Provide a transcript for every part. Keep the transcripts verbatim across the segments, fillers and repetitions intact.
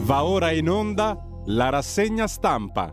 Va ora in onda la rassegna stampa.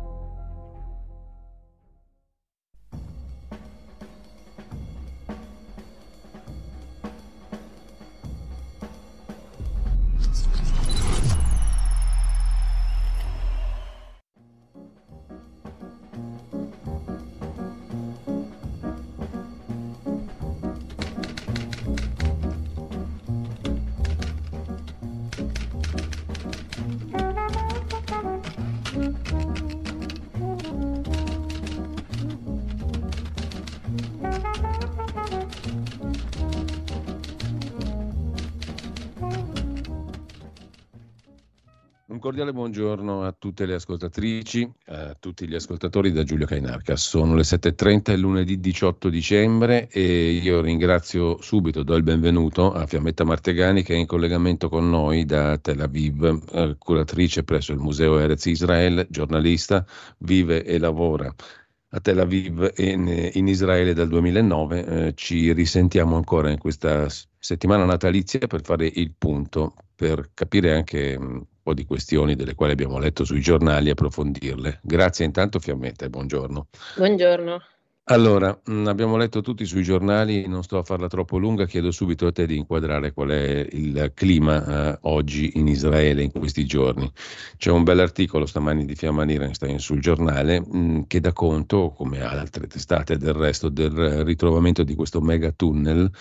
Un cordiale buongiorno a tutte le ascoltatrici, a tutti gli ascoltatori da Giulio Cainarca. Sono le sette e trenta, è lunedì diciotto dicembre e io ringrazio subito, do il benvenuto a Fiammetta Martegani che è in collegamento con noi da Tel Aviv, eh, curatrice presso il Museo Erez Israel, giornalista, vive e lavora a Tel Aviv e in, in Israele dal duemilanove. Eh, ci risentiamo ancora in questa settimana natalizia per fare il punto, per capire anche un po' di questioni delle quali abbiamo letto sui giornali e approfondirle. Grazie intanto Fiammetta e buongiorno. Buongiorno. Allora, mh, abbiamo letto tutti sui giornali, non sto a farla troppo lunga, chiedo subito a te di inquadrare qual è il clima eh, oggi in Israele in questi giorni. C'è un bell'articolo stamani di Fiamma Nirenstein sul giornale mh, che dà conto, come altre testate del resto, del ritrovamento di questo megatunnel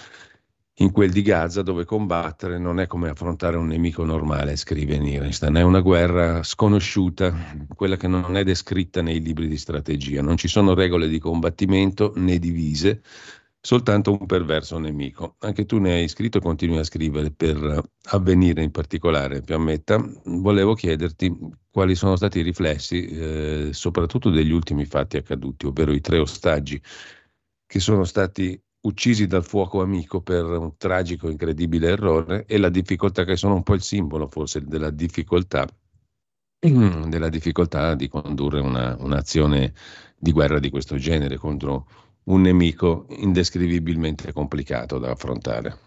in quel di Gaza, dove combattere non è come affrontare un nemico normale, scrive Nirenstein, è una guerra sconosciuta, quella che non è descritta nei libri di strategia. Non ci sono regole di combattimento né divise, soltanto un perverso nemico. Anche tu ne hai scritto e continui a scrivere per Avvenire in particolare, Fiammetta. Volevo chiederti quali sono stati i riflessi, eh, soprattutto degli ultimi fatti accaduti, ovvero i tre ostaggi che sono stati uccisi dal fuoco amico per un tragico, incredibile errore, e la difficoltà, che sono un po' il simbolo forse della difficoltà, della difficoltà di condurre una, un'azione di guerra di questo genere contro un nemico indescrivibilmente complicato da affrontare.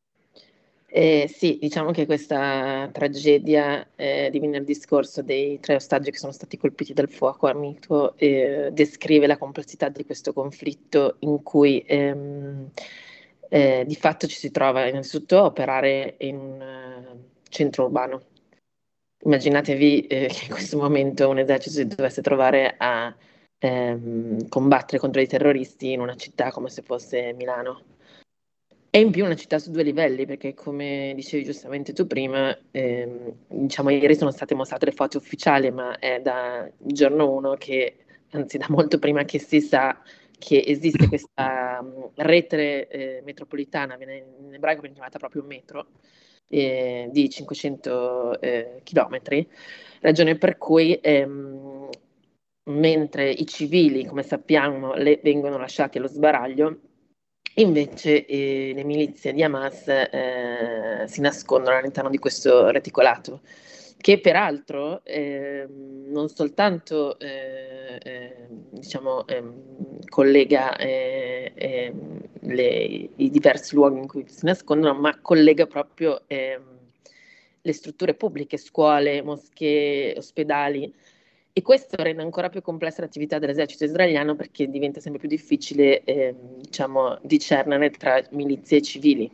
Eh, sì, diciamo che questa tragedia eh, di venerdì scorso dei tre ostaggi che sono stati colpiti dal fuoco amico eh, descrive la complessità di questo conflitto in cui ehm, eh, di fatto ci si trova innanzitutto a operare in un uh, centro urbano. Immaginatevi eh, che in questo momento un esercito si dovesse trovare a ehm, combattere contro i terroristi in una città come se fosse Milano. E in più una città su due livelli, perché come dicevi giustamente tu prima, ehm, diciamo ieri sono state mostrate le foto ufficiali, ma è da giorno uno che, anzi da molto prima che si sa che esiste questa um, rete eh, metropolitana, viene, in ebraico viene chiamata proprio metro, eh, di cinquecento eh, chilometri, ragione per cui ehm, mentre i civili, come sappiamo, le, vengono lasciati allo sbaraglio, invece eh, le milizie di Hamas eh, si nascondono all'interno di questo reticolato, che peraltro eh, non soltanto eh, eh, diciamo, eh, collega eh, eh, le, i diversi luoghi in cui si nascondono, ma collega proprio eh, le strutture pubbliche, scuole, moschee, ospedali. E questo rende ancora più complessa l'attività dell'esercito israeliano, perché diventa sempre più difficile eh, diciamo, discernere tra milizie e civili.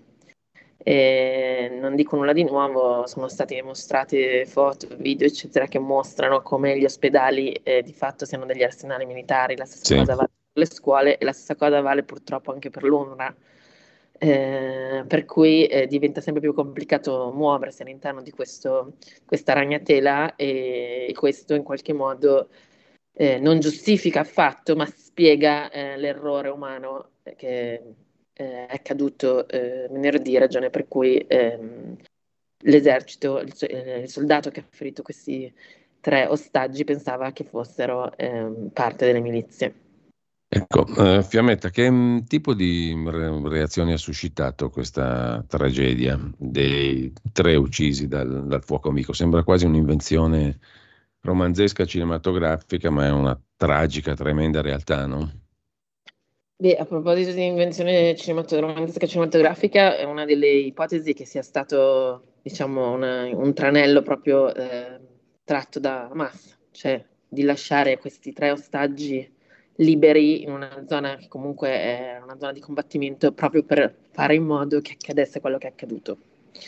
Eh, non dico nulla di nuovo, sono state mostrate foto, video, eccetera, che mostrano come gli ospedali eh, di fatto siano degli arsenali militari. La stessa Sì. cosa vale per le scuole e la stessa cosa vale purtroppo anche per l'UNRWA. Eh, per cui eh, diventa sempre più complicato muoversi all'interno di questo, questa ragnatela, e, e questo in qualche modo eh, non giustifica affatto, ma spiega eh, l'errore umano che eh, è accaduto eh, venerdì, ragione per cui ehm, l'esercito, il, eh, il soldato che ha ferito questi tre ostaggi pensava che fossero ehm, parte delle milizie. Ecco, eh, Fiammetta, che mh, tipo di re- reazioni ha suscitato questa tragedia dei tre uccisi dal, dal fuoco amico? Sembra quasi un'invenzione romanzesca cinematografica, ma è una tragica, tremenda realtà, no? Beh, a proposito di invenzione cinematografica, cinematografica, è una delle ipotesi che sia stato, diciamo, una- un tranello proprio eh, tratto da Hamas, cioè di lasciare questi tre ostaggi liberi in una zona che comunque è una zona di combattimento proprio per fare in modo che accadesse quello che è accaduto.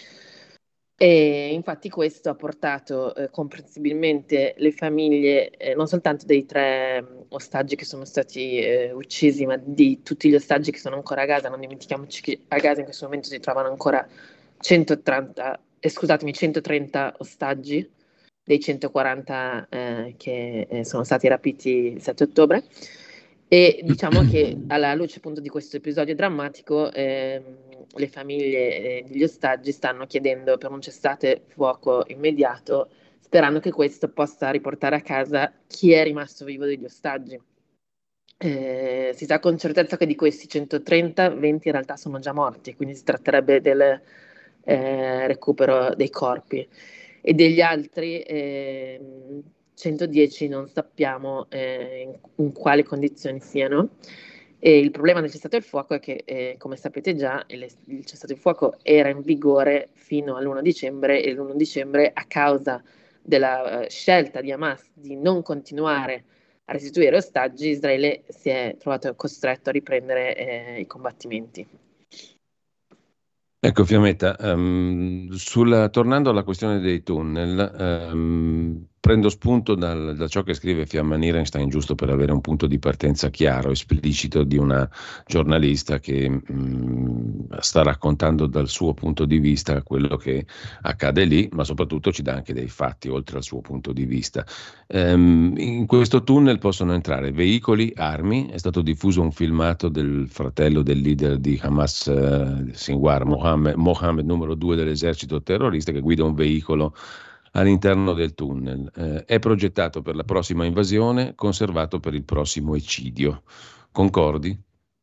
E infatti questo ha portato eh, comprensibilmente le famiglie, eh, non soltanto dei tre mh, ostaggi che sono stati eh, uccisi, ma di tutti gli ostaggi che sono ancora a Gaza. Non dimentichiamoci che a Gaza in questo momento si trovano ancora centotrenta, eh, scusatemi, centotrenta ostaggi dei centoquaranta eh, che eh, sono stati rapiti il sette ottobre. E diciamo che alla luce appunto di questo episodio drammatico, ehm, le famiglie eh, degli ostaggi stanno chiedendo per un cessate fuoco immediato, sperando che questo possa riportare a casa chi è rimasto vivo degli ostaggi. Eh, si sa con certezza che di questi centotrenta, venti in realtà sono già morti, quindi si tratterebbe del eh, recupero dei corpi. E degli altri ehm, centodieci non sappiamo eh, in, in quali condizioni siano. E il problema del cessate il fuoco è che, eh, come sapete già, il, il cessate il fuoco era in vigore fino all'primo dicembre e l'primo dicembre, a causa della eh, scelta di Hamas di non continuare a restituire ostaggi, Israele si è trovato costretto a riprendere eh, i combattimenti. Ecco, Fiammetta, ehm, sulla- tornando alla questione dei tunnel, ehm, prendo spunto dal- da ciò che scrive Fiamma Nierenstein, giusto per avere un punto di partenza chiaro, esplicito, di una giornalista che mh, sta raccontando dal suo punto di vista quello che accade lì, ma soprattutto ci dà anche dei fatti, oltre al suo punto di vista. Ehm, in questo tunnel possono entrare veicoli, armi. È stato diffuso un filmato del fratello del leader di Hamas, eh, Sinwar, Mohammed, Mohammed, numero due dell'esercito terrorista, che guida un veicolo all'interno del tunnel. Eh, è progettato per la prossima invasione, conservato per il prossimo eccidio. Concordi?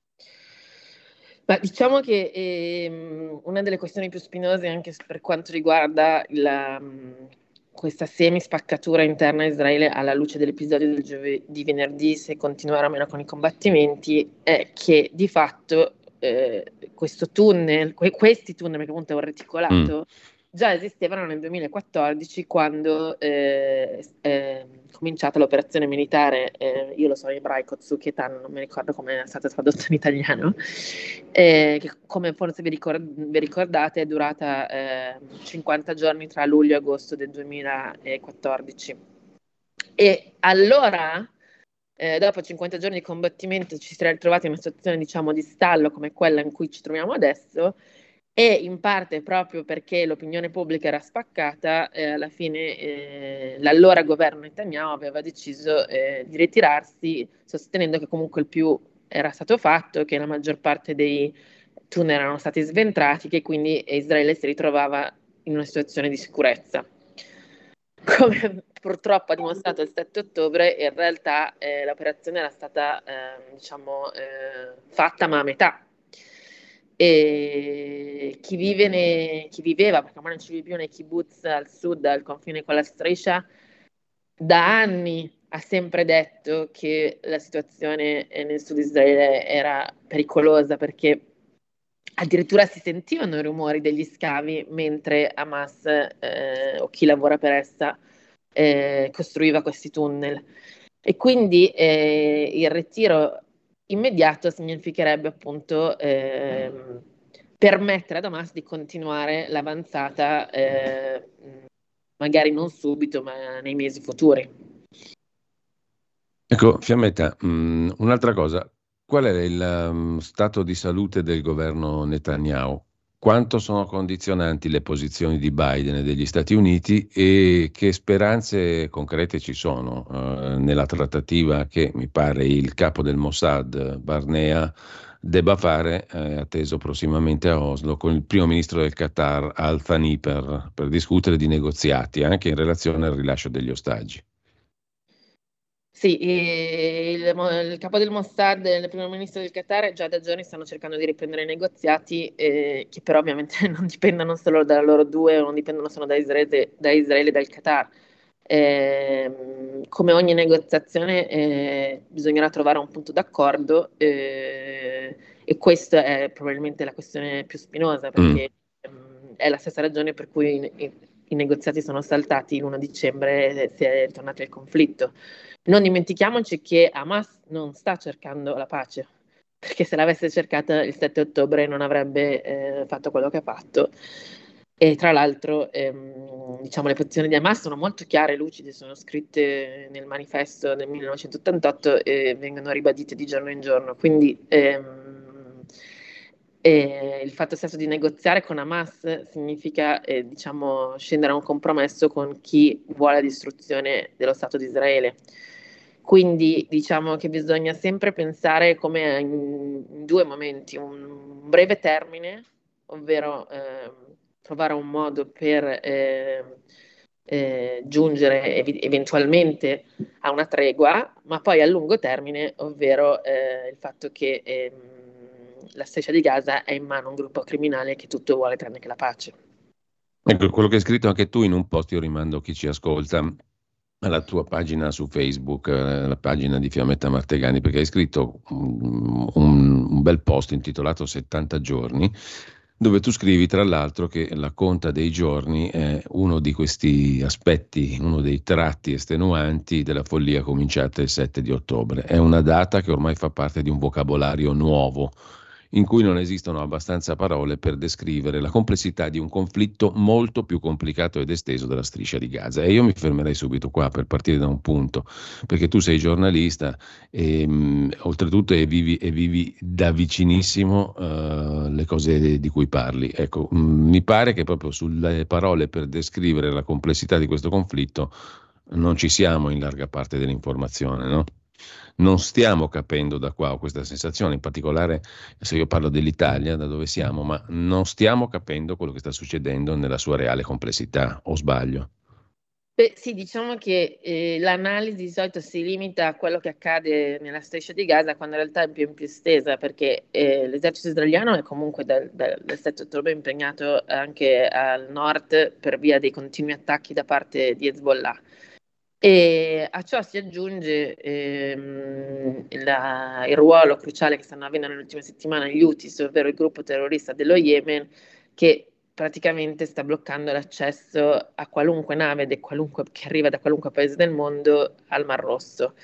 Ma diciamo che ehm, una delle questioni più spinose anche per quanto riguarda la, mh, questa semi-spaccatura interna a Israele alla luce dell'episodio del giovedì di venerdì, se continuare o meno con i combattimenti, è che di fatto eh, questo tunnel, que- questi tunnel, perché appunto è un Mm. reticolato, già esistevano nel duemilaquattordici quando eh, è cominciata l'operazione militare, eh, io lo so in ebraico, Tsuketan, non mi ricordo come è stata tradotta in italiano, eh, che come forse vi, ricord- vi ricordate è durata eh, cinquanta giorni tra luglio e agosto del duemilaquattordici. E allora, eh, dopo cinquanta giorni di combattimento, ci si è ritrovati in una situazione, diciamo, di stallo come quella in cui ci troviamo adesso, e in parte proprio perché l'opinione pubblica era spaccata, eh, alla fine eh, l'allora governo Netanyahu aveva deciso eh, di ritirarsi, sostenendo che comunque il più era stato fatto, che la maggior parte dei tunnel erano stati sventrati, che quindi Israele si ritrovava in una situazione di sicurezza. Come purtroppo ha dimostrato il sette ottobre, in realtà eh, l'operazione era stata eh, diciamo, eh, fatta ma a metà. E chi, vive ne- chi viveva, perché ormai non ci vive più nei kibbutz al sud, al confine con la striscia, da anni ha sempre detto che la situazione eh, nel sud Israele era pericolosa perché addirittura si sentivano i rumori degli scavi mentre Hamas eh, o chi lavora per essa eh, costruiva questi tunnel. E quindi eh, il ritiro immediato significherebbe appunto ehm, permettere ad Hamas di continuare l'avanzata, eh, magari non subito, ma nei mesi futuri. Ecco, Fiammetta, mh, un'altra cosa, qual è il um, stato di salute del governo Netanyahu? Quanto sono condizionanti le posizioni di Biden e degli Stati Uniti e che speranze concrete ci sono eh, nella trattativa che mi pare il capo del Mossad, Barnea, debba fare, eh, atteso prossimamente a Oslo, con il primo ministro del Qatar, Al Thani, per, per discutere di negoziati anche in relazione al rilascio degli ostaggi. Sì, e il, il capo del Mossad e il primo ministro del Qatar già da giorni stanno cercando di riprendere i negoziati, eh, che però ovviamente non dipendono solo da loro due, non dipendono solo da Israele, da Israele e dal Qatar. Eh, come ogni negoziazione, eh, bisognerà trovare un punto d'accordo, eh, E questa è probabilmente la questione più spinosa, Mm. perché ehm, è la stessa ragione per cui i, i- i negoziati sono saltati l'primo dicembre e si è ritornati al conflitto. Non dimentichiamoci che Hamas non sta cercando la pace, perché se l'avesse cercata il sette ottobre non avrebbe eh, fatto quello che ha fatto. E tra l'altro, ehm, diciamo, le posizioni di Hamas sono molto chiare e lucide, sono scritte nel manifesto del millenovecentottantotto e vengono ribadite di giorno in giorno. Quindi ehm, eh, il fatto stesso di negoziare con Hamas significa, eh, diciamo, scendere a un compromesso con chi vuole la distruzione dello Stato di Israele. Quindi diciamo che bisogna sempre pensare come in, in due momenti, un breve termine, ovvero eh, trovare un modo per eh, eh, giungere ev- eventualmente a una tregua, ma poi a lungo termine, ovvero eh, il fatto che ehm, la striscia di Gaza è in mano a un gruppo criminale che tutto vuole tranne che la pace. Ecco, quello che hai scritto anche tu in un post, io rimando chi ci ascolta alla tua pagina su Facebook, eh, la pagina di Fiammetta Martegani, perché hai scritto un, un- un bel post intitolato settanta giorni, dove tu scrivi tra l'altro che la conta dei giorni è uno di questi aspetti, uno dei tratti estenuanti della follia cominciata il sette di ottobre. È una data che ormai fa parte di un vocabolario nuovo, in cui non esistono abbastanza parole per descrivere la complessità di un conflitto molto più complicato ed esteso della striscia di Gaza. E io mi fermerei subito qua per partire da un punto, perché tu sei giornalista e mh, oltretutto e vivi, e vivi da vicinissimo uh, le cose di cui parli. Ecco, mh, mi pare che proprio sulle parole per descrivere la complessità di questo conflitto non ci siamo in larga parte dell'informazione, no? Non stiamo capendo da qua, ho questa sensazione, in particolare se io parlo dell'Italia, da dove siamo, ma non stiamo capendo quello che sta succedendo nella sua reale complessità, o sbaglio? Beh, sì, diciamo che eh, l'analisi di solito si limita a quello che accade nella striscia di Gaza, quando in realtà è più, più estesa, perché eh, l'esercito israeliano è comunque dal, dal- dal sette ottobre impegnato anche al nord per via dei continui attacchi da parte di Hezbollah. E a ciò si aggiunge ehm, la- il ruolo cruciale che stanno avendo nelle ultime settimane gli Houthis, ovvero il gruppo terrorista dello Yemen, che praticamente sta bloccando l'accesso a qualunque nave de qualunque- che arriva da qualunque paese del mondo al Mar Rosso.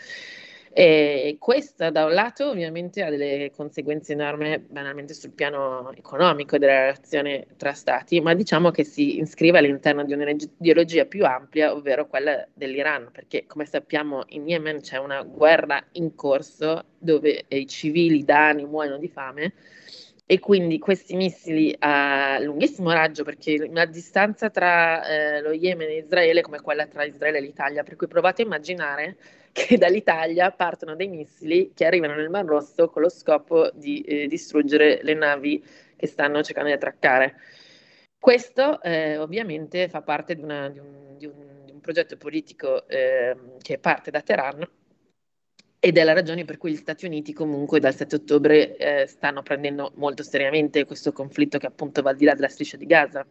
E questo da un lato ovviamente ha delle conseguenze enormi banalmente sul piano economico della relazione tra stati, ma diciamo che si iscrive all'interno di un'ideologia più ampia, ovvero quella dell'Iran, perché come sappiamo in Yemen c'è una guerra in corso dove i civili da anni muoiono di fame e quindi questi missili a lunghissimo raggio, perché la distanza tra eh, lo Yemen e Israele è come quella tra Israele e l'Italia, per cui provate a immaginare che dall'Italia partono dei missili che arrivano nel Mar Rosso con lo scopo di eh, distruggere le navi che stanno cercando di attraccare. Questo eh, ovviamente fa parte di, una, di, un, di, un, di un progetto politico eh, che parte da Teheran ed è la ragione per cui gli Stati Uniti comunque dal sette ottobre eh, stanno prendendo molto seriamente questo conflitto che appunto va al di là della striscia di Gaza.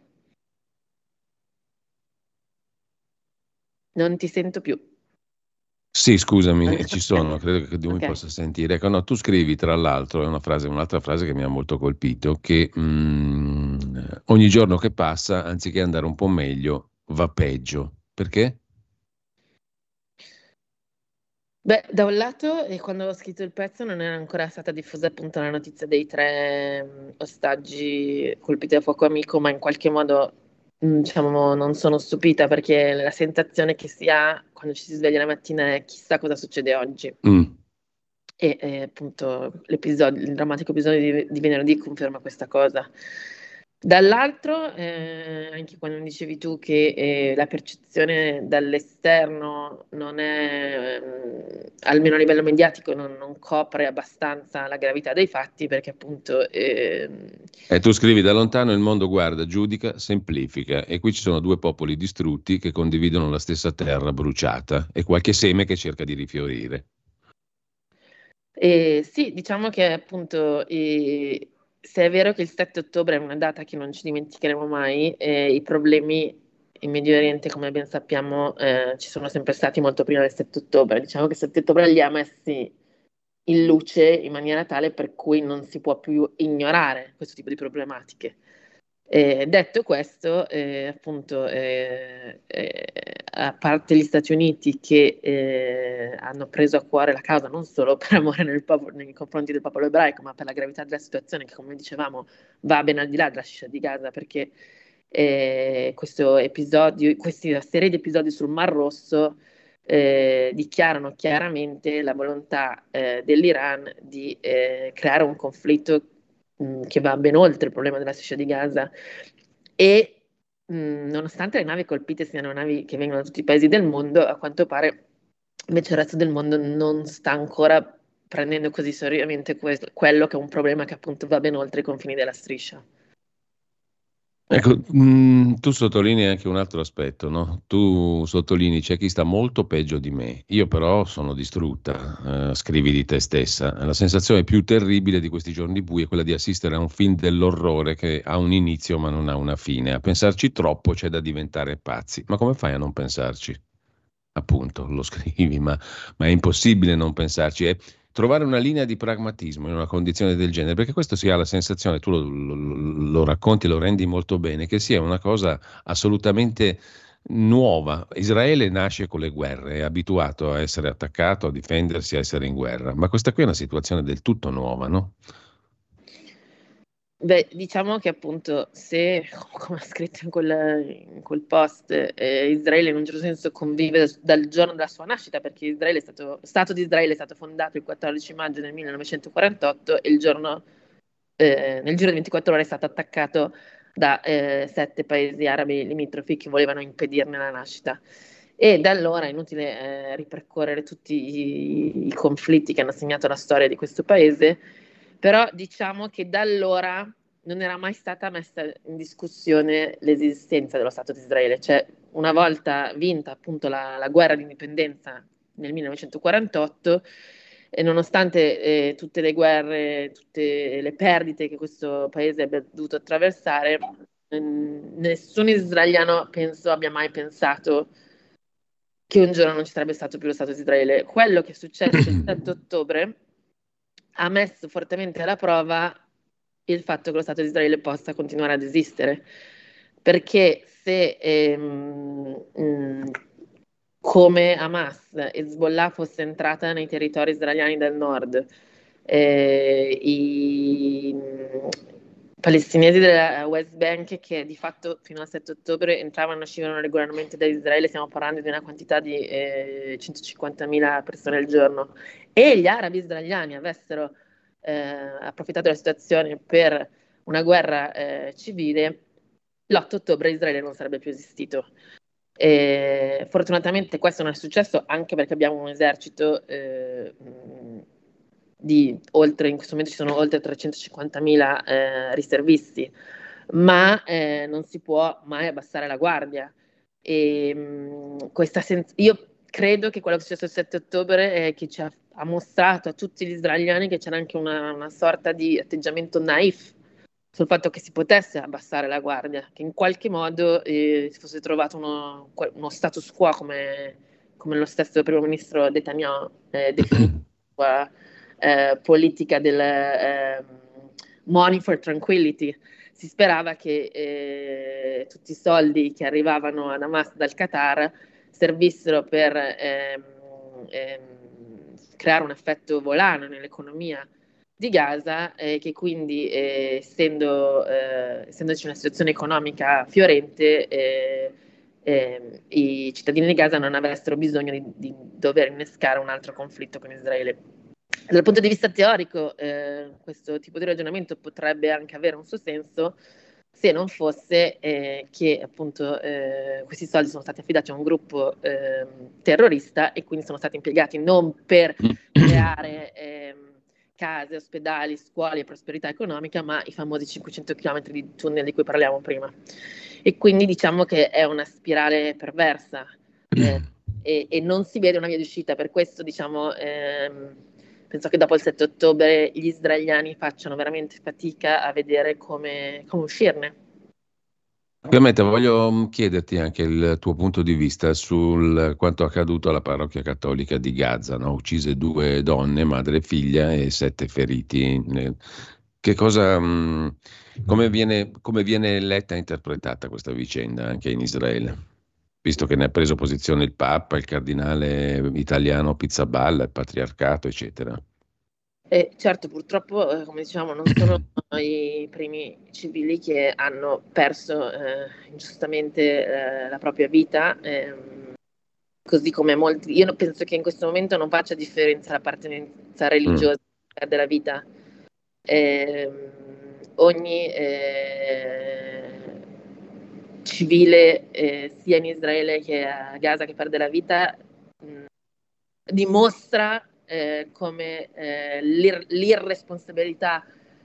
Non ti sento più. Sì, scusami, ci sono, credo che tu mi Ok. possa sentire. Ecco, no, tu scrivi, tra l'altro, è una frase, un'altra frase che mi ha molto colpito, che mm, ogni giorno che passa, anziché andare un po' meglio, va peggio. Perché? Beh, da un lato, eh, quando ho scritto il pezzo non era ancora stata diffusa appunto la notizia dei tre mh, ostaggi colpiti da fuoco amico, ma in qualche modo, mh, diciamo, non sono stupita perché la sensazione che si ha quando ci si sveglia la mattina è chissà cosa succede oggi. Mm. E eh, appunto l'episodio, il drammatico episodio di, di venerdì conferma questa cosa. Dall'altro, eh, anche quando dicevi tu che eh, la percezione dall'esterno non è, mm, almeno a livello mediatico, non, non copre abbastanza la gravità dei fatti, perché appunto ehm, E tu scrivi da lontano il mondo guarda, giudica, semplifica e qui ci sono due popoli distrutti che condividono la stessa terra bruciata e qualche seme che cerca di rifiorire. Eh, sì, diciamo che appunto, eh, se è vero che il sette ottobre è una data che non ci dimenticheremo mai, eh, i problemi in Medio Oriente, come ben sappiamo, eh, ci sono sempre stati molto prima del sette ottobre. Diciamo che il sette ottobre li ha messi in luce in maniera tale per cui non si può più ignorare questo tipo di problematiche. Eh, detto questo, eh, appunto, eh, eh, a parte gli Stati Uniti che eh, hanno preso a cuore la causa non solo per amore nel popolo, nei confronti del popolo ebraico, ma per la gravità della situazione che, come dicevamo, va ben al di là della striscia di Gaza, perché eh, questo episodio, questa serie di episodi sul Mar Rosso eh, dichiarano chiaramente la volontà eh, dell'Iran di eh, creare un conflitto mh, che va ben oltre il problema della striscia di Gaza e mh, nonostante le navi colpite siano navi che vengono da tutti i paesi del mondo, a quanto pare invece il resto del mondo non sta ancora prendendo così seriamente que- quello che è un problema che appunto va ben oltre i confini della striscia. Ecco, mh, tu sottolinei anche un altro aspetto, no? Tu sottolinei c'è chi sta molto peggio di me, io però sono distrutta, eh, scrivi di te stessa. La sensazione più terribile di questi giorni bui è quella di assistere a un film dell'orrore che ha un inizio ma non ha una fine. A pensarci troppo c'è da diventare pazzi. Ma come fai a non pensarci? Appunto, lo scrivi, ma, ma è impossibile non pensarci. È trovare una linea di pragmatismo in una condizione del genere, perché questo si ha la sensazione, tu lo, lo, lo racconti, lo rendi molto bene, che sia una cosa assolutamente nuova. Israele nasce con le guerre, è abituato a essere attaccato, a difendersi, a essere in guerra, ma questa qui è una situazione del tutto nuova, no? Beh, diciamo che appunto se, come ha scritto in quel, in quel post, eh, Israele in un certo senso convive dal, dal giorno della sua nascita, perché Israele è stato, lo Stato di Israele è stato fondato il quattordici maggio del millenovecentoquarantotto e il giorno, eh, nel giro di ventiquattro ore è stato attaccato da eh, sette paesi arabi limitrofi che volevano impedirne la nascita. E da allora è inutile eh, ripercorrere tutti i, i conflitti che hanno segnato la storia di questo paese, però diciamo che da allora non era mai stata messa in discussione l'esistenza dello Stato di Israele, cioè una volta vinta appunto la, la guerra di indipendenza nel millenovecentoquarantotto, e nonostante eh, tutte le guerre, tutte le perdite che questo paese abbia dovuto attraversare, ehm, nessun israeliano penso abbia mai pensato che un giorno non ci sarebbe stato più lo Stato di Israele. Quello che è successo il sette ottobre ha messo fortemente alla prova il fatto che lo Stato di Israele possa continuare ad esistere, perché se ehm, mh, come Hamas, Hezbollah fosse entrata nei territori israeliani del nord, eh, i mh, palestinesi della West Bank che di fatto fino al sette ottobre entravano e uscivano regolarmente da Israele, stiamo parlando di una quantità di eh, centocinquantamila persone al giorno, e gli arabi israeliani avessero eh, approfittato della situazione per una guerra eh, civile, l'otto ottobre Israele non sarebbe più esistito. E fortunatamente questo non è successo anche perché abbiamo un esercito eh, di oltre, in questo momento ci sono oltre trecentocinquantamila eh, riservisti, ma eh, non si può mai abbassare la guardia. E, mh, questa sen- io credo che quello che è successo il sette ottobre è che ci ha, ha mostrato a tutti gli israeliani che c'era anche una, una sorta di atteggiamento naif sul fatto che si potesse abbassare la guardia, che in qualche modo eh, si fosse trovato uno, uno status quo come, come lo stesso primo ministro Netanyahu eh, definiva eh, politica del eh, money for tranquility. Si sperava che eh, tutti i soldi che arrivavano ad Hamas dal Qatar servissero per ehm, ehm, creare un effetto volano nell'economia di Gaza, eh, che quindi, eh, essendo, eh, essendoci una situazione economica fiorente, eh, eh, i cittadini di Gaza non avessero bisogno di, di dover innescare un altro conflitto con Israele. Dal punto di vista teorico, eh, questo tipo di ragionamento potrebbe anche avere un suo senso se non fosse eh, che appunto eh, questi soldi sono stati affidati a un gruppo eh, terrorista e quindi sono stati impiegati non per creare eh, case, ospedali, scuole e prosperità economica, ma i famosi cinquecento chilometri di tunnel di cui parliamo prima. E quindi diciamo che è una spirale perversa eh, e, e non si vede una via di uscita. Per questo diciamo ehm, penso che dopo il sette ottobre gli israeliani facciano veramente fatica a vedere come, come uscirne. Ovviamente voglio chiederti anche il tuo punto di vista sul quanto accaduto alla parrocchia cattolica di Gaza, no? Uccise due donne, madre e figlia, e sette feriti. Eh, Che cosa, mh, come viene, come viene letta e interpretata questa vicenda anche in Israele? Visto che ne ha preso posizione il Papa, il cardinale italiano Pizzaballa, il patriarcato, eccetera. E certo, purtroppo, eh, come diciamo, non sono i primi civili che hanno perso eh, ingiustamente eh, la propria vita, ehm, così come molti. Io non- penso che in questo momento non faccia differenza l'appartenenza Mm. religiosa della vita. Ehm, ogni eh, civile, eh, sia in Israele che a Gaza, che perde la vita, mh, dimostra eh, come eh, l'ir- l'irresponsabilità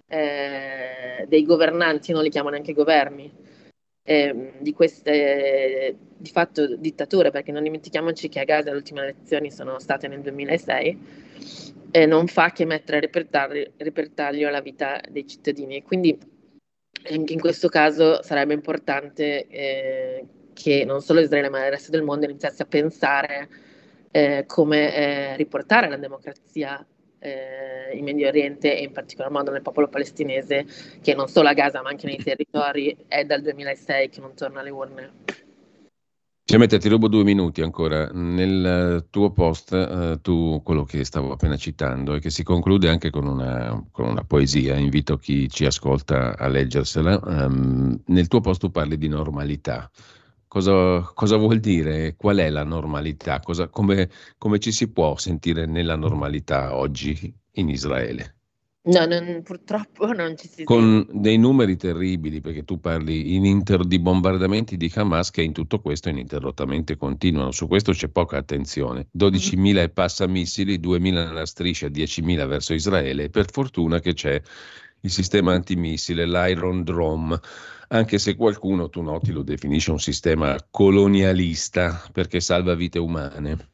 eh, dei governanti, non li chiamo neanche governi, eh, di queste di fatto dittature, perché non dimentichiamoci che a Gaza le ultime elezioni sono state nel duemilasei, e non fa che mettere a ripertaglio, ripertaglio la vita dei cittadini. Quindi anche in questo caso sarebbe importante eh, che non solo Israele ma il resto del mondo iniziasse a pensare eh, come eh, riportare la democrazia eh, in Medio Oriente e in particolar modo nel popolo palestinese, che non solo a Gaza ma anche nei territori è dal duemilasei che non torna alle urne. Semplicemente ti rubo due minuti ancora. Nel eh, tuo post, eh, tu, quello che stavo appena citando, e che si conclude anche con una, con una poesia, invito chi ci ascolta a leggersela. Ehm, nel tuo post tu parli di normalità. Cosa, cosa vuol dire? Qual è la normalità? Cosa- come, come ci si può sentire nella normalità oggi in Israele? No, non- purtroppo non ci si sente. Con dei numeri terribili, perché tu parli in inter di bombardamenti di Hamas che in tutto questo ininterrottamente continuano. Su questo c'è poca attenzione. dodicimila e passa missili, duemila nella striscia, diecimila verso Israele. E per fortuna che c'è il sistema antimissile, l'Iron Dome, anche se qualcuno, tu noti, lo definisce un sistema colonialista perché salva vite umane.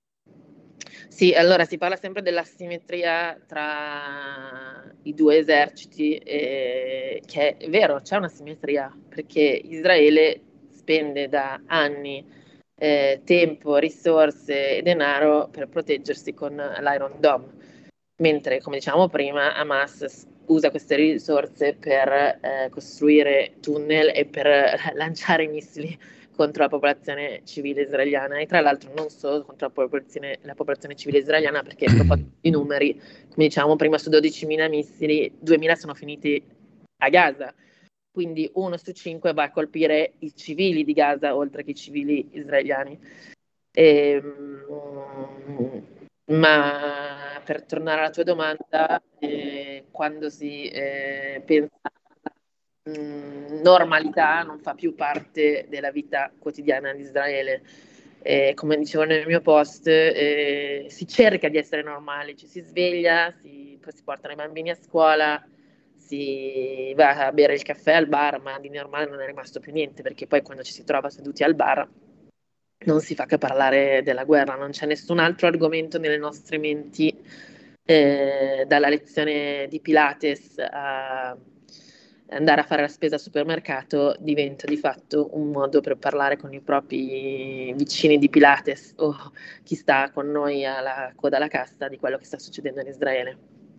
Sì, allora si parla sempre dell'asimmetria tra i due eserciti, eh, che è vero, c'è una simmetria, perché Israele spende da anni eh, tempo, risorse e denaro per proteggersi con l'Iron Dome, mentre, come dicevamo prima, Hamas s- usa queste risorse per eh, costruire tunnel e per lanciare missili contro la popolazione civile israeliana, e tra l'altro non solo contro la popolazione, la popolazione civile israeliana, perché a proposito di numeri, come diciamo prima, su dodicimila missili, duemila sono finiti a Gaza, quindi uno su cinque va a colpire i civili di Gaza oltre che i civili israeliani. Ehm, ma per tornare alla tua domanda, eh, quando si eh, pensa alla mh, normalità, non fa più parte della vita quotidiana di Israele. Eh, come dicevo nel mio post, eh, si cerca di essere normali, ci si sveglia, si, poi si portano i bambini a scuola, si va a bere il caffè al bar, ma di normale non è rimasto più niente, perché poi quando ci si trova seduti al bar non si fa che parlare della guerra, non c'è nessun altro argomento nelle nostre menti, eh, dalla lezione di Pilates a andare a fare la spesa al supermercato, diventa di fatto un modo per parlare con i propri vicini di Pilates o chi sta con noi alla coda alla cassa di quello che sta succedendo in Israele.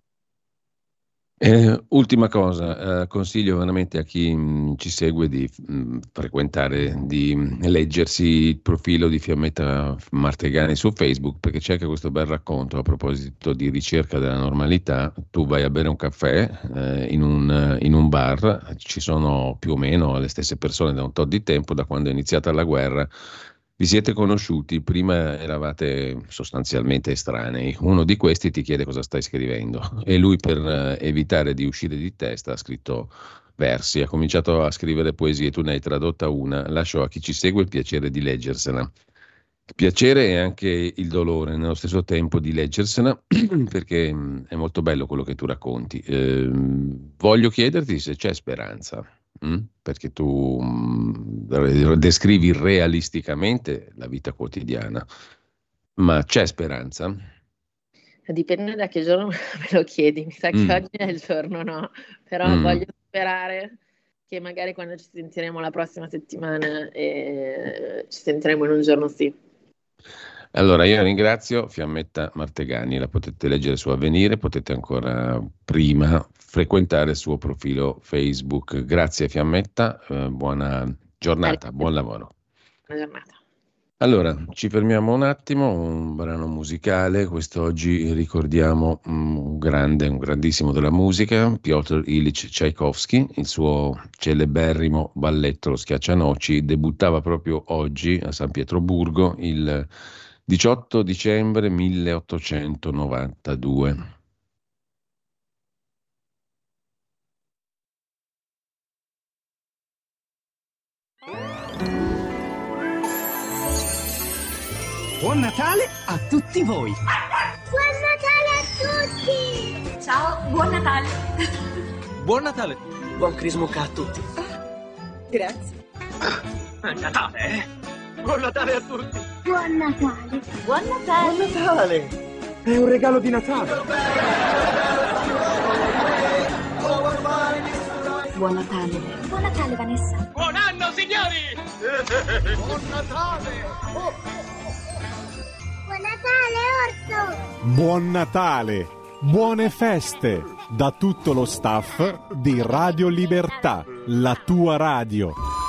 Eh, ultima cosa, eh, consiglio veramente a chi mh, ci segue di mh, frequentare, di mh, leggersi il profilo di Fiammetta Martegani su Facebook, perché c'è anche questo bel racconto a proposito di ricerca della normalità. Tu vai a bere un caffè eh, in un, in un bar, ci sono più o meno le stesse persone da un tot di tempo, da quando è iniziata la guerra. Vi siete conosciuti, prima eravate sostanzialmente estranei. Uno di questi ti chiede cosa stai scrivendo e lui, per eh, evitare di uscire di testa, ha scritto versi, ha cominciato a scrivere poesie, tu ne hai tradotta una, lascio a chi ci segue il piacere di leggersela. Il piacere e anche il dolore nello stesso tempo di leggersela, perché mh, è molto bello quello che tu racconti. Ehm, voglio chiederti se c'è speranza. Mm? Perché tu mm, re- descrivi realisticamente la vita quotidiana, ma c'è speranza? Dipende da che giorno me lo chiedi, mi sa che Mm, oggi è il giorno no, però mm. voglio sperare che magari quando ci sentiremo la prossima settimana eh, ci sentiremo in un giorno sì. Allora, io ringrazio Fiammetta Martegani, la potete leggere su Avvenire, potete ancora prima frequentare il suo profilo Facebook. Grazie Fiammetta, eh, buona giornata, buon lavoro. Buona giornata. Allora, ci fermiamo un attimo, un brano musicale. Quest'oggi ricordiamo mm, un grande, un grandissimo della musica, Piotr Ilyich Tchaikovsky, il suo celeberrimo balletto Lo Schiaccianoci, debuttava proprio oggi a San Pietroburgo il diciotto dicembre milleottocentonovantadue. Buon Natale a tutti voi! Buon Natale a tutti! Ciao, buon Natale! Buon Natale! Buon Crismuca a tutti! Grazie. È Natale, eh? Buon Natale a tutti! Buon Natale! Buon Natale! Buon Natale! È un regalo di Natale! Buon Natale! Buon Natale, Vanessa! Buon anno, signori! Buon Natale! Buon Natale, Orso! Buon Natale, buone feste da tutto lo staff di Radio Libertà, la tua radio.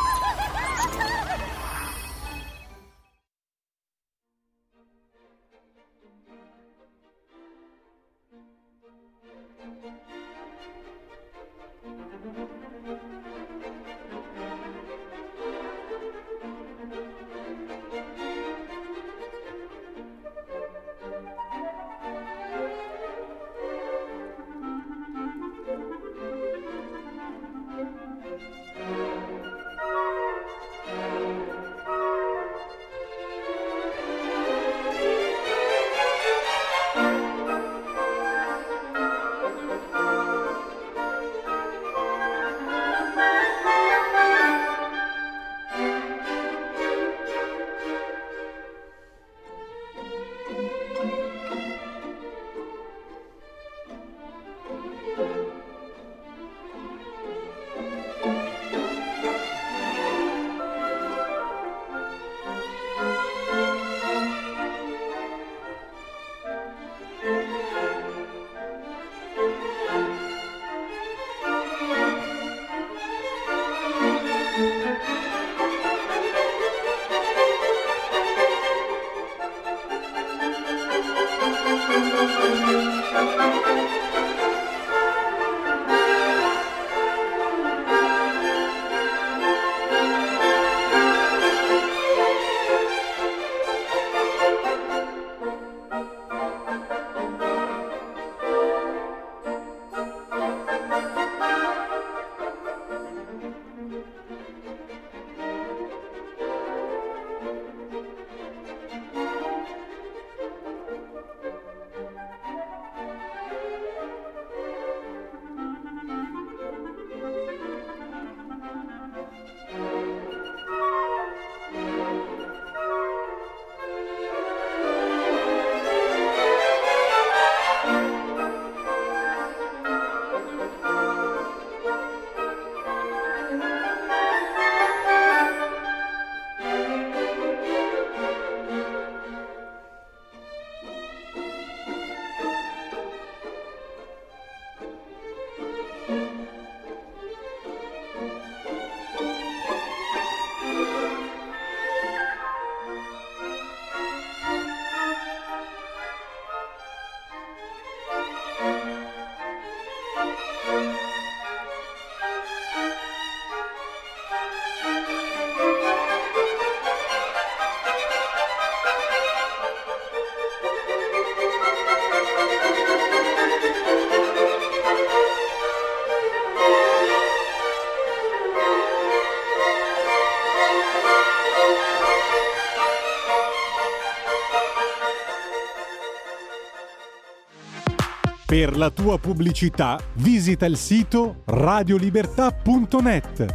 Per la tua pubblicità visita il sito radiolibertà punto net.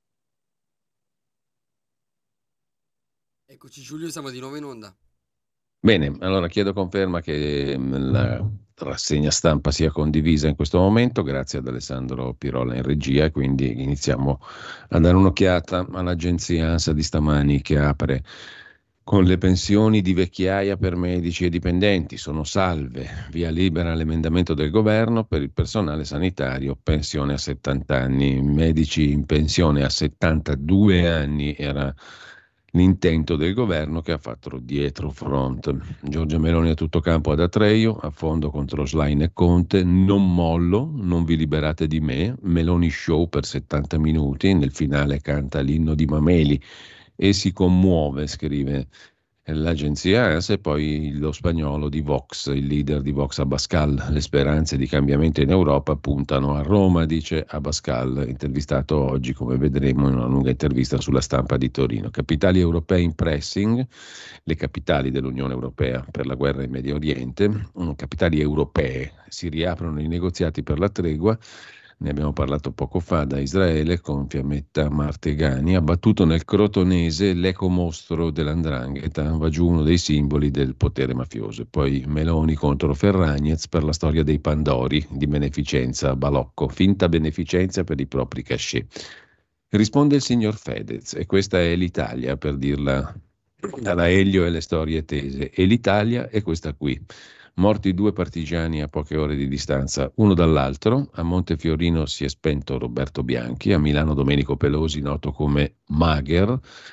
Eccoci Giulio, siamo di nuovo in onda. Bene, allora chiedo conferma che la rassegna stampa sia condivisa in questo momento, grazie ad Alessandro Pirola in regia, e quindi iniziamo a dare un'occhiata all'agenzia ANSA di stamani che apre con le pensioni di vecchiaia per medici e dipendenti. Sono salve, via libera l'emendamento del governo per il personale sanitario, pensione a settanta anni, medici in pensione a settantadue anni era l'intento del governo che ha fatto dietro front. Giorgia Meloni a tutto campo ad Atreio, a fondo contro Schlein e Conte, non mollo, non vi liberate di me, Meloni show per settanta minuti, nel finale canta l'inno di Mameli e si commuove, scrive l'agenzia ANSA, e poi lo spagnolo di Vox, il leader di Vox Abascal. Le speranze di cambiamento in Europa puntano a Roma, dice Abascal, intervistato oggi, come vedremo, in una lunga intervista sulla Stampa di Torino. Capitali europei in pressing, le capitali dell'Unione Europea per la guerra in Medio Oriente, capitali europee, si riaprono i negoziati per la tregua. Ne abbiamo parlato poco fa da Israele con Fiammetta Martegani. Abbattuto nel Crotonese l'ecomostro dell'Andrangheta, va giù uno dei simboli del potere mafioso. E poi Meloni contro Ferragnez per la storia dei Pandori, di beneficenza a Balocco, finta beneficenza per i propri cachet. Risponde il signor Fedez, e questa è l'Italia, per dirla alla Elio e le storie tese, e l'Italia è questa qui. Morti due partigiani a poche ore di distanza uno dall'altro. A Montefiorino si è spento Roberto Bianchi, a Milano Domenico Pelosi, noto come Magher,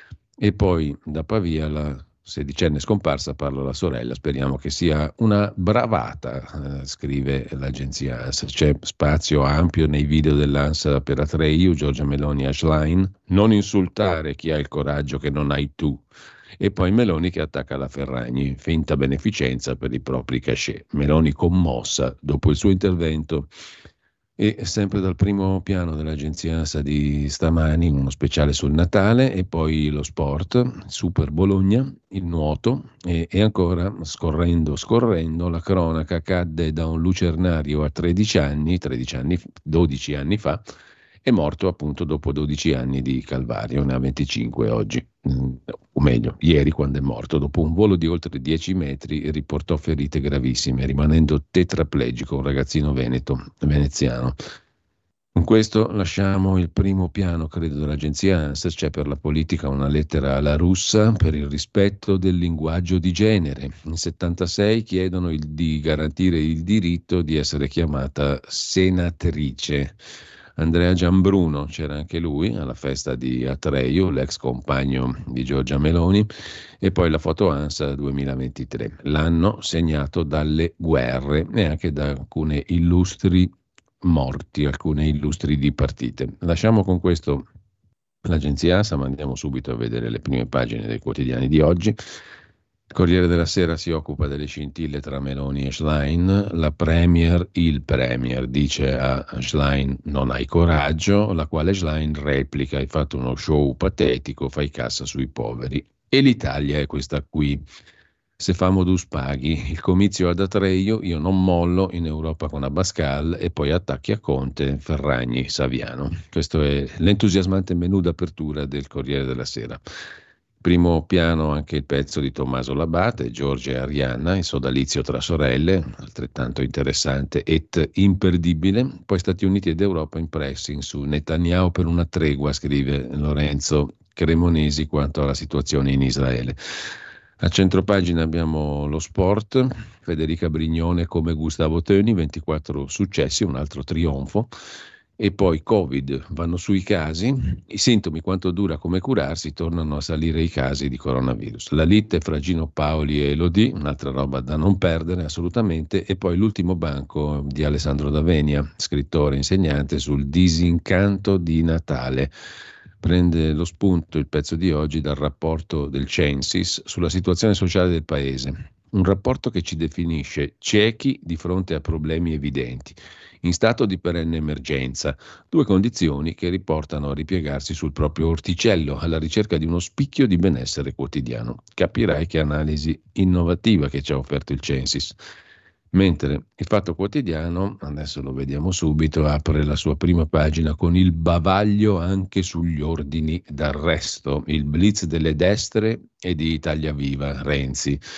e poi da Pavia la sedicenne scomparsa, parla la sorella, speriamo che sia una bravata, eh, scrive l'agenzia ANSA. C'è spazio ampio nei video dell'ANSA per Atreio, Giorgia Meloni a Schlein, non insultare chi ha il coraggio che non hai tu. E poi Meloni che attacca la Ferragni, finta beneficenza per i propri cachet. Meloni commossa dopo il suo intervento. E sempre dal primo piano dell'agenzia ANSA di stamani, uno speciale sul Natale, e poi lo sport, Super Bologna, il nuoto, e, e ancora scorrendo, scorrendo, la cronaca cadde da un lucernario a tredici anni, tredici anni, dodici anni fa, è morto appunto dopo dodici anni di calvario, ne ha venticinque oggi, o meglio, ieri quando è morto, dopo un volo di oltre dieci metri riportò ferite gravissime, rimanendo tetraplegico, un ragazzino veneto, veneziano. Con questo lasciamo il primo piano, credo, dell'agenzia ANSA. C'è per la politica una lettera alla Russa per il rispetto del linguaggio di genere. In settantasei chiedono il, di garantire il diritto di essere chiamata senatrice. Andrea Gianbruno, c'era anche lui alla festa di Atreio, l'ex compagno di Giorgia Meloni, e poi la foto ANSA duemilaventitré, l'anno segnato dalle guerre e anche da alcune illustri morti, alcune illustri dipartite. Lasciamo con questo l'agenzia ANSA, ma andiamo subito a vedere le prime pagine dei quotidiani di oggi. Il Corriere della Sera si occupa delle scintille tra Meloni e Schlein. La Premier, il Premier, dice a Schlein non hai coraggio, la quale Schlein replica: hai fatto uno show patetico, fai cassa sui poveri. E l'Italia è questa qui. Se fa modus paghi, il comizio ad Atreio, io non mollo, in Europa con Abascal, e poi attacchi a Conte, Ferragni, Saviano. Questo è l'entusiasmante menù d'apertura del Corriere della Sera. Primo piano anche il pezzo di Tommaso Labate, Giorgia e Arianna, il sodalizio tra sorelle, altrettanto interessante et imperdibile. Poi Stati Uniti ed Europa in pressing su Netanyahu per una tregua, scrive Lorenzo Cremonesi quanto alla situazione in Israele. A centropagina abbiamo lo sport, Federica Brignone come Gustavo Töni, ventiquattro successi, un altro trionfo. E poi Covid, vanno sui casi, i sintomi, quanto dura, come curarsi, tornano a salire i casi di coronavirus. La lite fra Gino Paoli e Elodie, un'altra roba da non perdere assolutamente, e poi l'ultimo banco di Alessandro D'Avenia, scrittore, insegnante, sul disincanto di Natale. Prende lo spunto il pezzo di oggi dal rapporto del Censis sulla situazione sociale del paese. Un rapporto che ci definisce ciechi di fronte a problemi evidenti, in stato di perenne emergenza, due condizioni che riportano a ripiegarsi sul proprio orticello, alla ricerca di uno spicchio di benessere quotidiano. Capirai che analisi innovativa che ci ha offerto il Censis. Mentre il Fatto Quotidiano, adesso lo vediamo subito, apre la sua prima pagina con il bavaglio anche sugli ordini d'arresto, il blitz delle destre e di Italia Viva, Renzi.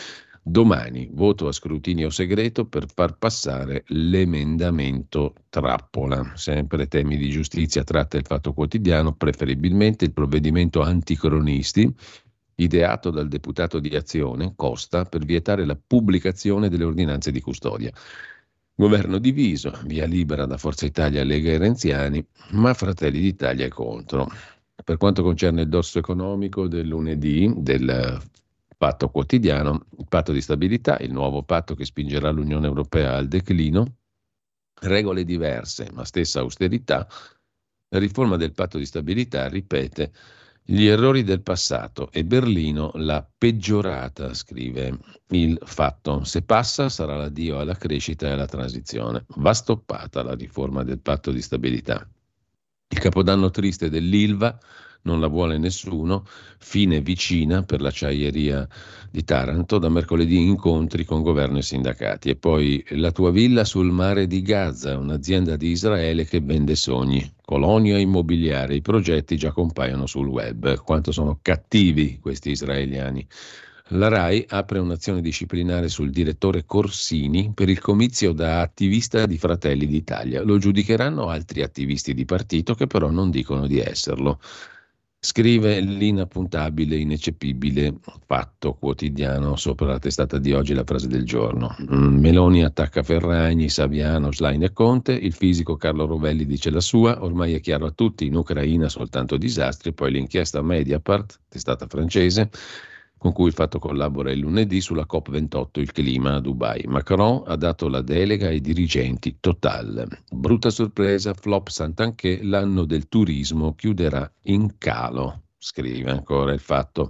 Domani voto a scrutinio segreto per far passare l'emendamento trappola. Sempre temi di giustizia tratta il Fatto Quotidiano, preferibilmente il provvedimento anticronisti ideato dal deputato di Azione Costa per vietare la pubblicazione delle ordinanze di custodia. Governo diviso, via libera da Forza Italia, Lega e Renziani, ma Fratelli d'Italia è contro. Per quanto concerne il dorso economico del lunedì del Fatto Quotidiano, il patto di stabilità, il nuovo patto che spingerà l'Unione Europea al declino, regole diverse ma stessa austerità, la riforma del patto di stabilità ripete gli errori del passato e Berlino l'ha peggiorata, scrive il Fatto. Se passa sarà l'addio alla crescita e alla transizione. Va stoppata la riforma del patto di stabilità. Il capodanno triste dell'Ilva, non la vuole nessuno, fine vicina per l'acciaieria di Taranto, da mercoledì incontri con governo e sindacati. E poi la tua villa sul mare di Gaza, un'azienda di Israele che vende sogni, colonia immobiliare, i progetti già compaiono sul web. Quanto sono cattivi questi israeliani. La RAI apre un'azione disciplinare sul direttore Corsini per il comizio da attivista di Fratelli d'Italia. Lo giudicheranno altri attivisti di partito che però non dicono di esserlo. Scrive l'inappuntabile, ineccepibile Fatto Quotidiano sopra la testata di oggi la frase del giorno. Meloni attacca Ferragni, Saviano, Schlein e Conte, il fisico Carlo Rovelli dice la sua, ormai è chiaro a tutti, in Ucraina soltanto disastri, poi l'inchiesta Mediapart, testata francese, con cui il Fatto collabora il lunedì sulla COP ventotto, il clima a Dubai. Macron ha dato la delega ai dirigenti Total. Brutta sorpresa, flop Santanchè, l'anno del turismo chiuderà in calo, scrive ancora il Fatto.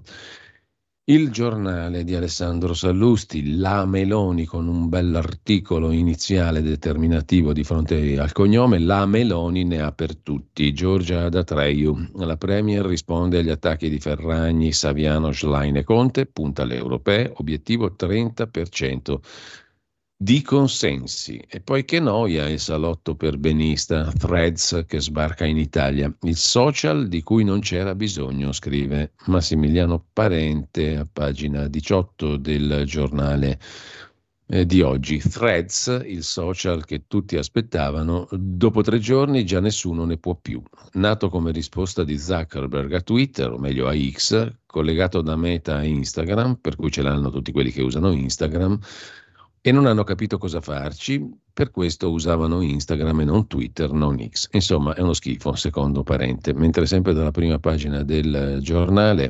Il Giornale di Alessandro Sallusti, la Meloni con un bell'articolo iniziale determinativo di fronte al cognome, la Meloni ne ha per tutti. Giorgia D'Atreiu, la Premier risponde agli attacchi di Ferragni, Saviano, Schlein e Conte, punta alle europee, obiettivo trenta per cento di consensi. E poi che noia il salotto per benista, Threads che sbarca in Italia, il social di cui non c'era bisogno, scrive Massimiliano Parente a pagina diciotto del giornale eh, di oggi. Threads, il social che tutti aspettavano, dopo tre giorni già nessuno ne può più. Nato come risposta di Zuckerberg a Twitter, o meglio a X, collegato da Meta a Instagram, per cui ce l'hanno tutti quelli che usano Instagram, e non hanno capito cosa farci, per questo usavano Instagram e non Twitter, non X. Insomma, è uno schifo, secondo Parente. Mentre sempre dalla prima pagina del giornale,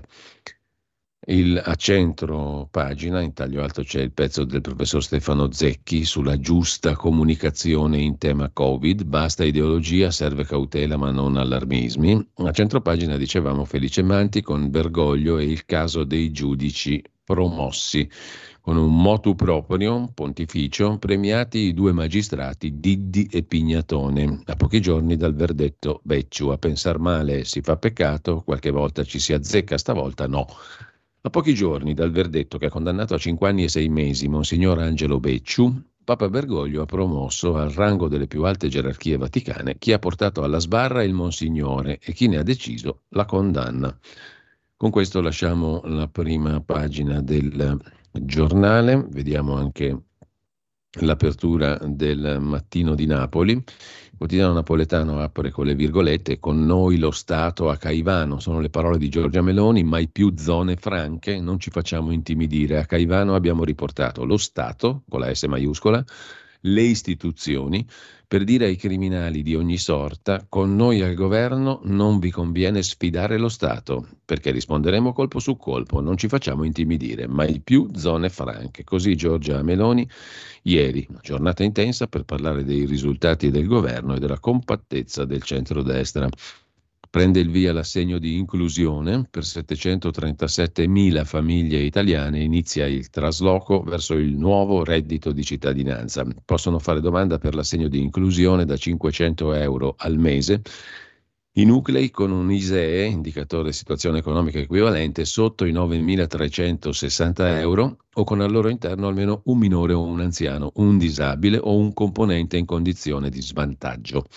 il, a centro pagina, in taglio alto c'è il pezzo del professor Stefano Zecchi sulla giusta comunicazione in tema Covid, basta ideologia, serve cautela ma non allarmismi. A centro pagina dicevamo Felice Manti con Bergoglio e il caso dei giudici promossi. Con un motu proprio pontificio premiati i due magistrati Diddi e Pignatone, a pochi giorni dal verdetto Becciu. A pensar male si fa peccato, qualche volta ci si azzecca, stavolta no. A pochi giorni dal verdetto che ha condannato a cinque anni e sei mesi Monsignor Angelo Becciu, Papa Bergoglio ha promosso al rango delle più alte gerarchie vaticane chi ha portato alla sbarra il Monsignore e chi ne ha deciso la condanna. Con questo lasciamo la prima pagina del giornale, vediamo anche l'apertura del Mattino di Napoli. Il quotidiano napoletano apre con le virgolette: con noi lo Stato a Caivano, sono le parole di Giorgia Meloni, mai più zone franche, non ci facciamo intimidire. A Caivano abbiamo riportato lo Stato, con la S maiuscola, le istituzioni, per dire ai criminali di ogni sorta: con noi al governo non vi conviene sfidare lo Stato, perché risponderemo colpo su colpo, non ci facciamo intimidire, mai più zone franche. Così Giorgia Meloni ieri, una giornata intensa per parlare dei risultati del governo e della compattezza del centrodestra. Prende il via l'assegno di inclusione per settecentotrentassettemila famiglie italiane, inizia il trasloco verso il nuovo reddito di cittadinanza. Possono fare domanda per l'assegno di inclusione da cinquecento euro al mese i nuclei con un I S E E, indicatore situazione economica equivalente, sotto i novemilatrecentosessanta euro o con al loro interno almeno un minore o un anziano, un disabile o un componente in condizione di svantaggio.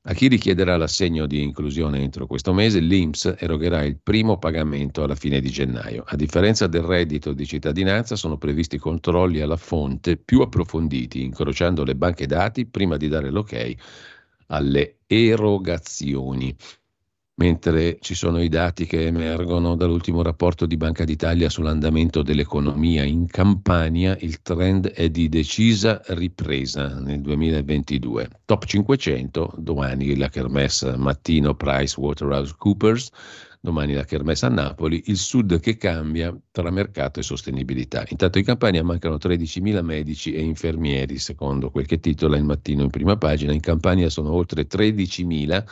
A chi richiederà l'assegno di inclusione entro questo mese, l'I N P S erogherà il primo pagamento alla fine di gennaio. A differenza del reddito di cittadinanza, sono previsti controlli alla fonte più approfonditi, incrociando le banche dati prima di dare l'ok alle erogazioni. Mentre ci sono i dati che emergono dall'ultimo rapporto di Banca d'Italia sull'andamento dell'economia in Campania, il trend è di decisa ripresa nel duemilaventidue. Top cinquecento, domani la kermesse mattino PricewaterhouseCoopers, domani la kermesse a Napoli, il sud che cambia tra mercato e sostenibilità. Intanto in Campania mancano tredicimila medici e infermieri, secondo quel che titola il Mattino in prima pagina. In Campania sono oltre tredicimila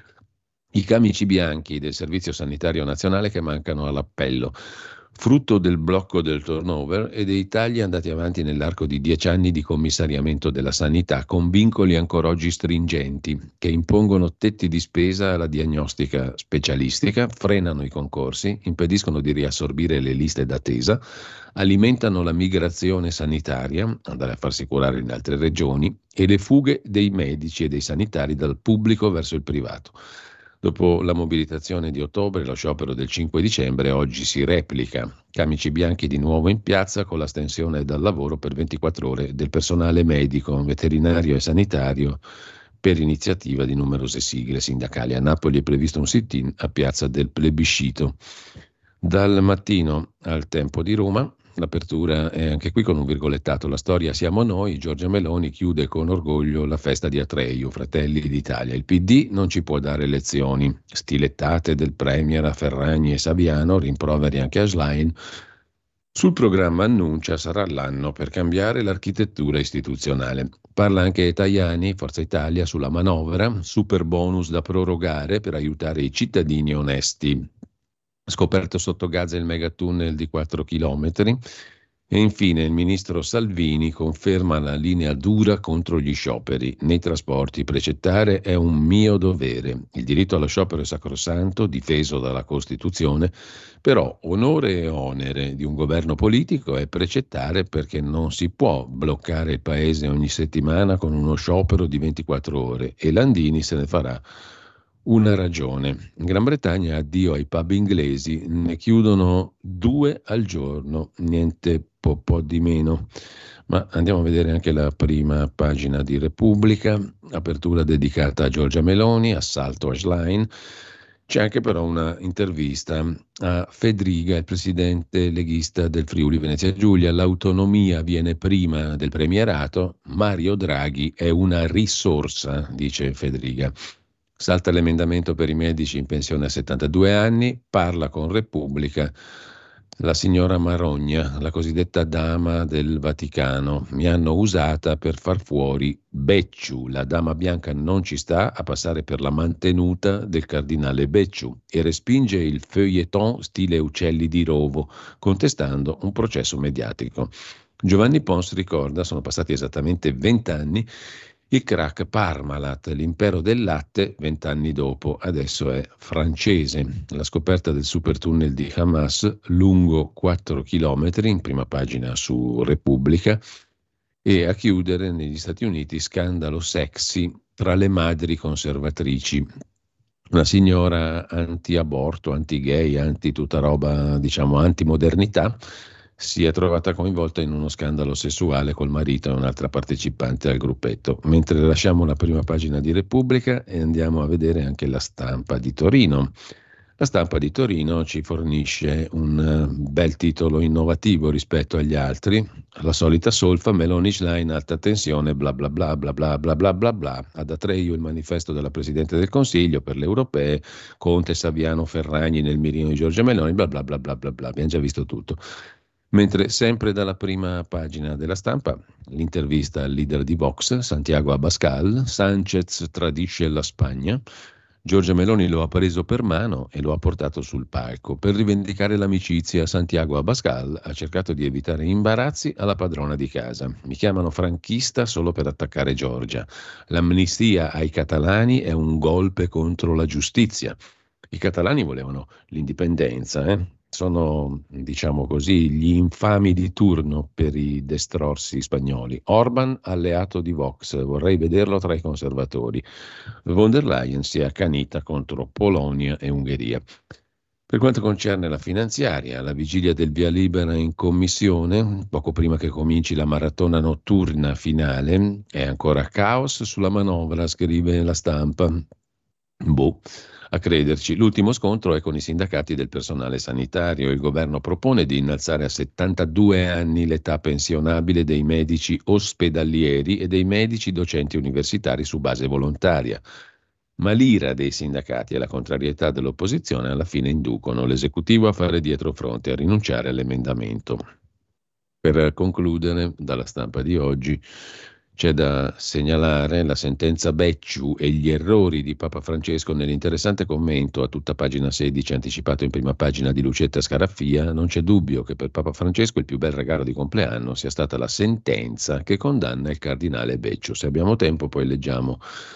i camici bianchi del Servizio Sanitario Nazionale che mancano all'appello, frutto del blocco del turnover e dei tagli andati avanti nell'arco di dieci anni di commissariamento della sanità, con vincoli ancora oggi stringenti che impongono tetti di spesa alla diagnostica specialistica, frenano i concorsi, impediscono di riassorbire le liste d'attesa, alimentano la migrazione sanitaria, andare a farsi curare in altre regioni, e le fughe dei medici e dei sanitari dal pubblico verso il privato. Dopo la mobilitazione di ottobre e lo sciopero del cinque dicembre, oggi si replica. Camici bianchi di nuovo in piazza con l'astensione dal lavoro per ventiquattro ore del personale medico, veterinario e sanitario per iniziativa di numerose sigle sindacali. A Napoli è previsto un sit-in a Piazza del Plebiscito. Dal Mattino al Tempo di Roma, l'apertura è anche qui con un virgolettato. La storia siamo noi. Giorgia Meloni chiude con orgoglio la festa di Atreju, Fratelli d'Italia. Il P D non ci può dare lezioni. Stilettate del premier a Ferragni e Saviano, rimproveri anche a Schlein. Sul programma annuncia sarà l'anno per cambiare l'architettura istituzionale. Parla anche Tajani, Forza Italia, sulla manovra, super bonus da prorogare per aiutare i cittadini onesti. Scoperto sotto Gaza il megatunnel di quattro chilometri. E infine il ministro Salvini conferma la linea dura contro gli scioperi. Nei trasporti precettare è un mio dovere. Il diritto allo sciopero è sacrosanto, difeso dalla Costituzione, però onore e onere di un governo politico è precettare, perché non si può bloccare il paese ogni settimana con uno sciopero di ventiquattro ore, e Landini se ne farà una ragione. In Gran Bretagna addio ai pub inglesi, ne chiudono due al giorno, niente po', po' di meno. Ma andiamo a vedere anche la prima pagina di Repubblica, apertura dedicata a Giorgia Meloni, assalto a Schlein. C'è anche però una intervista a Fedriga, il presidente leghista del Friuli Venezia Giulia. L'autonomia viene prima del premierato, Mario Draghi è una risorsa, dice Fedriga. Salta l'emendamento per i medici in pensione a settantadue anni, parla con Repubblica la signora Marogna, la cosiddetta dama del Vaticano. Mi hanno usata per far fuori Becciu, la dama bianca non ci sta a passare per la mantenuta del cardinale Becciu, e respinge il feuilleton stile Uccelli di Rovo, contestando un processo mediatico. Giovanni Pons ricorda, sono passati esattamente vent'anni, il crack Parmalat, l'impero del latte, vent'anni dopo, adesso è francese. La scoperta del supertunnel di Hamas, lungo quattro chilometri, in prima pagina su Repubblica, e a chiudere negli Stati Uniti, scandalo sexy tra le madri conservatrici. Una signora anti-aborto, anti-gay, anti-tutta roba, diciamo, anti-modernità, si è trovata coinvolta in uno scandalo sessuale col marito e un'altra partecipante al gruppetto. Mentre lasciamo la prima pagina di Repubblica e andiamo a vedere anche la Stampa di Torino. La Stampa di Torino ci fornisce un bel titolo innovativo rispetto agli altri. La solita solfa, Meloni Schlein, alta tensione, bla bla bla bla bla bla bla bla bla. Ad Atreju il manifesto della Presidente del Consiglio per le europee, Conte, Saviano, Ferragni nel mirino di Giorgia Meloni, bla bla bla bla bla bla. Abbiamo già visto tutto. Mentre sempre dalla prima pagina della Stampa, l'intervista al leader di Vox, Santiago Abascal, Sanchez tradisce la Spagna, Giorgia Meloni lo ha preso per mano e lo ha portato sul palco. Per rivendicare l'amicizia, Santiago Abascal ha cercato di evitare imbarazzi alla padrona di casa. Mi chiamano franchista solo per attaccare Giorgia. L'amnistia ai catalani è un golpe contro la giustizia. I catalani volevano l'indipendenza, eh? sono, diciamo così, gli infami di turno per i destrorsi spagnoli. Orban alleato di Vox, vorrei vederlo tra i conservatori. Von der Leyen si è accanita contro Polonia e Ungheria. Per quanto concerne la finanziaria, alla vigilia del via libera in commissione, poco prima che cominci la maratona notturna finale, è ancora caos sulla manovra, scrive La Stampa. Boh, a crederci. L'ultimo scontro è con i sindacati del personale sanitario. Il governo propone di innalzare a settantadue anni l'età pensionabile dei medici ospedalieri e dei medici docenti universitari su base volontaria. Ma l'ira dei sindacati e la contrarietà dell'opposizione alla fine inducono l'esecutivo a fare dietro fronte, a rinunciare all'emendamento. Per concludere, dalla Stampa di oggi, c'è da segnalare la sentenza Becciu e gli errori di Papa Francesco. Nell'interessante commento a tutta pagina sedici, anticipato in prima pagina di Lucetta Scaraffia, non c'è dubbio che per Papa Francesco il più bel regalo di compleanno sia stata la sentenza che condanna il cardinale Becciu. Se abbiamo tempo poi leggiamo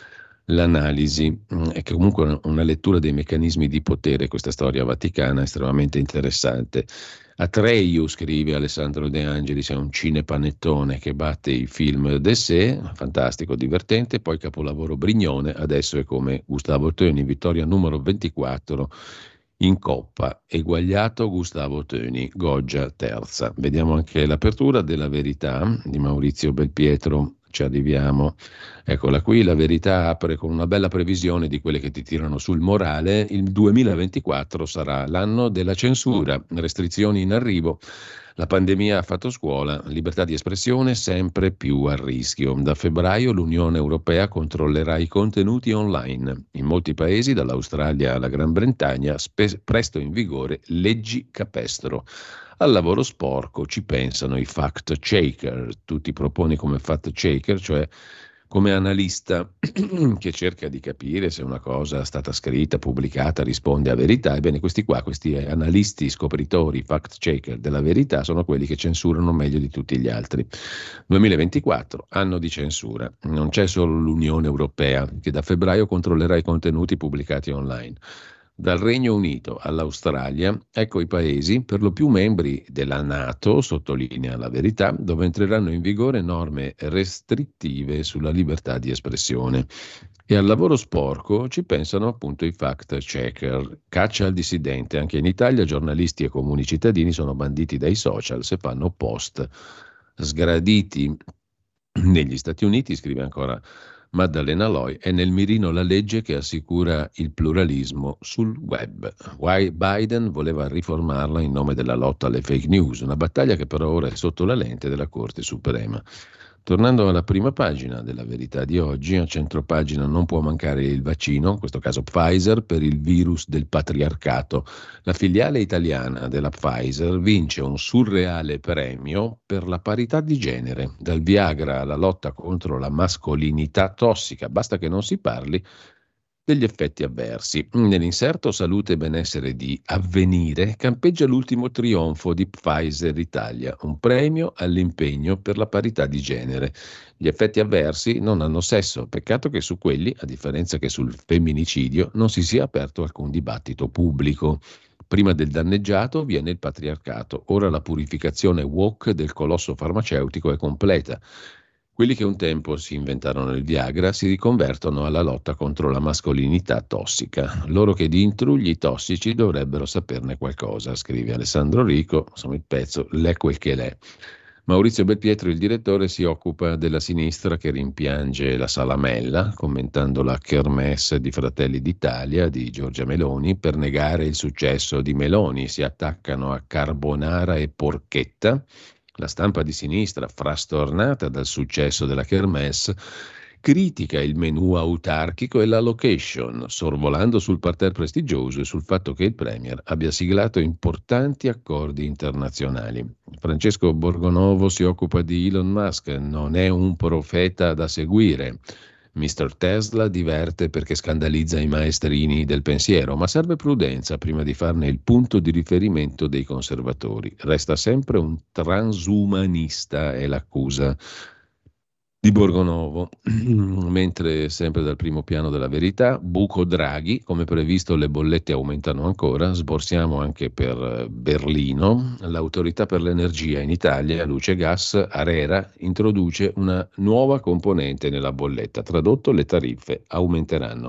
l'analisi, è che comunque una lettura dei meccanismi di potere, questa storia vaticana, è estremamente interessante. Atreyu, scrive Alessandro De Angelis, è un cinepanettone che batte i film de sé, fantastico, divertente, poi capolavoro Brignone, adesso è come Gustavo Töni, vittoria numero ventiquattro in Coppa, eguagliato Gustavo Töni, Goggia terza. Vediamo anche l'apertura della Verità di Maurizio Belpietro. Ci arriviamo, eccola qui, La Verità apre con una bella previsione di quelle che ti tirano sul morale. Il duemilaventiquattro sarà l'anno della censura, restrizioni in arrivo, la pandemia ha fatto scuola, libertà di espressione sempre più a rischio. Da febbraio l'Unione Europea controllerà i contenuti online. In molti paesi, dall'Australia alla Gran Bretagna, spe- presto in vigore leggi capestro. Al lavoro sporco ci pensano i fact checker. Tu ti proponi come fact checker, cioè come analista che cerca di capire se una cosa è stata scritta, pubblicata, risponde a verità. Ebbene, questi qua, questi analisti scopritori, fact checker della verità, sono quelli che censurano meglio di tutti gli altri. duemilaventiquattro, anno di censura. Non c'è solo l'Unione Europea che da febbraio controllerà i contenuti pubblicati online. Dal Regno Unito all'Australia, ecco i paesi, per lo più membri della NATO, sottolinea La Verità, dove entreranno in vigore norme restrittive sulla libertà di espressione. E al lavoro sporco ci pensano appunto i fact checker. Caccia al dissidente. Anche in Italia giornalisti e comuni cittadini sono banditi dai social se fanno post sgraditi. Negli Stati Uniti, scrive ancora Maddalena Loi, è nel mirino la legge che assicura il pluralismo sul web. Biden voleva riformarla in nome della lotta alle fake news, una battaglia che però ora è sotto la lente della Corte Suprema. Tornando alla prima pagina della Verità di oggi, a centropagina non può mancare il vaccino, in questo caso Pfizer, per il virus del patriarcato. La filiale italiana della Pfizer vince un surreale premio per la parità di genere, dal Viagra alla lotta contro la mascolinità tossica, basta che non si parli degli effetti avversi. Nell'inserto Salute e Benessere di Avvenire campeggia l'ultimo trionfo di Pfizer Italia, un premio all'impegno per la parità di genere. Gli effetti avversi non hanno sesso, peccato che su quelli, a differenza che sul femminicidio, non si sia aperto alcun dibattito pubblico. Prima del danneggiato viene il patriarcato, ora la purificazione woke del colosso farmaceutico è completa. Quelli che un tempo si inventarono il Viagra si riconvertono alla lotta contro la mascolinità tossica. Loro che di intrugli tossici dovrebbero saperne qualcosa, scrive Alessandro Rico, insomma il pezzo l'è quel che l'è. Maurizio Belpietro, il direttore, si occupa della sinistra che rimpiange la Salamella, commentando la kermesse di Fratelli d'Italia di Giorgia Meloni. Per negare il successo di Meloni si attaccano a Carbonara e Porchetta. La stampa di sinistra, frastornata dal successo della kermesse, critica il menù autarchico e la location, sorvolando sul parterre prestigioso e sul fatto che il premier abbia siglato importanti accordi internazionali. Francesco Borgonovo si occupa di Elon Musk, non è un profeta da seguire. mister Tesla diverte perché scandalizza i maestrini del pensiero, ma serve prudenza prima di farne il punto di riferimento dei conservatori. Resta sempre un transumanista, è l'accusa di Borgonovo. Mentre sempre dal primo piano della Verità, buco Draghi, come previsto le bollette aumentano ancora, sborsiamo anche per Berlino, l'autorità per l'energia in Italia, luce e gas, ARERA, introduce una nuova componente nella bolletta, tradotto le tariffe aumenteranno.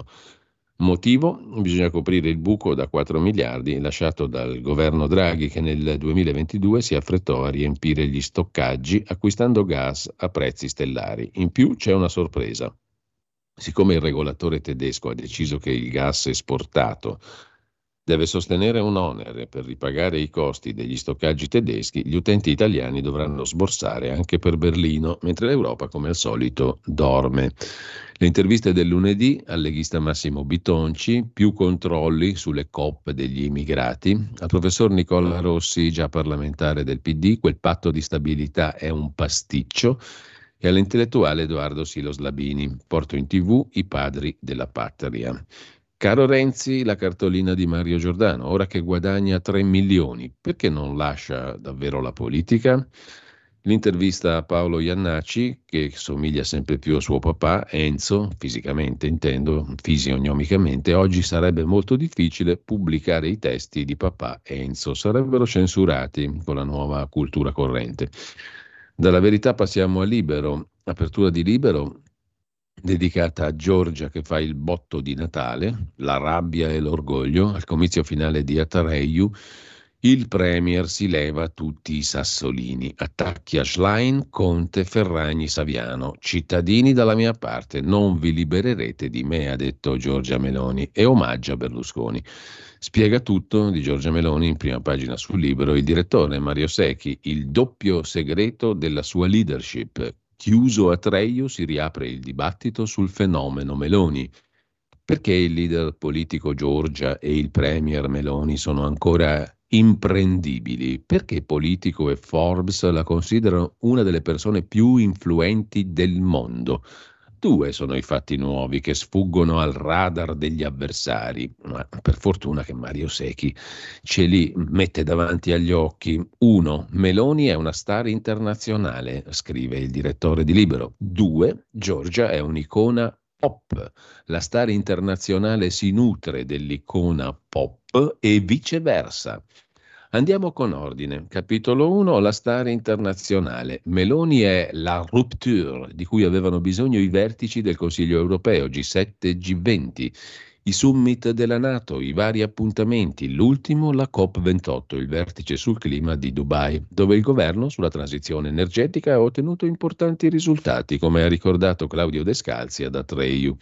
Motivo? Bisogna coprire il buco da quattro miliardi lasciato dal governo Draghi, che nel duemilaventidue si affrettò a riempire gli stoccaggi acquistando gas a prezzi stellari. In più c'è una sorpresa. Siccome il regolatore tedesco ha deciso che il gas esportato deve sostenere un onere per ripagare i costi degli stoccaggi tedeschi, gli utenti italiani dovranno sborsare anche per Berlino, mentre l'Europa, come al solito, dorme. Le interviste del lunedì al leghista Massimo Bitonci, più controlli sulle coop degli immigrati, al professor Nicola Rossi, già parlamentare del P D, quel patto di stabilità è un pasticcio, e all'intellettuale Edoardo Silos Labini, porto in tv i padri della patria. Caro Renzi, la cartolina di Mario Giordano, ora che guadagna tre milioni, perché non lascia davvero la politica? L'intervista a Paolo Iannacci, che somiglia sempre più a suo papà, Enzo, fisicamente intendo, fisionomicamente, oggi sarebbe molto difficile pubblicare i testi di papà Enzo, sarebbero censurati con la nuova cultura corrente. Dalla Verità passiamo a Libero, apertura di Libero, dedicata a Giorgia che fa il botto di Natale, la rabbia e l'orgoglio, al comizio finale di Atareiu, il premier si leva tutti i sassolini, attacchi a Schlein, Conte, Ferragni, Saviano, cittadini dalla mia parte, non vi libererete di me, ha detto Giorgia Meloni, e omaggia Berlusconi. Spiega tutto di Giorgia Meloni in prima pagina sul Libero il direttore Mario Secchi, il doppio segreto della sua leadership. Chiuso Atreju si riapre il dibattito sul fenomeno Meloni. Perché il leader politico Giorgia e il premier Meloni sono ancora imprendibili? Perché Politico e Forbes la considerano una delle persone più influenti del mondo? Due sono i fatti nuovi che sfuggono al radar degli avversari, ma per fortuna che Mario Secchi ce li mette davanti agli occhi. Uno, Meloni è una star internazionale, scrive il direttore di Libero. Due, Giorgia è un'icona pop. La star internazionale si nutre dell'icona pop e viceversa. Andiamo con ordine. Capitolo uno, la star internazionale. Meloni è la rupture di cui avevano bisogno i vertici del Consiglio europeo, G sette e G venti, i summit della NATO, i vari appuntamenti, l'ultimo la COP ventotto, il vertice sul clima di Dubai, dove il governo sulla transizione energetica ha ottenuto importanti risultati, come ha ricordato Claudio Descalzi ad Atreju.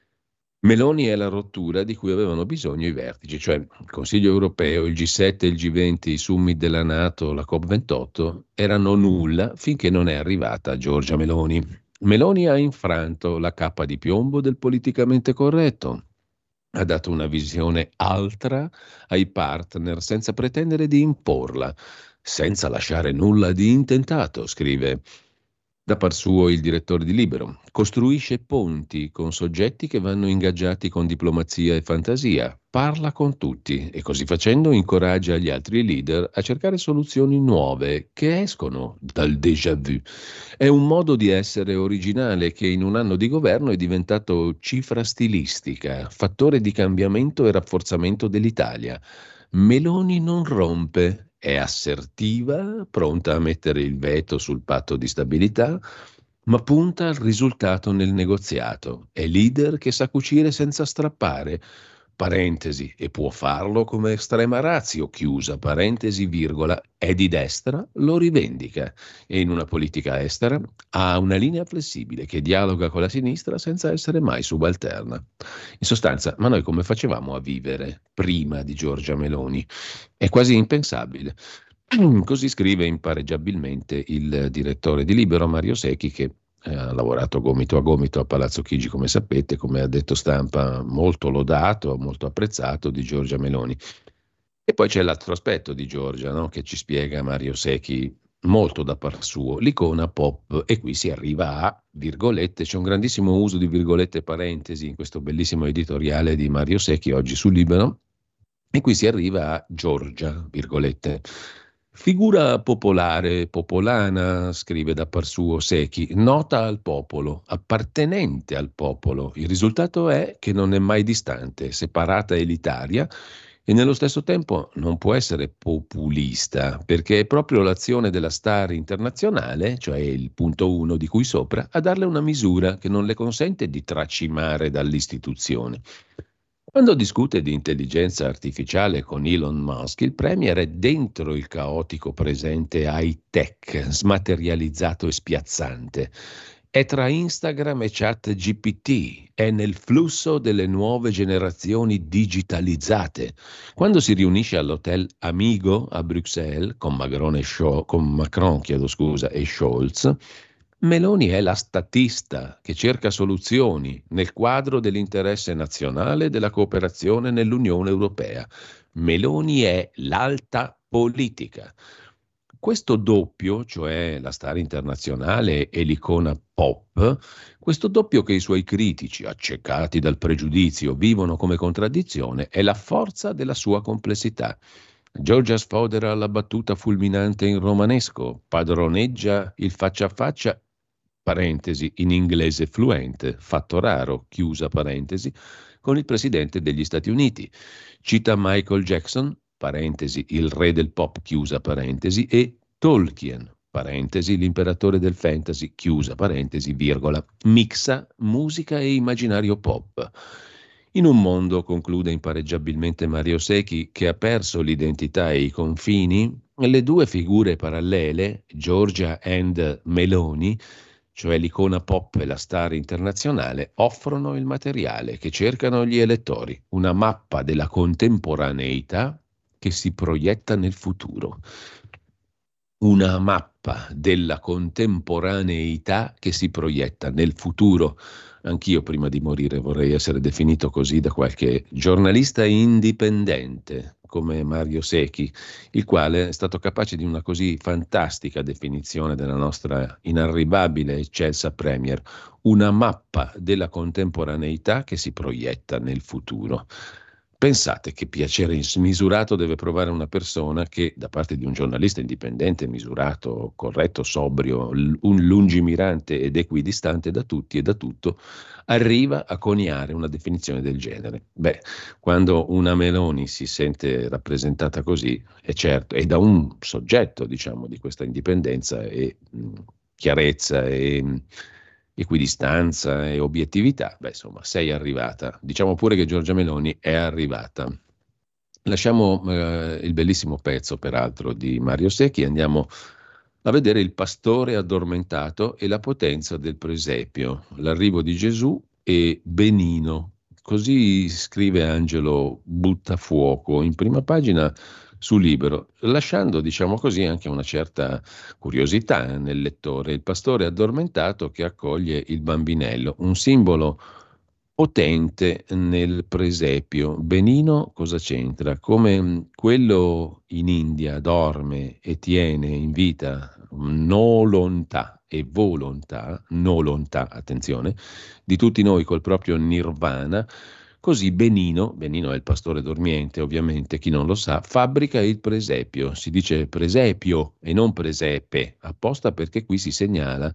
Meloni è la rottura di cui avevano bisogno i vertici, cioè il Consiglio europeo, il G sette, il G venti, i summit della NATO, la COP ventotto, erano nulla finché non è arrivata Giorgia Meloni. Meloni ha infranto la cappa di piombo del politicamente corretto, ha dato una visione altra ai partner senza pretendere di imporla, senza lasciare nulla di intentato, scrive da par suo il direttore di Libero. Costruisce ponti con soggetti che vanno ingaggiati con diplomazia e fantasia, parla con tutti e così facendo incoraggia gli altri leader a cercare soluzioni nuove che escono dal déjà vu. È un modo di essere originale che in un anno di governo è diventato cifra stilistica, fattore di cambiamento e rafforzamento dell'Italia. Meloni non rompe. È assertiva, pronta a mettere il veto sul patto di stabilità, ma punta al risultato nel negoziato. È leader che sa cucire senza strappare. Parentesi, e può farlo come estrema ratio, chiusa, parentesi, virgola, è di destra, lo rivendica. E in una politica estera ha una linea flessibile che dialoga con la sinistra senza essere mai subalterna. In sostanza, ma noi come facevamo a vivere prima di Giorgia Meloni? È quasi impensabile. Così scrive impareggiabilmente il direttore di Libero, Mario Secchi, che ha lavorato gomito a gomito a Palazzo Chigi, come sapete, come ha detto Stampa, molto lodato, molto apprezzato di Giorgia Meloni. E poi c'è l'altro aspetto di Giorgia, no? Che ci spiega Mario Secchi molto da par suo, l'icona pop, e qui si arriva a virgolette, c'è un grandissimo uso di virgolette e parentesi in questo bellissimo editoriale di Mario Secchi oggi su Libero, e qui si arriva a Giorgia, virgolette. Figura popolare, popolana, scrive da par suo Secchi, nota al popolo, appartenente al popolo. Il risultato è che non è mai distante, separata elitaria e nello stesso tempo non può essere populista, perché è proprio l'azione della star internazionale, cioè il punto uno di cui sopra, a darle una misura che non le consente di tracimare dall'istituzione. Quando discute di intelligenza artificiale con Elon Musk, il premier è dentro il caotico presente high-tech, smaterializzato e spiazzante. È tra Instagram e ChatGPT, è nel flusso delle nuove generazioni digitalizzate. Quando si riunisce all'hotel Amigo a Bruxelles con Macron e, Scho- con Macron, chiedo scusa, e Scholz, Meloni è la statista che cerca soluzioni nel quadro dell'interesse nazionale e della cooperazione nell'Unione Europea. Meloni è l'alta politica. Questo doppio, cioè la star internazionale e l'icona pop, questo doppio che i suoi critici, accecati dal pregiudizio, vivono come contraddizione, è la forza della sua complessità. Giorgia sfodera la battuta fulminante in romanesco, padroneggia il faccia a faccia, parentesi, in inglese fluente, fatto raro, chiusa parentesi, con il presidente degli Stati Uniti. Cita Michael Jackson, parentesi, il re del pop, chiusa parentesi, e Tolkien, parentesi, l'imperatore del fantasy, chiusa parentesi, virgola. Mixa musica e immaginario pop. In un mondo, conclude impareggiabilmente Mario Secchi, che ha perso l'identità e i confini, le due figure parallele, Giorgia and Meloni, cioè l'icona pop e la star internazionale, offrono il materiale che cercano gli elettori, una mappa della contemporaneità che si proietta nel futuro. Una mappa della contemporaneità che si proietta nel futuro. Anch'io prima di morire vorrei essere definito così da qualche giornalista indipendente come Mario Secchi, il quale è stato capace di una così fantastica definizione della nostra inarrivabile e eccelsa premier, una mappa della contemporaneità che si proietta nel futuro. Pensate che piacere smisurato deve provare una persona che, da parte di un giornalista indipendente, misurato, corretto, sobrio, un lungimirante ed equidistante da tutti e da tutto, arriva a coniare una definizione del genere. Beh, quando una Meloni si sente rappresentata così, è certo, è da un soggetto, diciamo, di questa indipendenza e mh, chiarezza e mh, equidistanza e obiettività, beh, insomma, sei arrivata. Diciamo pure che Giorgia Meloni è arrivata. Lasciamo eh, il bellissimo pezzo, peraltro, di Mario Secchi, andiamo a vedere il pastore addormentato e la potenza del presepio, l'arrivo di Gesù e Benino. Così scrive Angelo Buttafuoco in prima pagina su Libero, lasciando, diciamo così, anche una certa curiosità nel lettore. Il pastore addormentato che accoglie il bambinello, un simbolo potente nel presepio. Benino cosa c'entra? Come quello in India dorme e tiene in vita nolontà e volontà, nolontà, attenzione, di tutti noi col proprio nirvana, così Benino, Benino è il pastore dormiente ovviamente, chi non lo sa, fabbrica il presepio. Si dice presepio e non presepe, apposta perché qui si segnala,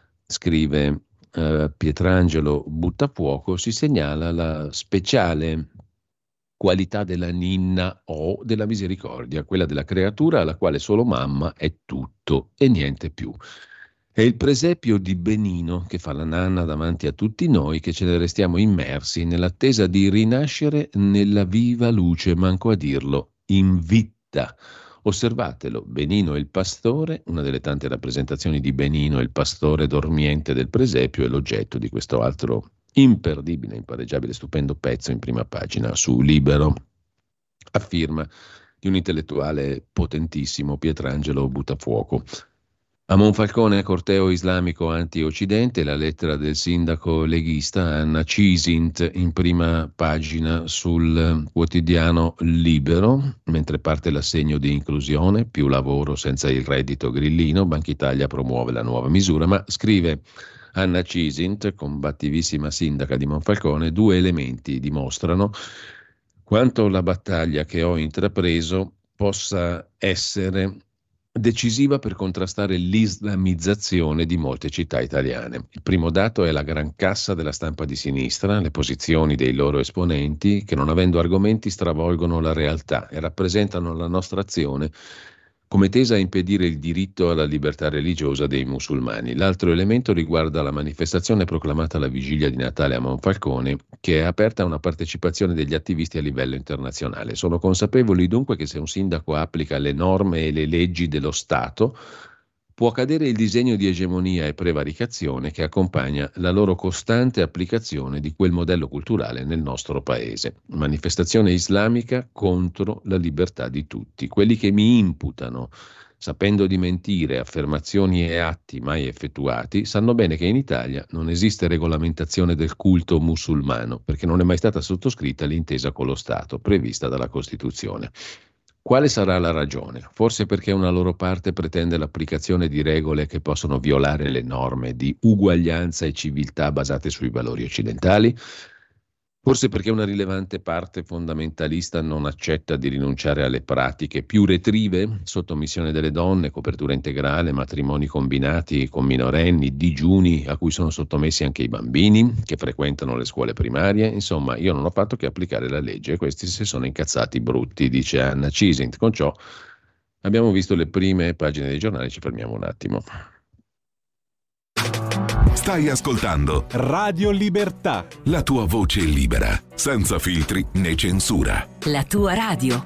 scrive Uh, Pietrangelo Buttafuoco, si segnala la speciale qualità della ninna o della misericordia, quella della creatura alla quale solo mamma è tutto e niente più. È il presepio di Benino che fa la nanna davanti a tutti noi, che ce ne restiamo immersi nell'attesa di rinascere nella viva luce, manco a dirlo, in vita. Osservatelo, Benino il pastore, una delle tante rappresentazioni di Benino il pastore dormiente del presepio, è l'oggetto di questo altro imperdibile, impareggiabile, stupendo pezzo in prima pagina su Libero, a firma di un intellettuale potentissimo, Pietrangelo Buttafuoco. A Monfalcone, corteo islamico anti-occidente, la lettera del sindaco leghista Anna Cisint in prima pagina sul quotidiano Libero, mentre parte l'assegno di inclusione, più lavoro senza il reddito grillino, Banca Italia promuove la nuova misura, ma scrive Anna Cisint, combattivissima sindaca di Monfalcone, due elementi dimostrano quanto la battaglia che ho intrapreso possa essere decisiva per contrastare l'islamizzazione di molte città italiane. Il primo dato è la gran cassa della stampa di sinistra, le posizioni dei loro esponenti che, non avendo argomenti, stravolgono la realtà e rappresentano la nostra azione come tesa a impedire il diritto alla libertà religiosa dei musulmani. L'altro elemento riguarda la manifestazione proclamata alla vigilia di Natale a Monfalcone, che è aperta a una partecipazione degli attivisti a livello internazionale. Sono consapevoli dunque che se un sindaco applica le norme e le leggi dello Stato, può cadere il disegno di egemonia e prevaricazione che accompagna la loro costante applicazione di quel modello culturale nel nostro paese. Manifestazione islamica contro la libertà di tutti. Quelli che mi imputano, sapendo di mentire, affermazioni e atti mai effettuati, sanno bene che in Italia non esiste regolamentazione del culto musulmano, perché non è mai stata sottoscritta l'intesa con lo Stato prevista dalla Costituzione. Quale sarà la ragione? Forse perché una loro parte pretende l'applicazione di regole che possono violare le norme di uguaglianza e civiltà basate sui valori occidentali? Forse perché una rilevante parte fondamentalista non accetta di rinunciare alle pratiche più retrive, sottomissione delle donne, copertura integrale, matrimoni combinati con minorenni, digiuni a cui sono sottomessi anche i bambini che frequentano le scuole primarie. Insomma, io non ho fatto che applicare la legge e questi si sono incazzati brutti, dice Anna Cisint. Con ciò abbiamo visto le prime pagine dei giornali, ci fermiamo un attimo. Stai ascoltando Radio Libertà, la tua voce libera, senza filtri né censura. La tua radio.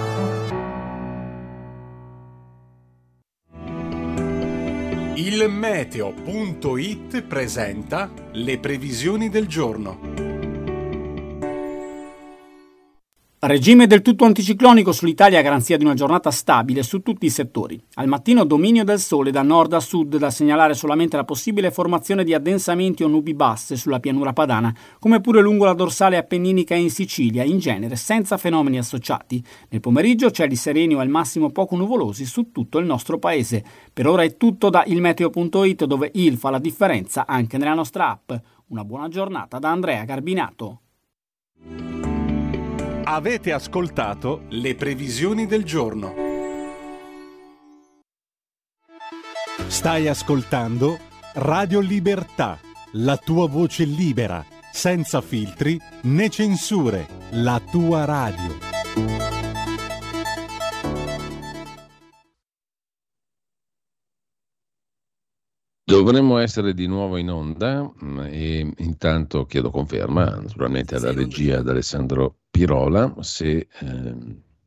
Il meteo punto it presenta le previsioni del giorno. Regime del tutto anticiclonico sull'Italia a garanzia di una giornata stabile su tutti i settori. Al mattino dominio del sole da nord a sud, da segnalare solamente la possibile formazione di addensamenti o nubi basse sulla pianura padana, come pure lungo la dorsale appenninica e in Sicilia, in genere senza fenomeni associati. Nel pomeriggio cieli sereni o al massimo poco nuvolosi su tutto il nostro paese. Per ora è tutto da ilmeteo punto it, dove il fa la differenza anche nella nostra app. Una buona giornata da Andrea Garbinato. Avete ascoltato le previsioni del giorno. Stai ascoltando Radio Libertà, la tua voce libera, senza filtri né censure, la tua radio. Dovremmo essere di nuovo in onda e intanto chiedo conferma naturalmente alla regia ad Alessandro Pirola se, eh,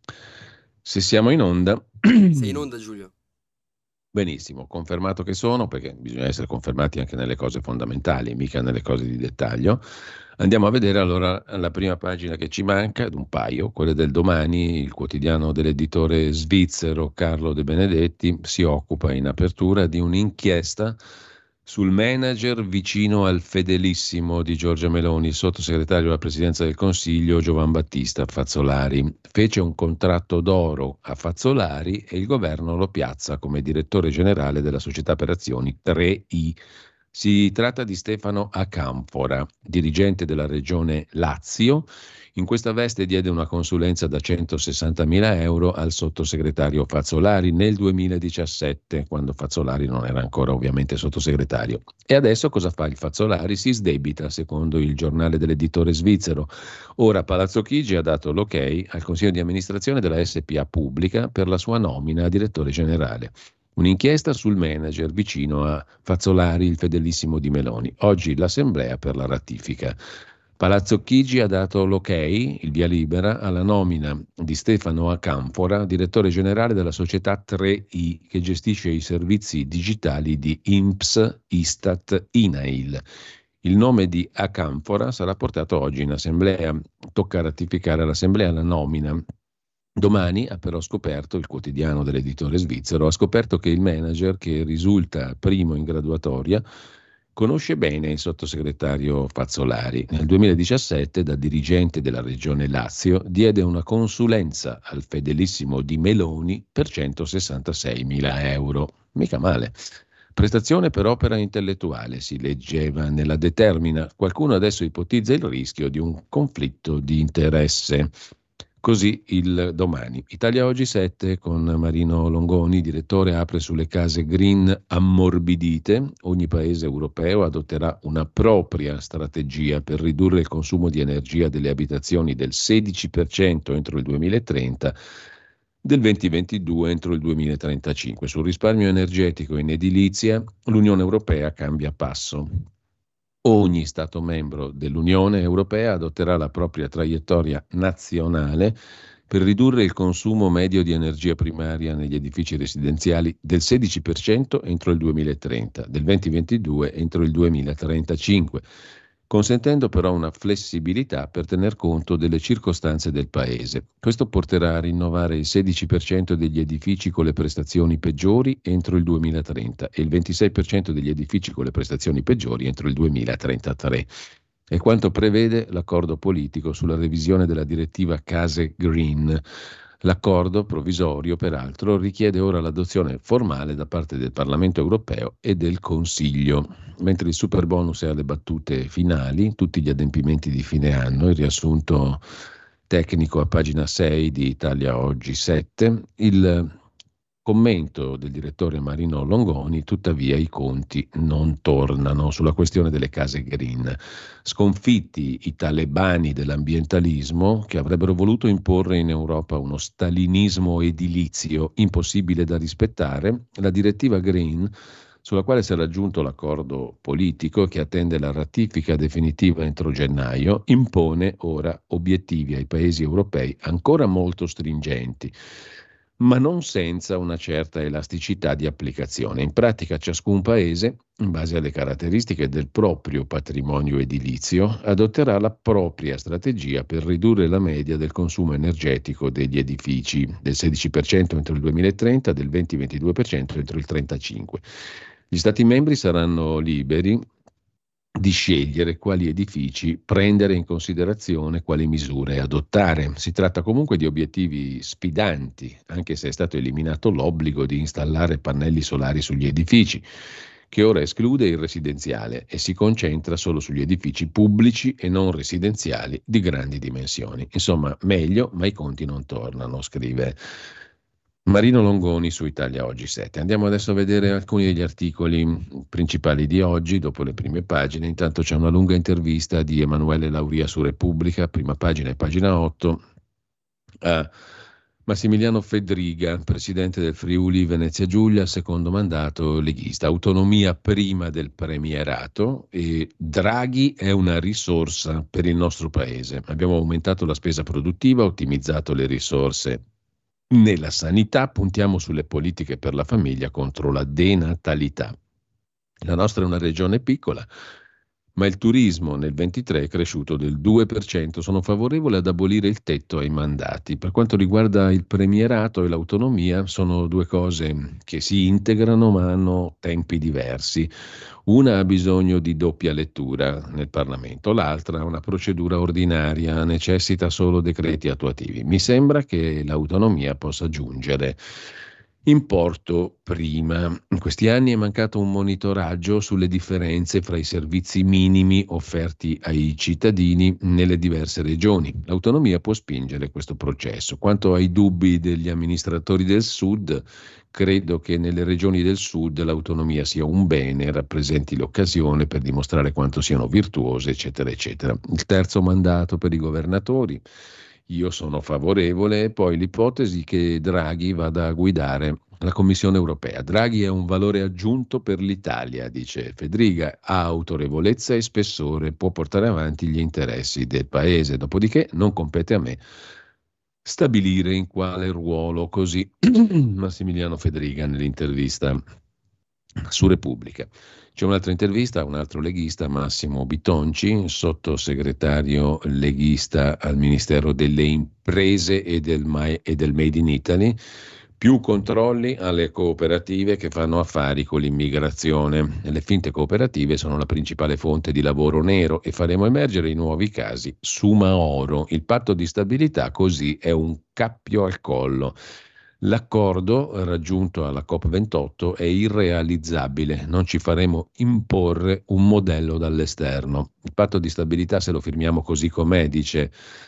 se siamo in onda. Sei in onda, Giulio? Benissimo, confermato che sono, perché bisogna essere confermati anche nelle cose fondamentali, mica nelle cose di dettaglio. Andiamo a vedere allora la prima pagina che ci manca, ad un paio, quelle del Domani. Il quotidiano dell'editore svizzero Carlo De Benedetti si occupa in apertura di un'inchiesta sul manager vicino al fedelissimo di Giorgia Meloni, il sottosegretario alla Presidenza del Consiglio Giovan Battista Fazzolari. Fece un contratto d'oro a Fazzolari e il governo lo piazza come direttore generale della società per azioni tre i. Si tratta di Stefano Acanfora, dirigente della regione Lazio. In questa veste diede una consulenza da centosessantamila euro al sottosegretario Fazzolari nel duemiladiciassette, quando Fazzolari non era ancora ovviamente sottosegretario. E adesso cosa fa il Fazzolari? Si sdebita, secondo il giornale dell'editore svizzero. Ora Palazzo Chigi ha dato l'ok al consiglio di amministrazione della S P A Pubblica per la sua nomina a direttore generale. Un'inchiesta sul manager vicino a Fazzolari, il fedelissimo di Meloni. Oggi l'assemblea per la ratifica. Palazzo Chigi ha dato l'ok, il via libera, alla nomina di Stefano Acanfora, direttore generale della società tre i, che gestisce i servizi digitali di I N P S, Istat, INAIL. Il nome di Acanfora sarà portato oggi in assemblea. Tocca ratificare all'assemblea la nomina. Domani ha però scoperto, il quotidiano dell'editore svizzero, ha scoperto che il manager, che risulta primo in graduatoria, conosce bene il sottosegretario Fazzolari. Nel duemiladiciassette, da dirigente della regione Lazio, diede una consulenza al fedelissimo di Meloni per centosessantaseimila euro. Mica male. Prestazione per opera intellettuale, si leggeva nella Determina. Qualcuno adesso ipotizza il rischio di un conflitto di interesse. Così il Domani. Italia Oggi sette con Marino Longoni, direttore, apre sulle case green ammorbidite. Ogni paese europeo adotterà una propria strategia per ridurre il consumo di energia delle abitazioni del sedici per cento entro il duemilatrenta, del venti ventidue entro il duemilatrentacinque. Sul risparmio energetico in edilizia l'Unione Europea cambia passo. Ogni Stato membro dell'Unione Europea adotterà la propria traiettoria nazionale per ridurre il consumo medio di energia primaria negli edifici residenziali del sedici per cento entro il duemilatrenta, del venti ventidue entro il duemilatrentacinque, consentendo però una flessibilità per tener conto delle circostanze del Paese. Questo porterà a rinnovare il sedici per cento degli edifici con le prestazioni peggiori entro il duemilatrenta e il ventisei per cento degli edifici con le prestazioni peggiori entro il duemilatrentatré. È quanto prevede l'accordo politico sulla revisione della direttiva Case Green. L'accordo provvisorio, peraltro, richiede ora l'adozione formale da parte del Parlamento europeo e del Consiglio. Mentre il superbonus è alle battute finali, tutti gli adempimenti di fine anno, il riassunto tecnico a pagina sei di Italia Oggi sette, il commento del direttore Marino Longoni: tuttavia i conti non tornano sulla questione delle case green. Sconfitti i talebani dell'ambientalismo che avrebbero voluto imporre in Europa uno stalinismo edilizio impossibile da rispettare, la direttiva Green, sulla quale si è raggiunto l'accordo politico che attende la ratifica definitiva entro gennaio, impone ora obiettivi ai paesi europei ancora molto stringenti, ma non senza una certa elasticità di applicazione. In pratica ciascun paese, in base alle caratteristiche del proprio patrimonio edilizio, adotterà la propria strategia per ridurre la media del consumo energetico degli edifici del sedici per cento entro il duemilatrenta, del venti ventidue per cento entro il trentacinque. Gli Stati membri saranno liberi di scegliere quali edifici prendere in considerazione, quali misure adottare. Si tratta comunque di obiettivi sfidanti, anche se è stato eliminato l'obbligo di installare pannelli solari sugli edifici, che ora esclude il residenziale e si concentra solo sugli edifici pubblici e non residenziali di grandi dimensioni. Insomma, meglio, ma i conti non tornano, scrive Marino Longoni su Italia Oggi sette. Andiamo adesso a vedere alcuni degli articoli principali di oggi, dopo le prime pagine. Intanto c'è una lunga intervista di Emanuele Lauria su Repubblica, prima pagina e pagina otto, a Massimiliano Fedriga, presidente del Friuli Venezia Giulia, secondo mandato leghista. Autonomia prima del premierato e Draghi è una risorsa per il nostro paese. Abbiamo aumentato la spesa produttiva, ottimizzato le risorse nella sanità, puntiamo sulle politiche per la famiglia contro la denatalità. La nostra è una regione piccola, ma il turismo nel ventitré è cresciuto del due per cento. Sono favorevole ad abolire il tetto ai mandati. Per quanto riguarda il premierato e l'autonomia, sono due cose che si integrano ma hanno tempi diversi. Una ha bisogno di doppia lettura nel Parlamento, l'altra una procedura ordinaria, necessita solo decreti attuativi. Mi sembra che l'autonomia possa giungere in porto prima. In questi anni è mancato un monitoraggio sulle differenze fra i servizi minimi offerti ai cittadini nelle diverse regioni. L'autonomia può spingere questo processo. Quanto ai dubbi degli amministratori del Sud, credo che nelle regioni del Sud l'autonomia sia un bene, rappresenti l'occasione per dimostrare quanto siano virtuose, eccetera, eccetera. Il terzo mandato per i governatori. Io sono favorevole, e poi l'ipotesi che Draghi vada a guidare la Commissione europea. Draghi è un valore aggiunto per l'Italia, dice Fedriga, ha autorevolezza e spessore, può portare avanti gli interessi del paese, dopodiché non compete a me stabilire in quale ruolo, così Massimiliano Fedriga nell'intervista su Repubblica. C'è un'altra intervista a un altro leghista, Massimo Bitonci, sottosegretario leghista al Ministero delle Imprese e del, Ma- e del Made in Italy. Più controlli alle cooperative che fanno affari con l'immigrazione. Le finte cooperative sono la principale fonte di lavoro nero e faremo emergere i nuovi casi Sumaoro. Il patto di stabilità così è un cappio al collo. L'accordo raggiunto alla COP ventotto è irrealizzabile, non ci faremo imporre un modello dall'esterno. Il patto di stabilità, se lo firmiamo così com'è, dice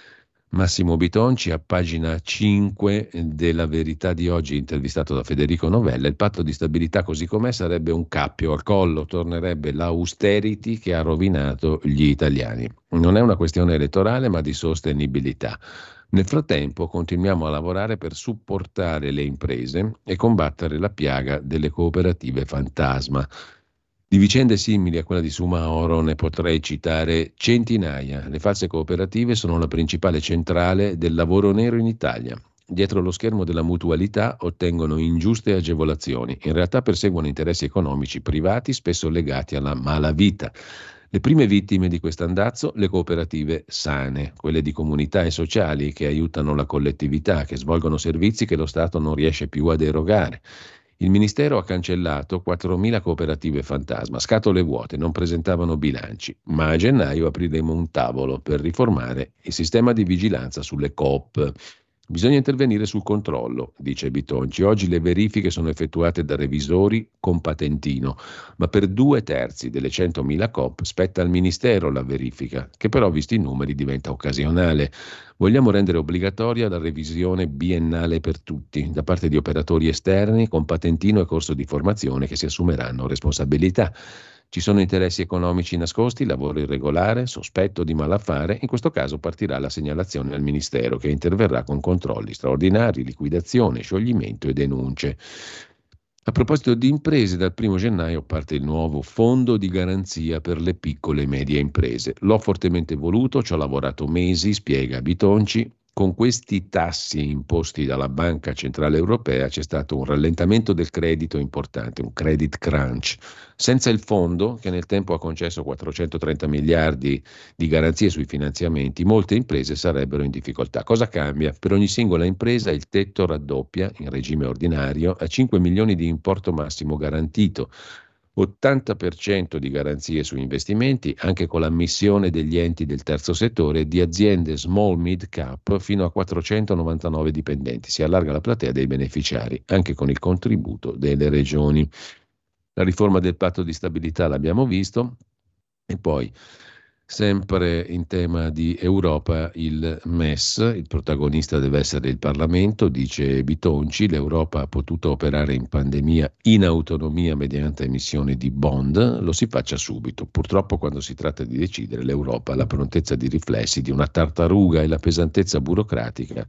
Massimo Bitonci, a pagina cinque della Verità di oggi, intervistato da Federico Novella. Il patto di stabilità così com'è sarebbe un cappio al collo, tornerebbe l'austerity che ha rovinato gli italiani. Non è una questione elettorale ma di sostenibilità. Nel frattempo continuiamo a lavorare per supportare le imprese e combattere la piaga delle cooperative fantasma. Di vicende simili a quella di Sumaoro ne potrei citare centinaia. Le false cooperative sono la principale centrale del lavoro nero in Italia. Dietro lo schermo della mutualità ottengono ingiuste agevolazioni. In realtà perseguono interessi economici privati, spesso legati alla malavita. Le prime vittime di quest'andazzo, le cooperative sane, quelle di comunità e sociali che aiutano la collettività, che svolgono servizi che lo Stato non riesce più ad erogare. Il Ministero ha cancellato quattromila cooperative fantasma, scatole vuote, non presentavano bilanci, ma a gennaio apriremo un tavolo per riformare il sistema di vigilanza sulle coop. Bisogna intervenire sul controllo, dice Bitonci. Oggi le verifiche sono effettuate da revisori con patentino, ma per due terzi delle centomila coop spetta al Ministero la verifica, che però visti i numeri diventa occasionale. Vogliamo rendere obbligatoria la revisione biennale per tutti, da parte di operatori esterni con patentino e corso di formazione che si assumeranno responsabilità. Ci sono interessi economici nascosti, lavoro irregolare, sospetto di malaffare. In questo caso partirà la segnalazione al Ministero, che interverrà con controlli straordinari, liquidazione, scioglimento e denunce. A proposito di imprese, dal primo gennaio parte il nuovo fondo di garanzia per le piccole e medie imprese. L'ho fortemente voluto, ci ho lavorato mesi, spiega Bitonci. Con questi tassi imposti dalla Banca Centrale Europea c'è stato un rallentamento del credito importante, un credit crunch. Senza il fondo, che nel tempo ha concesso quattrocentotrenta miliardi di garanzie sui finanziamenti, molte imprese sarebbero in difficoltà. Cosa cambia? Per ogni singola impresa il tetto raddoppia, in regime ordinario, a cinque milioni di importo massimo garantito. ottanta per cento di garanzie su investimenti, anche con l'ammissione degli enti del terzo settore e di aziende small mid cap fino a quattrocentonovantanove dipendenti. Si allarga la platea dei beneficiari, anche con il contributo delle regioni. La riforma del patto di stabilità l'abbiamo visto, e poi sempre in tema di Europa, il M E S, il protagonista deve essere il Parlamento, dice Bitonci. L'Europa ha potuto operare in pandemia in autonomia mediante emissione di bond, lo si faccia subito. Purtroppo quando si tratta di decidere, l'Europa ha la prontezza di riflessi di una tartaruga e la pesantezza burocratica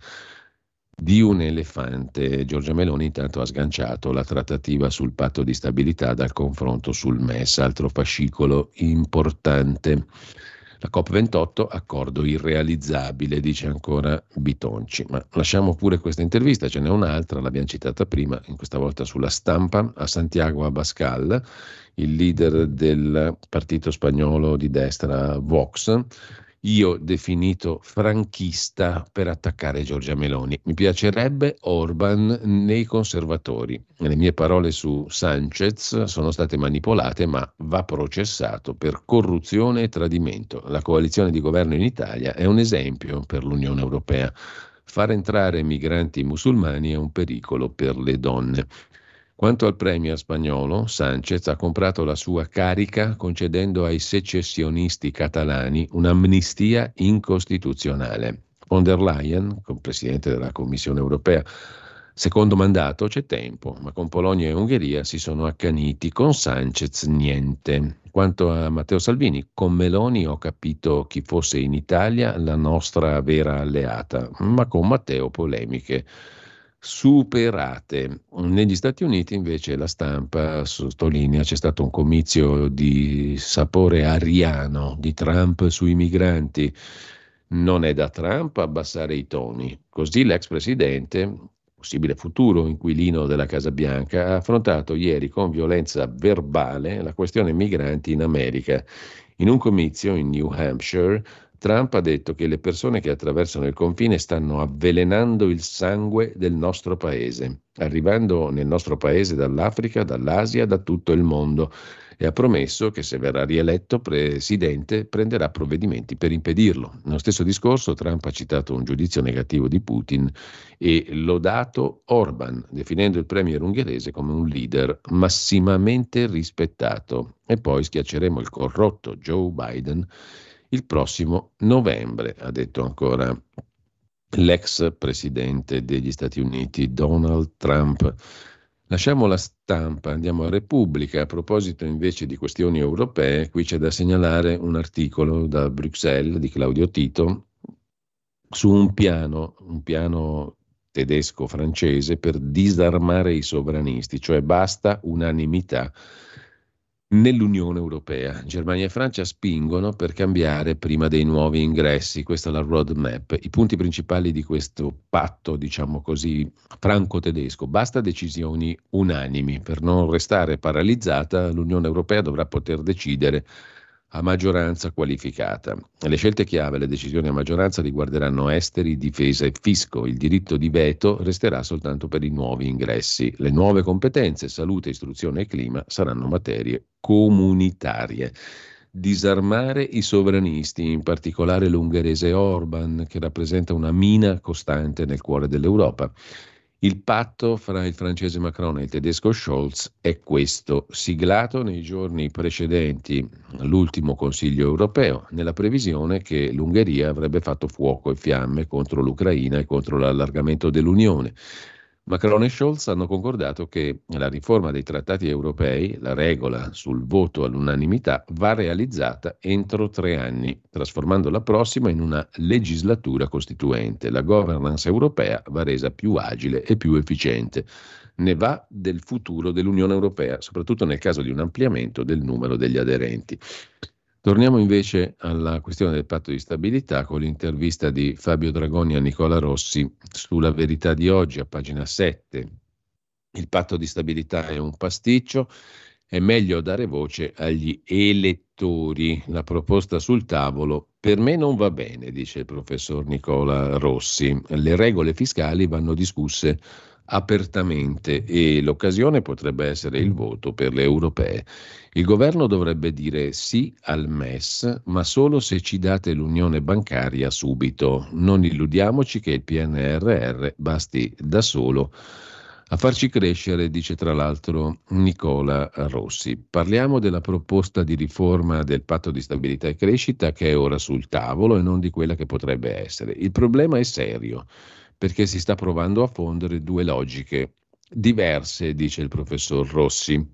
di un elefante. Giorgia Meloni intanto ha sganciato la trattativa sul patto di stabilità dal confronto sul M E S, altro fascicolo importante. La COP ventotto, accordo irrealizzabile, dice ancora Bitonci. Ma lasciamo pure questa intervista, ce n'è un'altra, l'abbiamo citata prima, in questa volta sulla Stampa, a Santiago Abascal, il leader del partito spagnolo di destra Vox. Io definito franchista per attaccare Giorgia Meloni. Mi piacerebbe Orban nei conservatori. Le mie parole su Sanchez sono state manipolate, ma va processato per corruzione e tradimento. La coalizione di governo in Italia è un esempio per l'Unione Europea. Far entrare migranti musulmani è un pericolo per le donne. Quanto al premier spagnolo, Sánchez ha comprato la sua carica concedendo ai secessionisti catalani un'amnistia incostituzionale. Von der Leyen, presidente della Commissione europea, secondo mandato c'è tempo, ma con Polonia e Ungheria si sono accaniti, con Sánchez niente. Quanto a Matteo Salvini, con Meloni ho capito chi fosse in Italia la nostra vera alleata, ma con Matteo polemiche superate. Negli Stati Uniti invece la Stampa sottolinea c'è stato un comizio di sapore ariano di Trump sui migranti. Non è da Trump abbassare i toni. Così l'ex presidente, possibile futuro inquilino della Casa Bianca, ha affrontato ieri con violenza verbale la questione migranti in America. In un comizio in New Hampshire, Trump ha detto che le persone che attraversano il confine stanno avvelenando il sangue del nostro paese, arrivando nel nostro paese dall'Africa, dall'Asia, da tutto il mondo, e ha promesso che se verrà rieletto presidente prenderà provvedimenti per impedirlo. Nello stesso discorso Trump ha citato un giudizio negativo di Putin e lodato Orban, definendo il premier ungherese come un leader massimamente rispettato. E poi schiacceremo il corrotto Joe Biden il prossimo novembre, ha detto ancora l'ex presidente degli Stati Uniti, Donald Trump. Lasciamo la stampa, andiamo a Repubblica. A proposito invece di questioni europee, qui c'è da segnalare un articolo da Bruxelles di Claudio Tito su un piano, un piano tedesco-francese per disarmare i sovranisti, cioè basta unanimità nell'Unione Europea. Germania e Francia spingono per cambiare prima dei nuovi ingressi, questa è la roadmap. I punti principali di questo patto, diciamo così, franco-tedesco: basta decisioni unanimi. Per non restare paralizzata, l'Unione Europea dovrà poter decidere a maggioranza qualificata. Le scelte chiave, le decisioni a maggioranza riguarderanno esteri, difesa e fisco. Il diritto di veto resterà soltanto per i nuovi ingressi. Le nuove competenze, salute, istruzione e clima, saranno materie comunitarie. Disarmare i sovranisti, in particolare l'ungherese Orban, che rappresenta una mina costante nel cuore dell'Europa. Il patto fra il francese Macron e il tedesco Scholz è questo, siglato nei giorni precedenti l'ultimo Consiglio europeo, nella previsione che l'Ungheria avrebbe fatto fuoco e fiamme contro l'Ucraina e contro l'allargamento dell'Unione. Macron e Scholz hanno concordato che la riforma dei trattati europei, la regola sul voto all'unanimità, va realizzata entro tre anni, trasformando la prossima in una legislatura costituente. La governance europea va resa più agile e più efficiente. Ne va del futuro dell'Unione Europea, soprattutto nel caso di un ampliamento del numero degli aderenti. Torniamo invece alla questione del patto di stabilità con l'intervista di Fabio Dragoni a Nicola Rossi sulla Verità di oggi a pagina sette. Il patto di stabilità è un pasticcio, è meglio dare voce agli elettori. La proposta sul tavolo per me non va bene, dice il professor Nicola Rossi. Le regole fiscali vanno discusse apertamente e l'occasione potrebbe essere il voto per le europee. Il governo dovrebbe dire sì al M E S, ma solo se ci date l'unione bancaria subito. Non illudiamoci che il P N R R basti da solo a farci crescere, dice tra l'altro Nicola Rossi. Parliamo della proposta di riforma del patto di stabilità e crescita che è ora sul tavolo e non di quella che potrebbe essere. Il problema è serio, perché si sta provando a fondere due logiche diverse, dice il professor Rossi.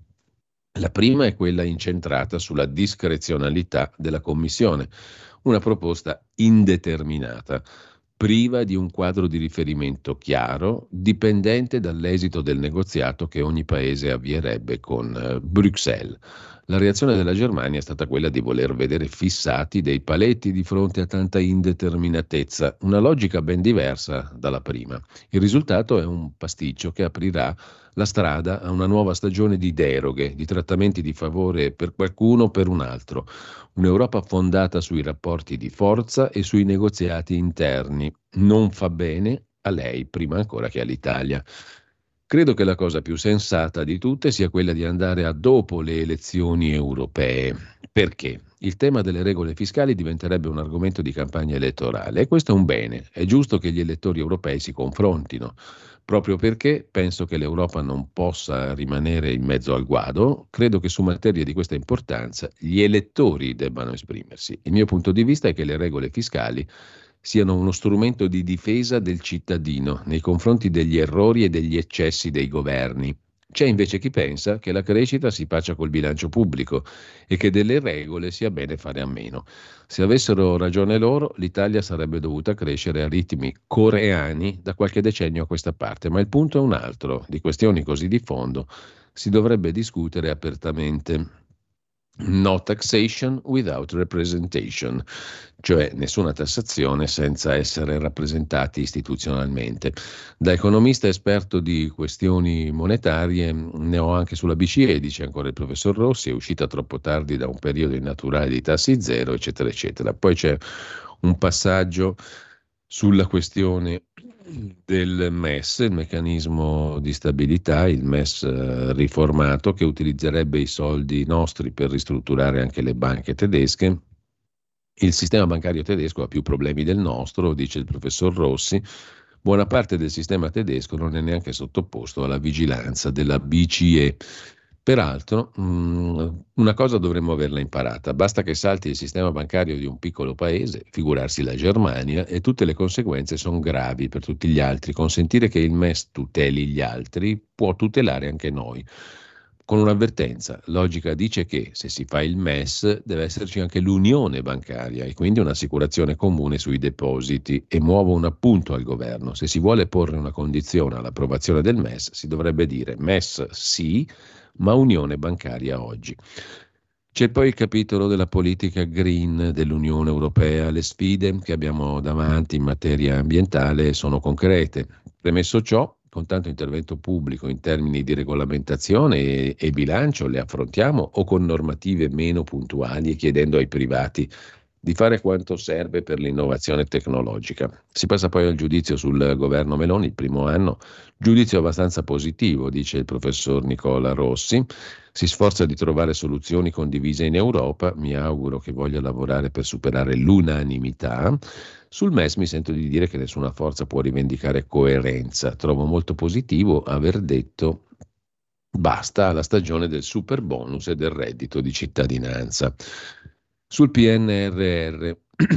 La prima è quella incentrata sulla discrezionalità della Commissione, una proposta indeterminata, priva di un quadro di riferimento chiaro, dipendente dall'esito del negoziato che ogni paese avvierebbe con uh, Bruxelles. La reazione della Germania è stata quella di voler vedere fissati dei paletti di fronte a tanta indeterminatezza, una logica ben diversa dalla prima. Il risultato è un pasticcio che aprirà la strada a una nuova stagione di deroghe, di trattamenti di favore per qualcuno o per un altro. Un'Europa fondata sui rapporti di forza e sui negoziati interni. Non fa bene a lei, prima ancora che all'Italia. Credo che la cosa più sensata di tutte sia quella di andare a dopo le elezioni europee. Perché? Il tema delle regole fiscali diventerebbe un argomento di campagna elettorale e questo è un bene. È giusto che gli elettori europei si confrontino, proprio perché penso che l'Europa non possa rimanere in mezzo al guado. Credo che su materie di questa importanza gli elettori debbano esprimersi. Il mio punto di vista è che le regole fiscali siano uno strumento di difesa del cittadino nei confronti degli errori e degli eccessi dei governi. C'è invece chi pensa che la crescita si faccia col bilancio pubblico e che delle regole sia bene fare a meno. Se avessero ragione loro, l'Italia sarebbe dovuta crescere a ritmi coreani da qualche decennio a questa parte, ma il punto è un altro. Di questioni così di fondo si dovrebbe discutere apertamente. No taxation without representation, cioè nessuna tassazione senza essere rappresentati istituzionalmente. Da economista esperto di questioni monetarie ne ho anche sulla B C E, dice ancora il professor Rossi, è uscita troppo tardi da un periodo innaturale di tassi zero, eccetera, eccetera. Poi c'è un passaggio sulla questione del M E S, il meccanismo di stabilità, il M E S eh, riformato che utilizzerebbe i soldi nostri per ristrutturare anche le banche tedesche. Il sistema bancario tedesco ha più problemi del nostro, dice il professor Rossi. Buona parte del sistema tedesco non è neanche sottoposto alla vigilanza della B C E. Peraltro, mh, una cosa dovremmo averla imparata: basta che salti il sistema bancario di un piccolo paese, figurarsi la Germania, e tutte le conseguenze sono gravi per tutti gli altri. Consentire che il M E S tuteli gli altri può tutelare anche noi. Con un'avvertenza: logica dice che se si fa il M E S deve esserci anche l'unione bancaria e quindi un'assicurazione comune sui depositi. E muovo un appunto al governo: se si vuole porre una condizione all'approvazione del M E S, si dovrebbe dire M E S sì, ma unione bancaria oggi. C'è poi il capitolo della politica green dell'Unione Europea. Le sfide che abbiamo davanti in materia ambientale sono concrete. Premesso ciò, con tanto intervento pubblico in termini di regolamentazione e, e bilancio le affrontiamo, o con normative meno puntuali e chiedendo ai privati di fare quanto serve per l'innovazione tecnologica? Si passa poi al giudizio sul governo Meloni, il primo anno, giudizio abbastanza positivo, dice il professor Nicola Rossi. Si sforza di trovare soluzioni condivise in Europa, mi auguro che voglia lavorare per superare l'unanimità. Sul M E S mi sento di dire che nessuna forza può rivendicare coerenza. Trovo molto positivo aver detto basta alla stagione del super bonus e del reddito di cittadinanza. Sul P N R R,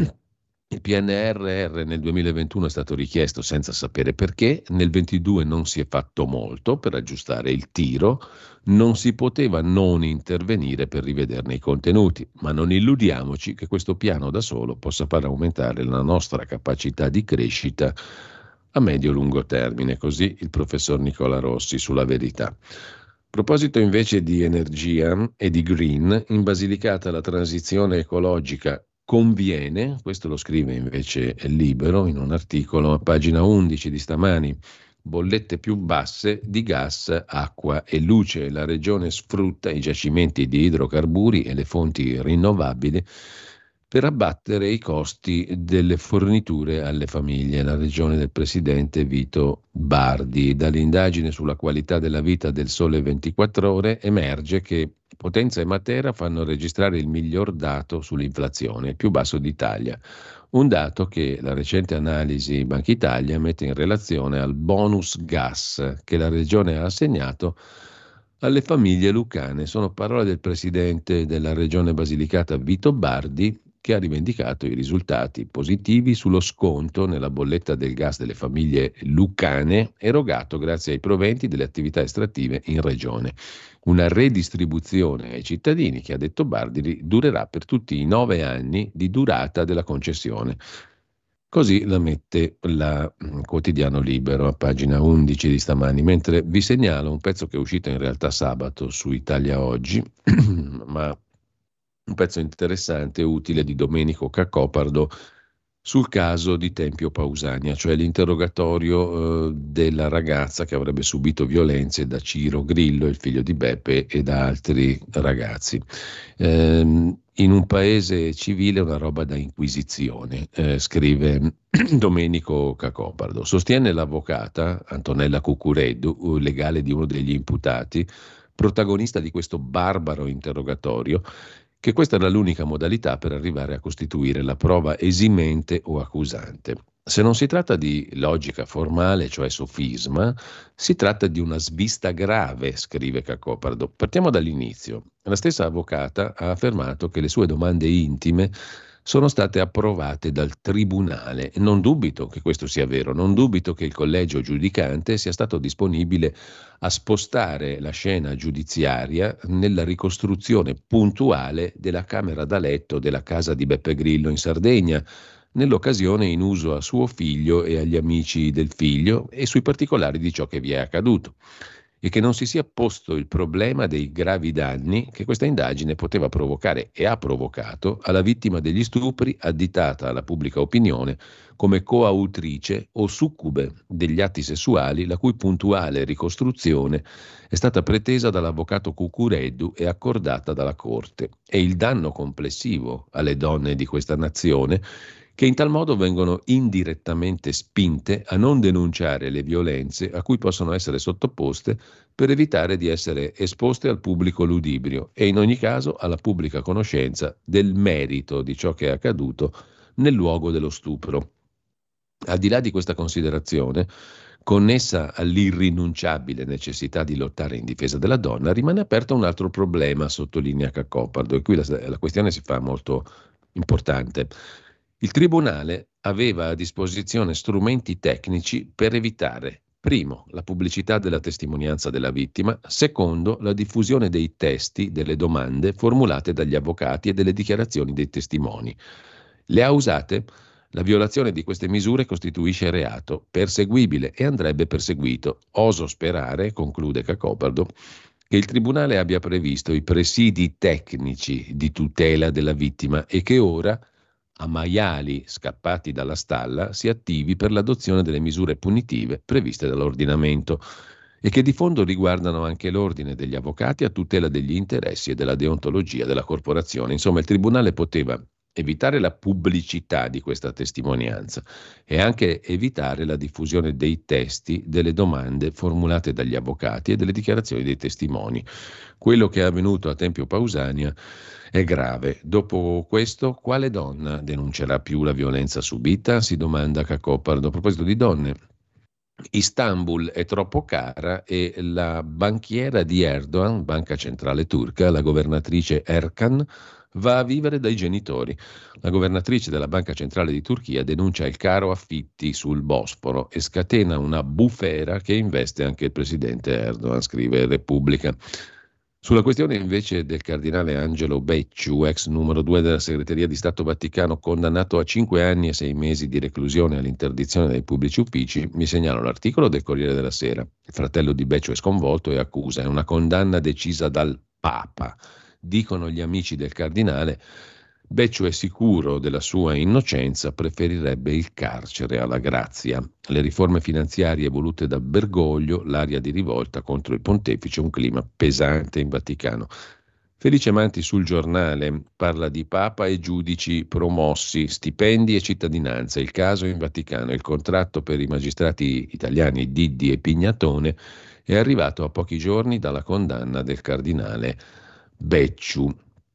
il P N R R nel duemilaventuno è stato richiesto senza sapere perché, nel ventidue non si è fatto molto per aggiustare il tiro, non si poteva non intervenire per rivederne i contenuti, ma non illudiamoci che questo piano da solo possa far aumentare la nostra capacità di crescita a medio-lungo termine, così il professor Nicola Rossi sulla Verità. A proposito invece di energia e di green, in Basilicata la transizione ecologica conviene, questo lo scrive invece Libero in un articolo a pagina undici di stamani. Bollette più basse di gas, acqua e luce. La regione sfrutta i giacimenti di idrocarburi e le fonti rinnovabili per abbattere i costi delle forniture alle famiglie. La regione del presidente Vito Bardi. Dall'indagine sulla qualità della vita del Sole ventiquattro Ore emerge che Potenza e Matera fanno registrare il miglior dato sull'inflazione, il più basso d'Italia. Un dato che la recente analisi Banca Italia mette in relazione al bonus gas che la regione ha assegnato alle famiglie lucane. Sono parole del presidente della regione Basilicata Vito Bardi, che ha rivendicato i risultati positivi sullo sconto nella bolletta del gas delle famiglie lucane erogato grazie ai proventi delle attività estrattive in regione. Una redistribuzione ai cittadini che, ha detto Bardi, durerà per tutti i nove anni di durata della concessione. Così la mette la Quotidiano Libero a pagina undici di stamani, mentre vi segnalo un pezzo che è uscito in realtà sabato su Italia Oggi, ma un pezzo interessante e utile di Domenico Cacopardo sul caso di Tempio Pausania, cioè l'interrogatorio eh, della ragazza che avrebbe subito violenze da Ciro Grillo, il figlio di Beppe, e da altri ragazzi. Ehm, in un paese civile una roba da inquisizione, eh, scrive Domenico Cacopardo. Sostiene l'avvocata Antonella Cucureddu, legale di uno degli imputati, protagonista di questo barbaro interrogatorio, che questa era l'unica modalità per arrivare a costituire la prova esimente o accusante. Se non si tratta di logica formale, cioè sofisma, si tratta di una svista grave, scrive Cacopardo. Partiamo dall'inizio. La stessa avvocata ha affermato che le sue domande intime sono state approvate dal tribunale. Non dubito che questo sia vero, non dubito che il collegio giudicante sia stato disponibile a spostare la scena giudiziaria nella ricostruzione puntuale della camera da letto della casa di Beppe Grillo in Sardegna, nell'occasione in uso a suo figlio e agli amici del figlio, e sui particolari di ciò che vi è accaduto, e che non si sia posto il problema dei gravi danni che questa indagine poteva provocare e ha provocato alla vittima degli stupri, additata alla pubblica opinione come coautrice o succube degli atti sessuali, la cui puntuale ricostruzione è stata pretesa dall'avvocato Cucureddu e accordata dalla Corte, e il danno complessivo alle donne di questa nazione, che in tal modo vengono indirettamente spinte a non denunciare le violenze a cui possono essere sottoposte per evitare di essere esposte al pubblico ludibrio e in ogni caso alla pubblica conoscenza del merito di ciò che è accaduto nel luogo dello stupro. Al di là di questa considerazione, Connessa all'irrinunciabile necessità di lottare in difesa della donna, rimane aperto un altro problema, sottolinea Cacopardo, e qui la, la questione si fa molto importante. Il Tribunale aveva a disposizione strumenti tecnici per evitare, primo, la pubblicità della testimonianza della vittima, secondo, la diffusione dei testi delle domande formulate dagli avvocati e delle dichiarazioni dei testimoni. Le ha usate? La violazione di queste misure costituisce reato perseguibile e andrebbe perseguito. Oso sperare, conclude Cacopardo, che il Tribunale abbia previsto i presidi tecnici di tutela della vittima e che ora, a maiali scappati dalla stalla, si attivi per l'adozione delle misure punitive previste dall'ordinamento e che di fondo riguardano anche l'ordine degli avvocati a tutela degli interessi e della deontologia della corporazione. Insomma, il Tribunale poteva evitare la pubblicità di questa testimonianza e anche evitare la diffusione dei testi delle domande formulate dagli avvocati e delle dichiarazioni dei testimoni. Quello che è avvenuto a Tempio Pausania è grave. Dopo questo, quale donna denuncerà più la violenza subita? Si domanda Cacopardo. A proposito di donne, Istanbul è troppo cara e la banchiera di Erdogan, banca centrale turca, la governatrice Erkan, va a vivere dai genitori. La governatrice della Banca Centrale di Turchia denuncia il caro affitti sul Bosforo e scatena una bufera che investe anche il presidente Erdogan, scrive Repubblica. Sulla questione invece del cardinale Angelo Becciu, ex numero due della segreteria di Stato Vaticano, condannato a cinque anni e sei mesi di reclusione all'interdizione dai pubblici uffici, mi segnalo l'articolo del Corriere della Sera. Il fratello di Becciu è sconvolto e accusa, è una condanna decisa dal Papa. Dicono gli amici del cardinale, Becciu è sicuro della sua innocenza, preferirebbe il carcere alla grazia. Le riforme finanziarie volute da Bergoglio, l'aria di rivolta contro il pontefice, un clima pesante in Vaticano. Felice Manti sul Giornale parla di Papa e giudici promossi, stipendi e cittadinanza. Il caso in Vaticano, il contratto per i magistrati italiani Diddi e Pignatone è arrivato a pochi giorni dalla condanna del cardinale Becciu.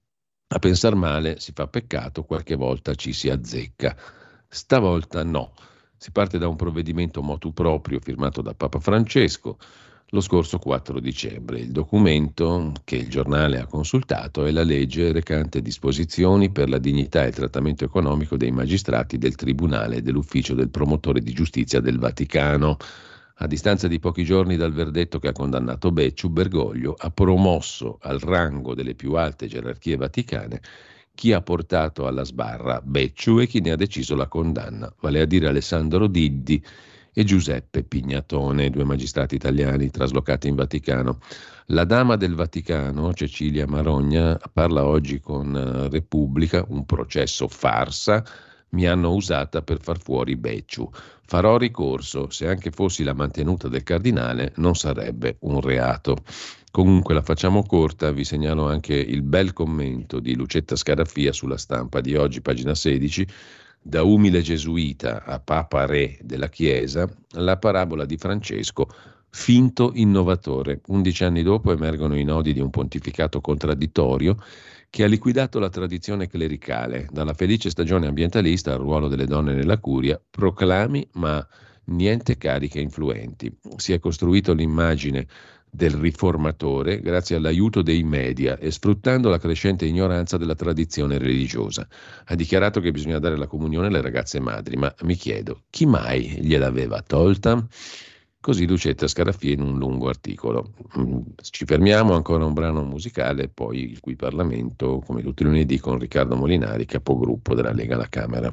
A pensar male si fa peccato, qualche volta ci si azzecca. Stavolta no. Si parte da un provvedimento motu proprio firmato da Papa Francesco lo scorso quattro dicembre. Il documento che il giornale ha consultato è la legge recante disposizioni per la dignità e il trattamento economico dei magistrati del Tribunale e dell'Ufficio del Promotore di Giustizia del Vaticano. A distanza di pochi giorni dal verdetto che ha condannato Becciu, Bergoglio ha promosso al rango delle più alte gerarchie vaticane chi ha portato alla sbarra Becciu e chi ne ha deciso la condanna, vale a dire Alessandro Diddi e Giuseppe Pignatone, due magistrati italiani traslocati in Vaticano. La dama del Vaticano, Cecilia Marogna, parla oggi con Repubblica, un processo farsa, mi hanno usata per far fuori Becciu. Farò ricorso, se anche fossi la mantenuta del cardinale non sarebbe un reato. Comunque la facciamo corta, vi segnalo anche il bel commento di Lucetta Scarafia sulla Stampa di oggi, pagina sedici, da umile gesuita a Papa Re della Chiesa, la parabola di Francesco, finto innovatore. Undici anni dopo emergono i nodi di un pontificato contraddittorio che ha liquidato la tradizione clericale, dalla felice stagione ambientalista al ruolo delle donne nella curia, proclami ma niente cariche influenti. Si è costruito l'immagine del riformatore grazie all'aiuto dei media e sfruttando la crescente ignoranza della tradizione religiosa. Ha dichiarato che bisogna dare la comunione alle ragazze madri, ma mi chiedo, chi mai gliel'aveva tolta? Così Lucetta Scarafia in un lungo articolo. Ci fermiamo, ancora un brano musicale, poi il cui Parlamento, come tutti i lunedì, con Riccardo Molinari, capogruppo della Lega alla Camera.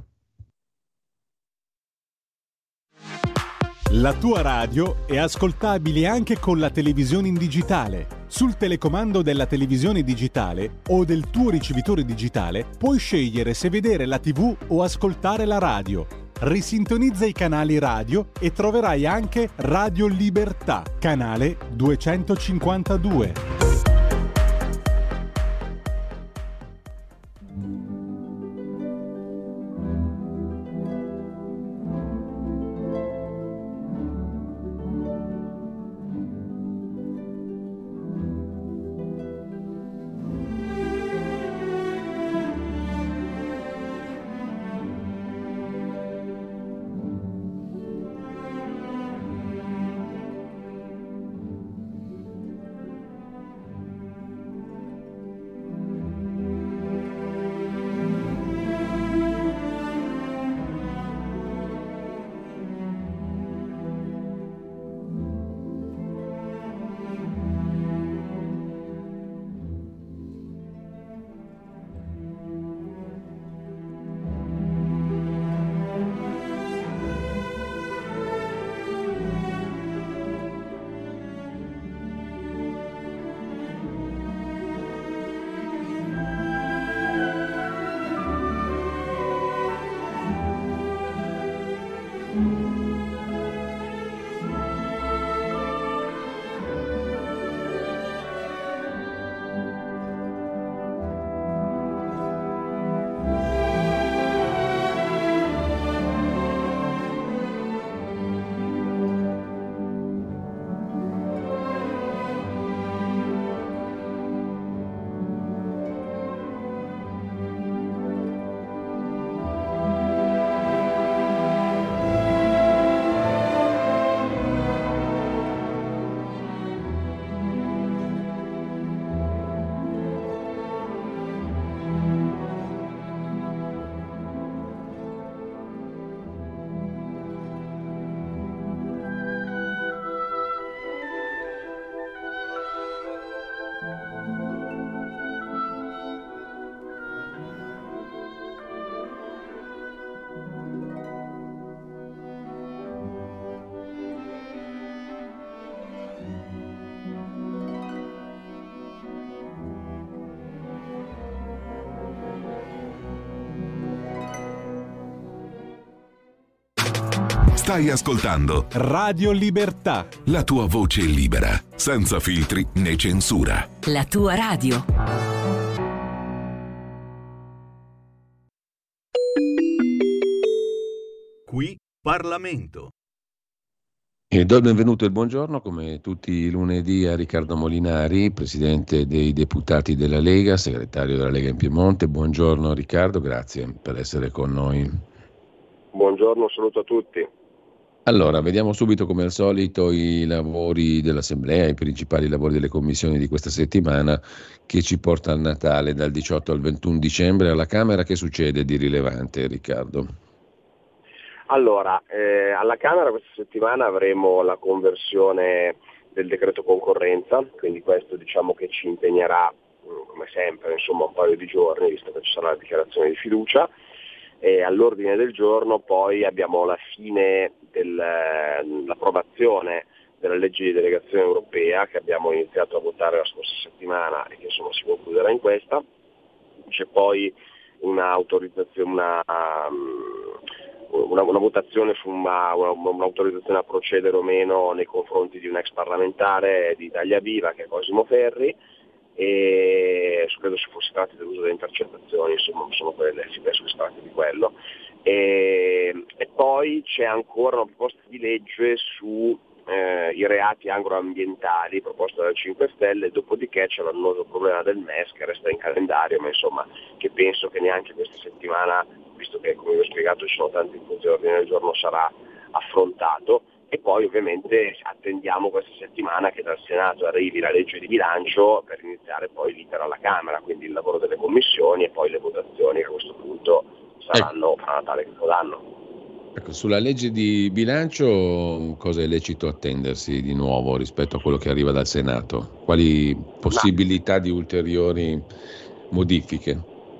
La tua radio è ascoltabile anche con la televisione in digitale. Sul telecomando della televisione digitale o del tuo ricevitore digitale puoi scegliere se vedere la tivù o ascoltare la radio. Risintonizza i canali radio e troverai anche Radio Libertà, canale duecentocinquantadue. Stai ascoltando Radio Libertà. La tua voce libera, senza filtri né censura. La tua radio. Qui Parlamento. E do il benvenuto e il buongiorno, come tutti i lunedì, a Riccardo Molinari, presidente dei deputati della Lega, segretario della Lega in Piemonte. Buongiorno Riccardo, grazie per essere con noi. Buongiorno, saluto a tutti. Allora, vediamo subito come al solito i lavori dell'Assemblea, i principali lavori delle commissioni di questa settimana che ci porta al Natale, dal diciotto al ventuno dicembre. Alla Camera che succede di rilevante, Riccardo? Allora, eh, alla Camera questa settimana avremo la conversione del decreto concorrenza, quindi questo diciamo che ci impegnerà, come sempre, insomma un paio di giorni, visto che ci sarà la dichiarazione di fiducia. E all'ordine del giorno poi abbiamo la fine dell'approvazione della legge di delegazione europea che abbiamo iniziato a votare la scorsa settimana e che insomma si concluderà in questa. C'è poi un'autorizzazione, una, una, una votazione su una, una, un'autorizzazione a procedere o meno nei confronti di un ex parlamentare di Italia Viva che è Cosimo Ferri, e credo si fosse tratti dell'uso delle intercettazioni, insomma sono quelle, si penso che si tratti di quello. E, e poi c'è ancora una proposta di legge su eh, i reati agroambientali proposta dal cinque Stelle, dopodiché c'è l'annoso problema del M E S che resta in calendario, ma insomma che penso che neanche questa settimana, visto che come vi ho spiegato ci sono tanti punti all'ordine del giorno, sarà affrontato. E poi ovviamente attendiamo questa settimana che dal Senato arrivi la legge di bilancio per iniziare poi l'iter alla Camera, quindi il lavoro delle commissioni e poi le votazioni che a questo punto saranno fra Natale e Capodanno. Ecco, sulla legge di bilancio cosa è lecito attendersi di nuovo rispetto a quello che arriva dal Senato? Quali possibilità no. di ulteriori modifiche?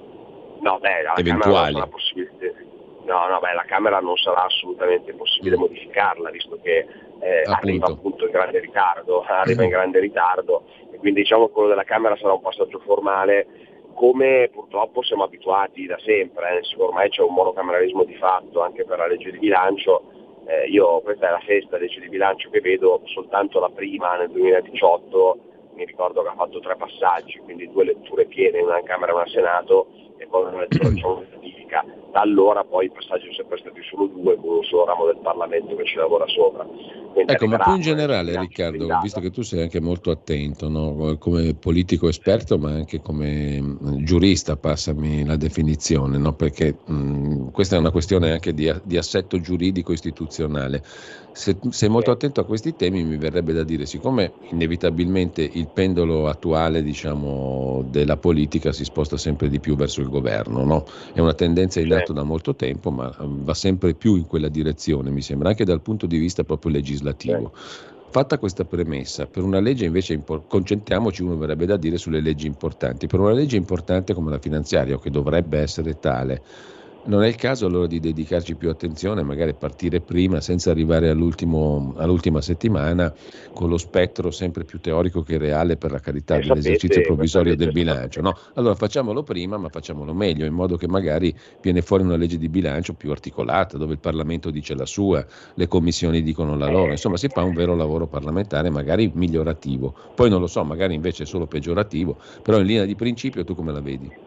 No, beh, alla eventuali. Camera possibilità. No, no, beh, la Camera non sarà assolutamente possibile modificarla, visto che eh, arriva appunto in grande ritardo, arriva in grande ritardo, e quindi diciamo che quello della Camera sarà un passaggio formale, come purtroppo siamo abituati da sempre, eh, ormai c'è un monocameralismo di fatto anche per la legge di bilancio. Eh, io questa è la sesta legge di bilancio che vedo, soltanto la prima nel duemiladiciotto mi ricordo che ha fatto tre passaggi, quindi due letture piene, una in Camera e una in Senato, e poi una lettura diciamo ratifica. Da allora poi i passaggi sono sempre stati solo due, con un solo ramo del Parlamento che ci lavora sopra. Quindi ecco, ma più in generale, Riccardo, visto che tu sei anche molto attento, no? Come politico esperto, ma anche come giurista, passami la definizione, no? Perché mh, questa è una questione anche di, di assetto giuridico istituzionale. Se sei molto attento a questi temi, mi verrebbe da dire, siccome inevitabilmente il pendolo attuale, diciamo, della politica si sposta sempre di più verso il governo, no? È una tendenza in atto da molto tempo, ma va sempre più in quella direzione, mi sembra, anche dal punto di vista proprio legislativo. Fatta questa premessa, per una legge invece, impor- concentriamoci, uno verrebbe da dire, sulle leggi importanti. Per una legge importante come la finanziaria, o che dovrebbe essere tale, non è il caso allora di dedicarci più attenzione, magari partire prima senza arrivare all'ultimo, all'ultima settimana con lo spettro sempre più teorico che reale, per la carità, eh, dell'esercizio sapete, provvisorio del bilancio, no? Allora facciamolo prima, ma facciamolo meglio, in modo che magari viene fuori una legge di bilancio più articolata, dove il Parlamento dice la sua, le commissioni dicono la loro, insomma si fa un vero lavoro parlamentare, magari migliorativo. Poi non lo so, magari invece è solo peggiorativo, però in linea di principio tu come la vedi?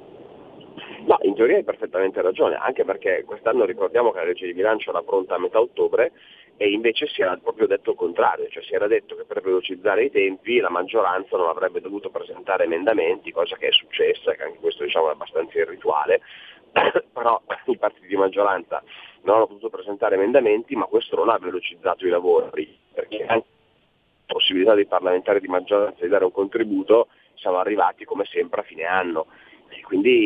No, in teoria hai perfettamente ragione, anche perché quest'anno ricordiamo che la legge di bilancio era pronta a metà ottobre e invece si era proprio detto il contrario, cioè si era detto che per velocizzare i tempi la maggioranza non avrebbe dovuto presentare emendamenti, cosa che è successa, che anche questo diciamo è abbastanza irrituale, però i partiti di maggioranza non hanno potuto presentare emendamenti, ma questo non ha velocizzato i lavori, perché anche la possibilità dei parlamentari di maggioranza di dare un contributo siamo arrivati come sempre a fine anno. E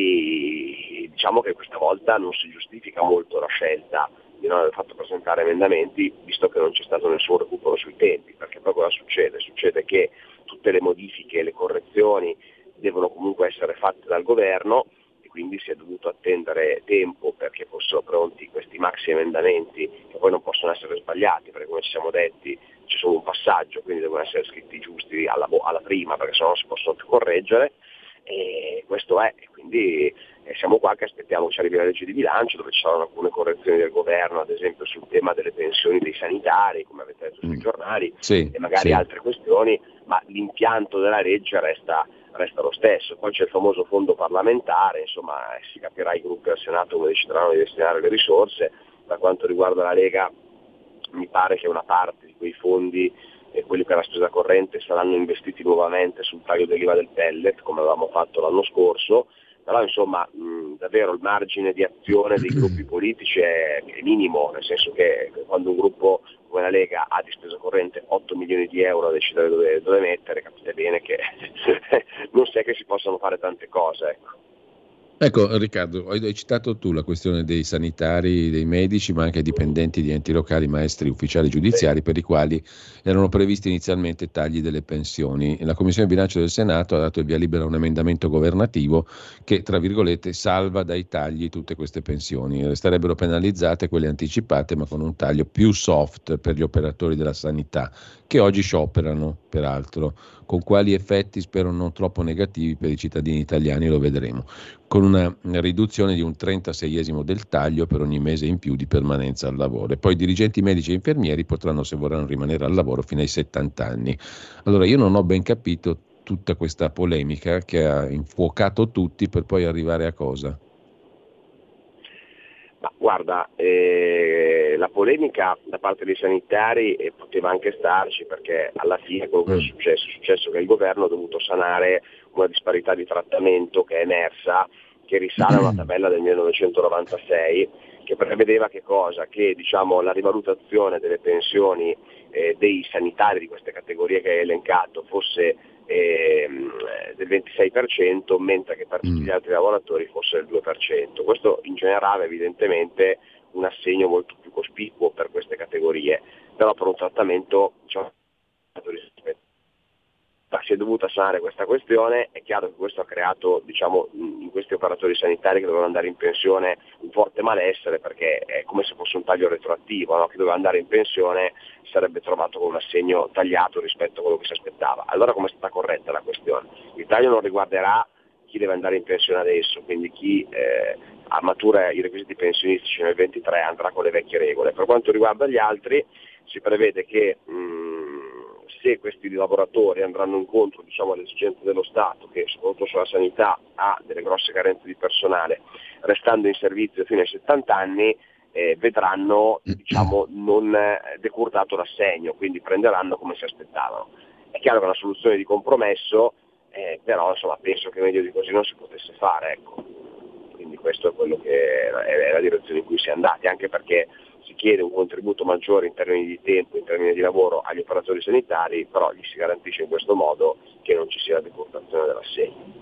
quindi diciamo che questa volta non si giustifica molto la scelta di non aver fatto presentare emendamenti, visto che non c'è stato nessun recupero sui tempi, perché poi cosa succede? Succede che tutte le modifiche e le correzioni devono comunque essere fatte dal governo e quindi si è dovuto attendere tempo perché fossero pronti questi maxi emendamenti, che poi non possono essere sbagliati, perché come ci siamo detti c'è solo un passaggio, quindi devono essere scritti giusti alla, alla prima, perché sennò non si possono più correggere. E questo è, quindi eh, siamo qua che aspettiamo che ci arrivi la legge di bilancio, dove ci saranno alcune correzioni del governo, ad esempio sul tema delle pensioni dei sanitari, come avete detto sui giornali, sì, e magari sì. altre questioni, ma l'impianto della legge resta, resta lo stesso. Poi c'è il famoso fondo parlamentare, insomma si capirà i gruppi al Senato come decideranno di destinare le risorse. Per quanto riguarda la Lega, mi pare che una parte di quei fondi e quelli per la spesa corrente saranno investiti nuovamente sul taglio dell'I V A del pellet, come avevamo fatto l'anno scorso, però insomma mh, davvero il margine di azione dei gruppi politici è, è minimo, nel senso che quando un gruppo come la Lega ha di spesa corrente otto milioni di euro a decidere dove, dove mettere, capite bene che non si è che si possano fare tante cose, ecco. Ecco Riccardo, hai citato tu la questione dei sanitari, dei medici, ma anche dipendenti di enti locali, maestri, ufficiali giudiziari, per i quali erano previsti inizialmente tagli delle pensioni. La Commissione Bilancio del Senato ha dato il via libera a un emendamento governativo che, tra virgolette, salva dai tagli tutte queste pensioni. Resterebbero penalizzate quelle anticipate, ma con un taglio più soft per gli operatori della sanità, che oggi scioperano, peraltro. Con quali effetti, spero non troppo negativi per i cittadini italiani, lo vedremo. Con una riduzione di un trentaseiesimo del taglio per ogni mese in più di permanenza al lavoro. E poi dirigenti medici e infermieri potranno, se vorranno, rimanere al lavoro fino ai settanta anni. Allora io non ho ben capito tutta questa polemica che ha infuocato tutti per poi arrivare a cosa? Ma guarda, eh, la polemica da parte dei sanitari eh, poteva anche starci, perché alla fine quello che è successo è successo che il governo ha dovuto sanare una disparità di trattamento che è emersa, che risale a una tabella del millenovecentonovantasei, che prevedeva che cosa? Che diciamo, la rivalutazione delle pensioni eh, dei sanitari di queste categorie che hai elencato fosse eh, del ventisei per cento, mentre che per tutti gli altri lavoratori fosse del due per cento. Questo ingenerava evidentemente un assegno molto più cospicuo per queste categorie, però per un trattamento diciamo, si è dovuta sanare questa questione. È chiaro che questo ha creato diciamo, in questi operatori sanitari che dovevano andare in pensione un forte malessere, perché è come se fosse un taglio retroattivo, no? Chi doveva andare in pensione si sarebbe trovato con un assegno tagliato rispetto a quello che si aspettava. Allora come è stata corretta la questione? Il taglio non riguarderà chi deve andare in pensione adesso, quindi chi eh, matura i requisiti pensionistici nel ventitré andrà con le vecchie regole. Per quanto riguarda gli altri si prevede che mh, se questi lavoratori andranno incontro diciamo, alle esigenze dello Stato, che soprattutto sulla sanità ha delle grosse carenze di personale, restando in servizio fino ai settanta anni, eh, vedranno diciamo, non decurtato l'assegno, quindi prenderanno come si aspettavano. È chiaro che è una soluzione di compromesso, eh, però insomma, penso che meglio di così non si potesse fare. Ecco. Quindi questo è quello che è la direzione in cui si è andati, anche perché si chiede un contributo maggiore in termini di tempo, in termini di lavoro agli operatori sanitari, però gli si garantisce in questo modo che non ci sia la decurtazione dell'assegno.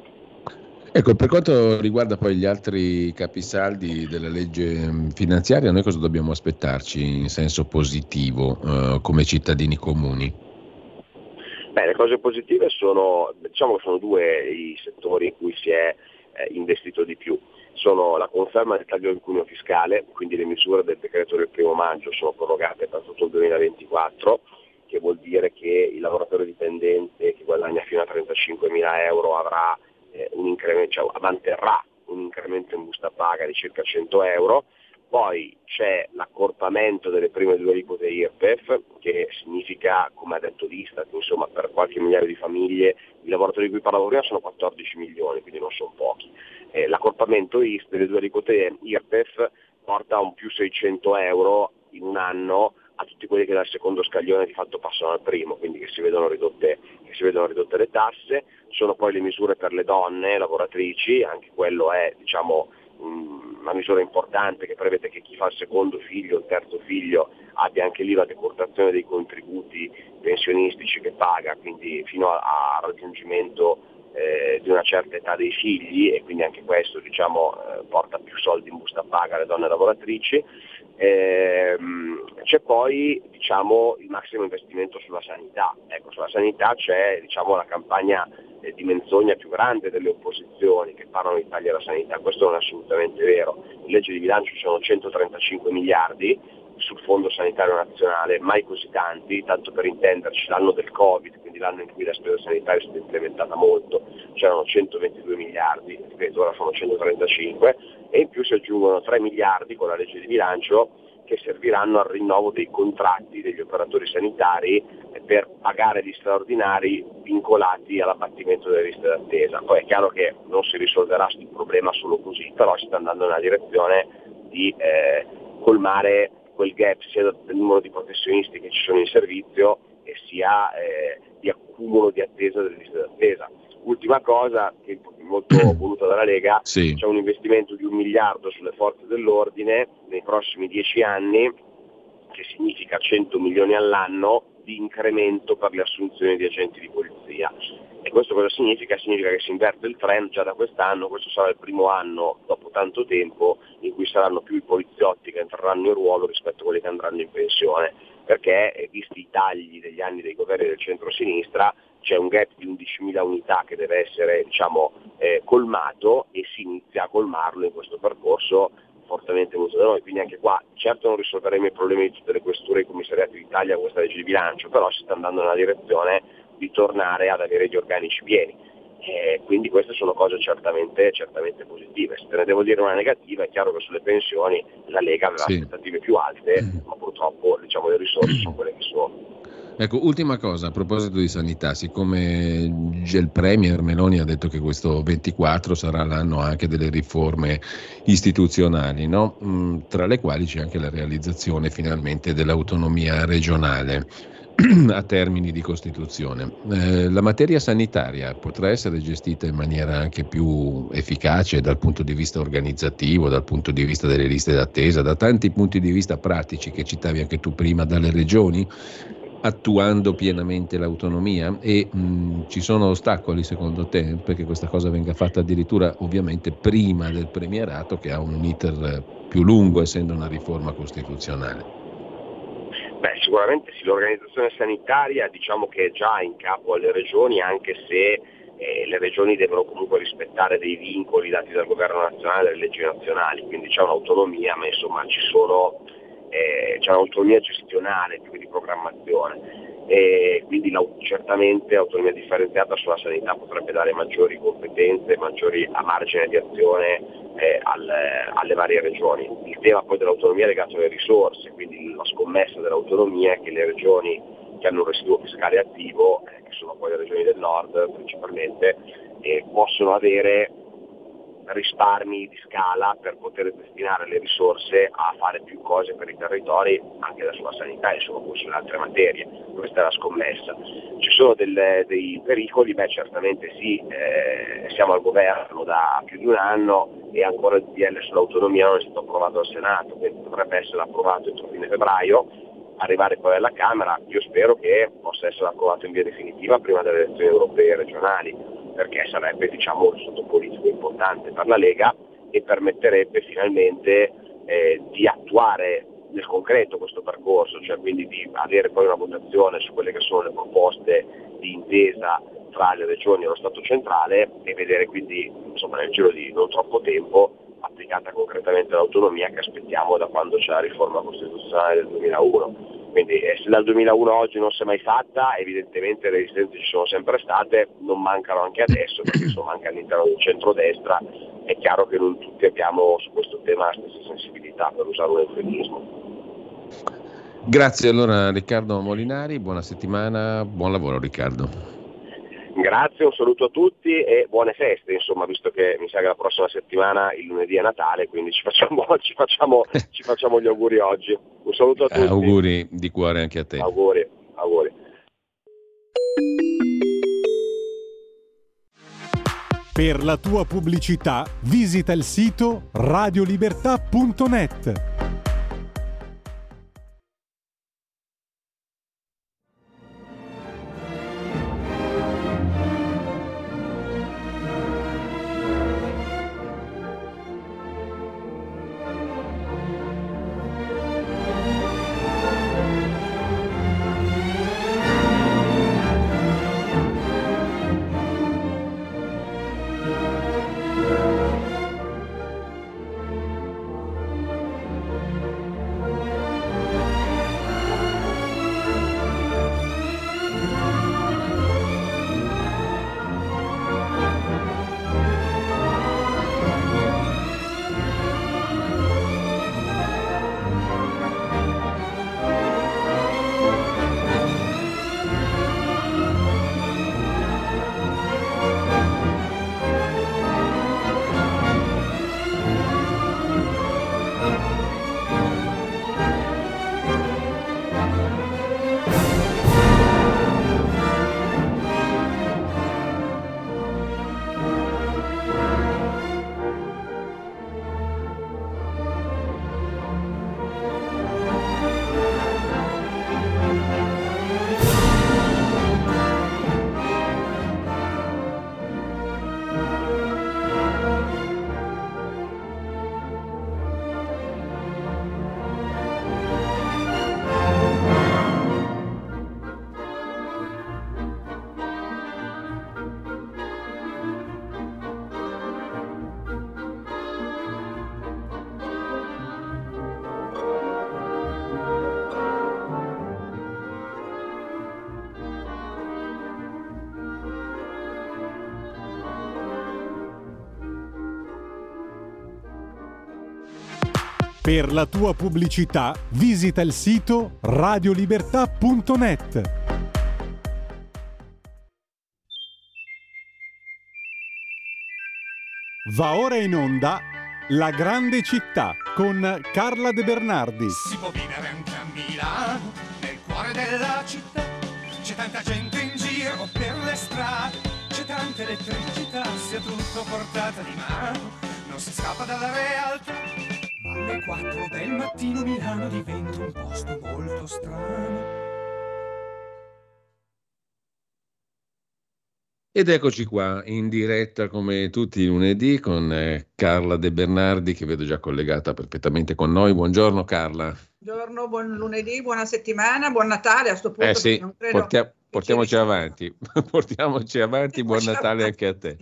Ecco, per quanto riguarda poi gli altri capisaldi della legge finanziaria, noi cosa dobbiamo aspettarci in senso positivo eh, come cittadini comuni? Beh, le cose positive sono, diciamo che sono due i settori in cui si è eh, investito di più. Sono la conferma del taglio del cuneo fiscale, quindi le misure del decreto del primo maggio sono prorogate per tutto il duemilaventiquattro, che vuol dire che il lavoratore dipendente che guadagna fino a trentacinquemila euro avrà eh, un incremento, cioè manterrà un incremento in busta paga di circa cento euro. Poi c'è l'accorpamento delle prime due aliquote I R P E F, che significa, come ha detto l'Istat, insomma per qualche migliaio di famiglie, i lavoratori di cui parlavo prima sono quattordici milioni, quindi non sono pochi. Eh, l'accorpamento I S T delle due aliquote I R P E F porta a un più seicento euro in un anno a tutti quelli che dal secondo scaglione di fatto passano al primo, quindi che si vedono ridotte, che si vedono ridotte le tasse. Sono poi le misure per le donne lavoratrici, anche quello è diciamo una misura importante che prevede che chi fa il secondo figlio, il terzo figlio abbia anche lì la decurtazione dei contributi pensionistici che paga, quindi fino al raggiungimento eh, di una certa età dei figli, e quindi anche questo diciamo eh, porta più soldi in busta paga alle donne lavoratrici. Eh, c'è poi diciamo il massimo investimento sulla sanità. Ecco, sulla sanità c'è diciamo la campagna eh, di menzogna più grande delle opposizioni che parlano di tagli alla sanità. Questo non è assolutamente vero. In legge di bilancio ci sono centotrentacinque miliardi sul Fondo Sanitario Nazionale, mai così tanti, tanto per intenderci l'anno del Covid, quindi miliardi l'anno in cui la spesa sanitaria è stata implementata molto, c'erano centoventidue miliardi, ripeto, ora sono centotrentacinque, e in più si aggiungono tre miliardi con la legge di bilancio che serviranno al rinnovo dei contratti degli operatori sanitari per pagare gli straordinari vincolati all'abbattimento delle liste d'attesa. Poi è chiaro che non si risolverà questo problema solo così, però si sta andando nella direzione di eh, colmare quel gap sia del numero di professionisti che ci sono in servizio e sia eh, di accumulo di attesa delle liste d'attesa. Ultima cosa, che è molto voluta dalla Lega, sì. C'è un investimento di un miliardo sulle forze dell'ordine nei prossimi dieci anni, che significa cento milioni all'anno di incremento per le assunzioni di agenti di polizia. E questo cosa significa? Significa che si inverte il trend già da quest'anno. Questo sarà il primo anno dopo tanto tempo in cui saranno più i poliziotti che entreranno in ruolo rispetto a quelli che andranno in pensione, perché visti i tagli degli anni dei governi del centro-sinistra c'è un gap di undicimila unità che deve essere diciamo, eh, colmato, e si inizia a colmarlo in questo percorso fortemente voluto da noi. Quindi anche qua certo non risolveremo i problemi di tutte le questure e i commissariati d'Italia con questa legge di bilancio, però si sta andando nella direzione di tornare ad avere gli organici pieni. Eh, quindi queste sono cose certamente, certamente positive. Se te ne devo dire una negativa, è chiaro che sulle pensioni la Lega aveva sì. aspettative più alte, mm. ma purtroppo diciamo, le risorse sono quelle che sono. Ecco, ultima cosa a proposito di sanità, siccome il Premier Meloni ha detto che questo ventiquattro sarà l'anno anche delle riforme istituzionali, no? Mm, tra le quali c'è anche la realizzazione finalmente dell'autonomia regionale a termini di Costituzione. Eh, la materia sanitaria potrà essere gestita in maniera anche più efficace dal punto di vista organizzativo, dal punto di vista delle liste d'attesa, da tanti punti di vista pratici che citavi anche tu prima, dalle regioni, attuando pienamente l'autonomia, e mh, ci sono ostacoli secondo te perché questa cosa venga fatta addirittura ovviamente prima del premierato, che ha un iter più lungo essendo una riforma costituzionale? Beh, sicuramente sì, l'organizzazione sanitaria diciamo che è già in capo alle regioni, anche se eh, le regioni devono comunque rispettare dei vincoli dati dal governo nazionale e dalle leggi nazionali, quindi c'è un'autonomia, ma insomma ci sono eh, c'è un'autonomia gestionale più che di programmazione. E quindi la, certamente l'autonomia differenziata sulla sanità potrebbe dare maggiori competenze, maggiori a margine di azione eh, alle, alle varie regioni. Il tema poi dell'autonomia è legato alle risorse, quindi la scommessa dell'autonomia è che le regioni che hanno un residuo fiscale attivo, eh, che sono poi le regioni del nord principalmente, eh, possono avere risparmi di scala per poter destinare le risorse a fare più cose per i territori, anche sulla sanità e insomma poi sulle altre materie. Questa è la scommessa. Ci sono del, dei pericoli? Beh, certamente sì, eh, siamo al governo da più di un anno e ancora il D D L sull'autonomia non è stato approvato al Senato, quindi dovrebbe essere approvato entro fine febbraio, arrivare poi alla Camera. Io spero che possa essere approvato in via definitiva prima delle elezioni europee e regionali, perché sarebbe diciamo un risultato politico importante per la Lega e permetterebbe finalmente eh, di attuare nel concreto questo percorso, cioè quindi di avere poi una votazione su quelle che sono le proposte di intesa tra le regioni e lo Stato centrale e vedere quindi insomma nel giro di non troppo tempo applicata concretamente l'autonomia che aspettiamo da quando c'è la riforma costituzionale del duemilauno. Quindi eh, se dal duemilauno a oggi non si è mai fatta, evidentemente le resistenze ci sono sempre state, non mancano anche adesso, perché insomma anche all'interno del centrodestra è chiaro che non tutti abbiamo su questo tema la stessa sensibilità, per usare un eufemismo. Grazie allora Riccardo Molinari, buona settimana, buon lavoro Riccardo. Grazie, un saluto a tutti e buone feste, insomma, visto che mi sa che la prossima settimana il lunedì è Natale, quindi ci facciamo, ci facciamo, ci facciamo gli auguri oggi. Un saluto a tutti. Eh, auguri di cuore anche a te. Auguri, auguri. Per la tua pubblicità visita il sito radiolibertà punto net. Per la tua pubblicità visita il sito radiolibertà punto net. Va ora in onda La Grande Città con Carla De Bernardi. Si può vivere anche a Milano, nel cuore della città. C'è tanta gente in giro per le strade, c'è tanta elettricità, sia tutto portata di mano, non si scappa dalla realtà. Ma alle quattro del mattino Milano diventa un posto molto strano. Ed eccoci qua in diretta come tutti i lunedì con eh, Carla De Bernardi, che vedo già collegata perfettamente con noi. Buongiorno Carla. Buongiorno, buon lunedì, buona settimana, buon Natale a sto punto. Eh sì, non credo portia- portiamoci avanti, portiamoci avanti, buon Natale anche a te.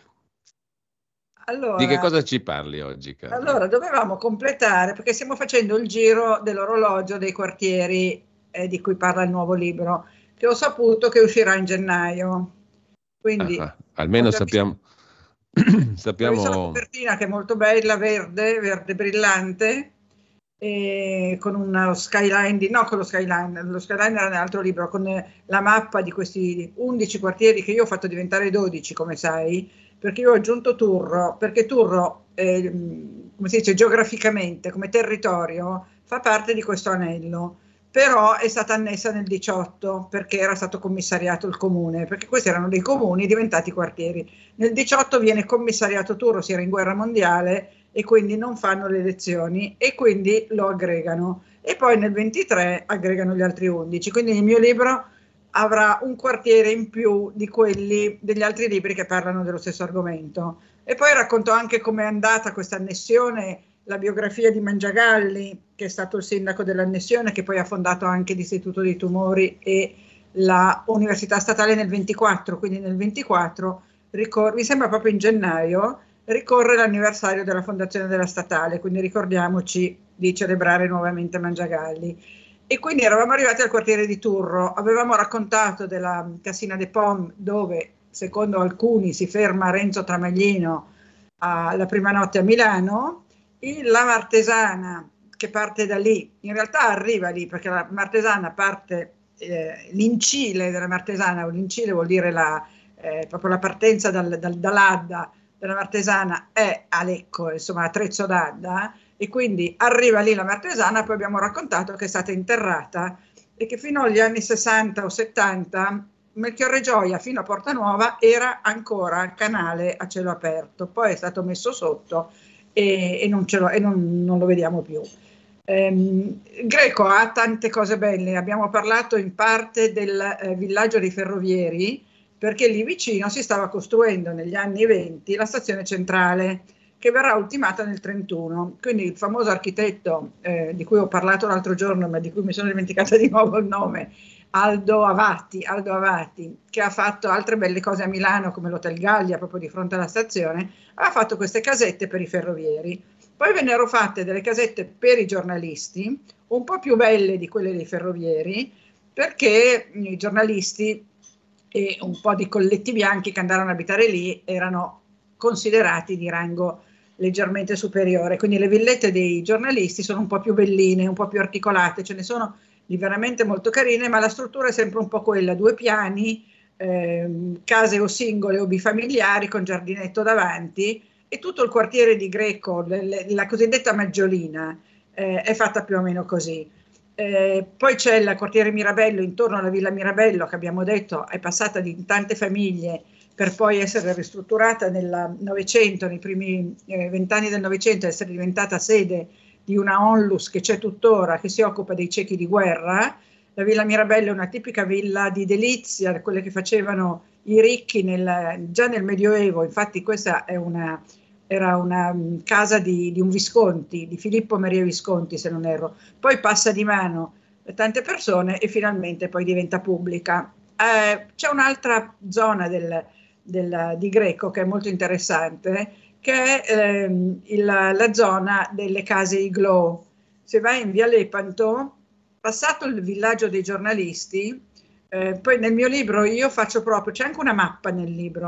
Allora, di che cosa ci parli oggi, Carla? Allora, dovevamo completare, perché stiamo facendo il giro dell'orologio dei quartieri eh, di cui parla il nuovo libro, che ho saputo che uscirà in gennaio. Quindi ah, almeno sappiamo sappiamo la copertina che è molto bella, verde, verde brillante, e con uno skyline di, no con lo skyline, lo skyline era nell'altro libro, con la mappa di questi undici quartieri che io ho fatto diventare dodici, come sai, perché io ho aggiunto Turro, perché Turro eh, come si dice, geograficamente come territorio fa parte di questo anello, però è stata annessa nel diciotto perché era stato commissariato il comune, perché questi erano dei comuni diventati quartieri. Nel diciotto viene commissariato Turro, si era in guerra mondiale e quindi non fanno le elezioni e quindi lo aggregano, e poi nel ventitré aggregano gli altri undici, quindi il mio libro avrà un quartiere in più di quelli degli altri libri che parlano dello stesso argomento. E poi racconto anche com'è andata questa annessione, la biografia di Mangiagalli, che è stato il sindaco dell'annessione, che poi ha fondato anche l'Istituto dei Tumori e la Università Statale nel ventiquattro, quindi nel ventiquattro, ricor- mi sembra proprio in gennaio, ricorre l'anniversario della fondazione della Statale, quindi ricordiamoci di celebrare nuovamente Mangiagalli. E quindi eravamo arrivati al quartiere di Turro, avevamo raccontato della Cassina de Pom, dove secondo alcuni si ferma Renzo Tramaglino alla prima notte a Milano, la Martesana che parte da lì, in realtà arriva lì perché la Martesana parte, eh, l'incile della Martesana, o l'incile vuol dire la, eh, proprio la partenza dal, dal, dall'Adda della Martesana è a Lecco, insomma a Trezzo d'Adda, e quindi arriva lì la Martesana. Poi abbiamo raccontato che è stata interrata e che fino agli anni sessanta o settanta Melchiorre Gioia fino a Porta Nuova era ancora canale a cielo aperto, poi è stato messo sotto e, e, non, ce lo, e non, non lo vediamo più. Ehm, Greco ha tante cose belle, abbiamo parlato in parte del eh, villaggio dei ferrovieri, perché lì vicino si stava costruendo negli anni venti la stazione centrale, che verrà ultimata nel trentuno, quindi il famoso architetto eh, di cui ho parlato l'altro giorno, ma di cui mi sono dimenticata di nuovo il nome, Aldo Avati, Aldo Avati, che ha fatto altre belle cose a Milano come l'Hotel Gallia, proprio di fronte alla stazione, ha fatto queste casette per i ferrovieri. Poi vennero fatte delle casette per i giornalisti, un po' più belle di quelle dei ferrovieri, perché i giornalisti e un po' di colletti bianchi che andarono a abitare lì erano considerati di rango leggermente superiore, quindi le villette dei giornalisti sono un po' più belline, un po' più articolate, ce ne sono di veramente molto carine, ma la struttura è sempre un po' quella, due piani, ehm, case o singole o bifamiliari con giardinetto davanti, e tutto il quartiere di Greco, le, le, la cosiddetta Maggiolina, eh, è fatta più o meno così. Eh, poi c'è il quartiere Mirabello, intorno alla Villa Mirabello, che abbiamo detto è passata di tante famiglie per poi essere ristrutturata nel Novecento, nei primi eh, vent'anni del Novecento, essere diventata sede di una onlus che c'è tuttora, che si occupa dei ciechi di guerra. La Villa Mirabello è una tipica villa di delizia, quelle che facevano i ricchi nel, già nel Medioevo. Infatti questa è una, era una casa di, di un Visconti, di Filippo Maria Visconti se non erro, poi passa di mano a tante persone e finalmente poi diventa pubblica. Eh, c'è un'altra zona del, del, di Greco che è molto interessante, che è ehm, il, la zona delle case igloo. Se vai in via Lepanto, passato il villaggio dei giornalisti, eh, poi nel mio libro io faccio proprio, c'è anche una mappa nel libro,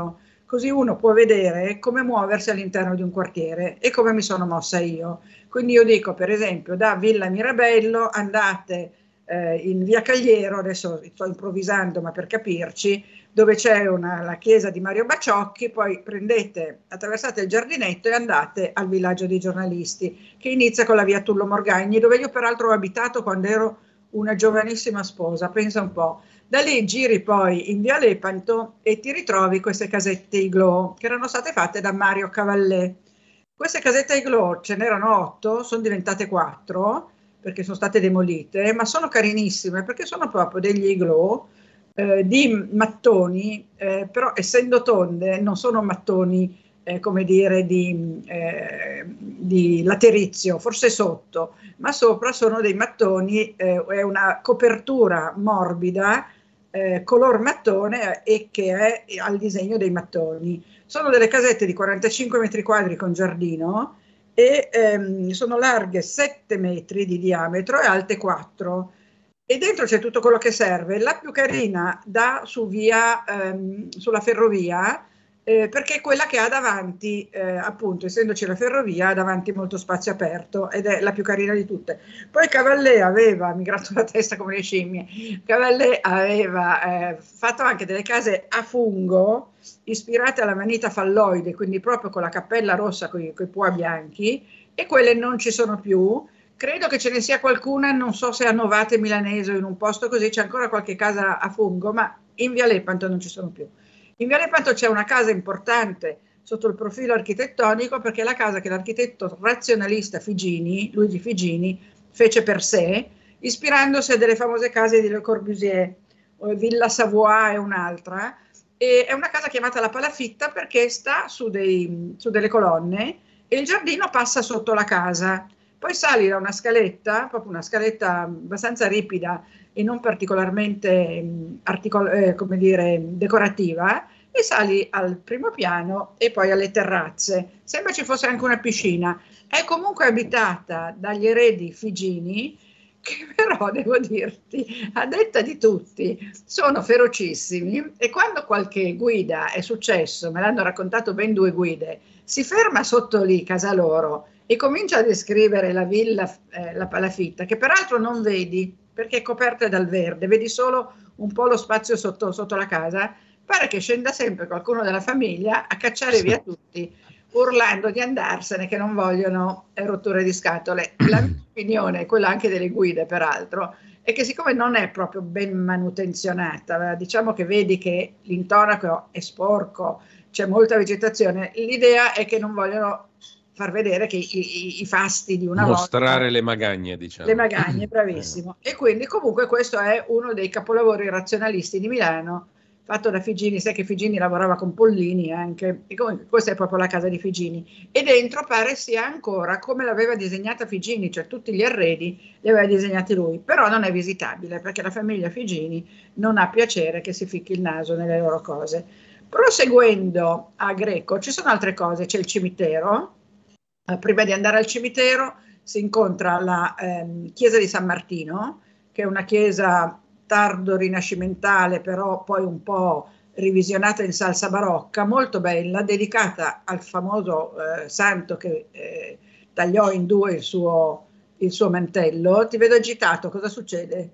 così uno può vedere come muoversi all'interno di un quartiere e come mi sono mossa io. Quindi io dico, per esempio, da Villa Mirabello andate eh, in via Cagliero, adesso sto improvvisando ma per capirci, dove c'è una, la chiesa di Mario Baciocchi, poi prendete, attraversate il giardinetto e andate al villaggio dei giornalisti, che inizia con la via Tullo Morgagni, dove io peraltro ho abitato quando ero una giovanissima sposa, pensa un po'. Da lì giri poi in via Lepanto e ti ritrovi queste casette igloo che erano state fatte da Mario Cavallè. Queste casette igloo, ce n'erano otto, sono diventate quattro perché sono state demolite, ma sono carinissime perché sono proprio degli igloo eh, di mattoni, eh, però essendo tonde non sono mattoni eh, come dire di, eh, di laterizio, forse sotto, ma sopra sono dei mattoni, è eh, una copertura morbida, eh, color mattone e che è al disegno dei mattoni. Sono delle casette di quarantacinque metri quadri con giardino e ehm, sono larghe sette metri di diametro e alte quattro. E dentro c'è tutto quello che serve. La più carina da su via, ehm, sulla ferrovia, Eh, perché è quella che ha davanti, eh, appunto, essendoci la ferrovia, ha davanti molto spazio aperto ed è la più carina di tutte. Poi Cavallè aveva, mi gratto la testa come le scimmie, Cavallè aveva eh, fatto anche delle case a fungo ispirate alla manita falloide, quindi proprio con la cappella rossa con i pua bianchi, e quelle non ci sono più. Credo che ce ne sia qualcuna, non so se a Novate Milanese o in un posto così, c'è ancora qualche casa a fungo, ma in via Lepanto non ci sono più. In via Lepanto c'è una casa importante sotto il profilo architettonico, perché è la casa che l'architetto razionalista Figini, Luigi Figini, fece per sé, ispirandosi a delle famose case di Le Corbusier, Villa Savoie e un'altra, e è una casa chiamata la Palafitta perché sta su, dei, su delle colonne e il giardino passa sotto la casa. Poi sali da una scaletta, proprio una scaletta abbastanza ripida e non particolarmente articol- eh, come dire, decorativa, e sali al primo piano e poi alle terrazze. Sembra ci fosse anche una piscina. È comunque abitata dagli eredi Figini, che però, devo dirti, a detta di tutti, sono ferocissimi, e quando qualche guida è successo, me l'hanno raccontato ben due guide, si ferma sotto lì, casa loro, e comincia a descrivere la villa, eh, la Palafitta, che peraltro non vedi perché è coperta dal verde, vedi solo un po' lo spazio sotto, sotto la casa. Pare che scenda sempre qualcuno della famiglia a cacciare via tutti, urlando di andarsene, che non vogliono rotture di scatole. La mia opinione, quella anche delle guide peraltro, è che siccome non è proprio ben manutenzionata, diciamo che vedi che l'intonaco è sporco, c'è molta vegetazione, l'idea è che non vogliono far vedere che i, i, i fasti di una mostrare volta, mostrare le magagne, diciamo. Le magagne, bravissimo. E quindi comunque questo è uno dei capolavori razionalisti di Milano, fatto da Figini. Sai che Figini lavorava con Pollini anche, e comunque questa è proprio la casa di Figini, e dentro pare sia ancora come l'aveva disegnata Figini, cioè tutti gli arredi li aveva disegnati lui, però non è visitabile perché la famiglia Figini non ha piacere che si ficchi il naso nelle loro cose. Proseguendo a Greco ci sono altre cose, c'è il cimitero. Prima di andare al cimitero si incontra la ehm, chiesa di San Martino, che è una chiesa tardo rinascimentale, però poi un po' revisionata in salsa barocca, molto bella, dedicata al famoso eh, santo che eh, tagliò in due il suo, il suo mantello. Ti vedo agitato, cosa succede?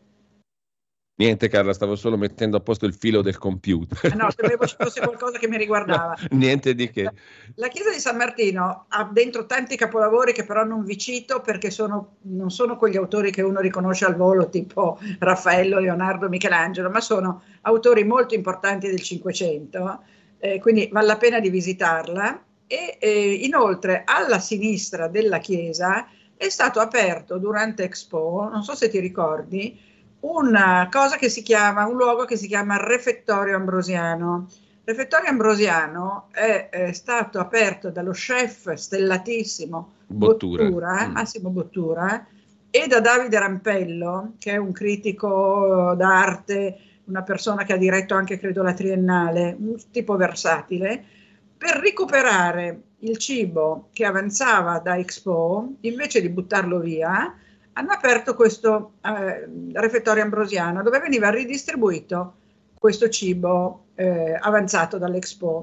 Niente Carla, stavo solo mettendo a posto il filo del computer. Ah, no, sapevo ci fosse qualcosa che mi riguardava. No, niente di che. La chiesa di San Martino ha dentro tanti capolavori che però non vi cito perché sono, non sono quegli autori che uno riconosce al volo, tipo Raffaello, Leonardo, Michelangelo, ma sono autori molto importanti del Cinquecento, eh, quindi vale la pena di visitarla. E eh, inoltre alla sinistra della chiesa è stato aperto durante Expo, non so se ti ricordi, una cosa che si chiama, un luogo che si chiama Refettorio Ambrosiano. Refettorio Ambrosiano è, è stato aperto dallo chef stellatissimo Bottura, Bottura mm. Massimo Bottura, e da Davide Rampello, che è un critico d'arte, una persona che ha diretto anche credo la Triennale, un tipo versatile, per recuperare il cibo che avanzava da Expo, invece di buttarlo via, hanno aperto questo eh, refettorio ambrosiano dove veniva ridistribuito questo cibo eh, avanzato dall'Expo.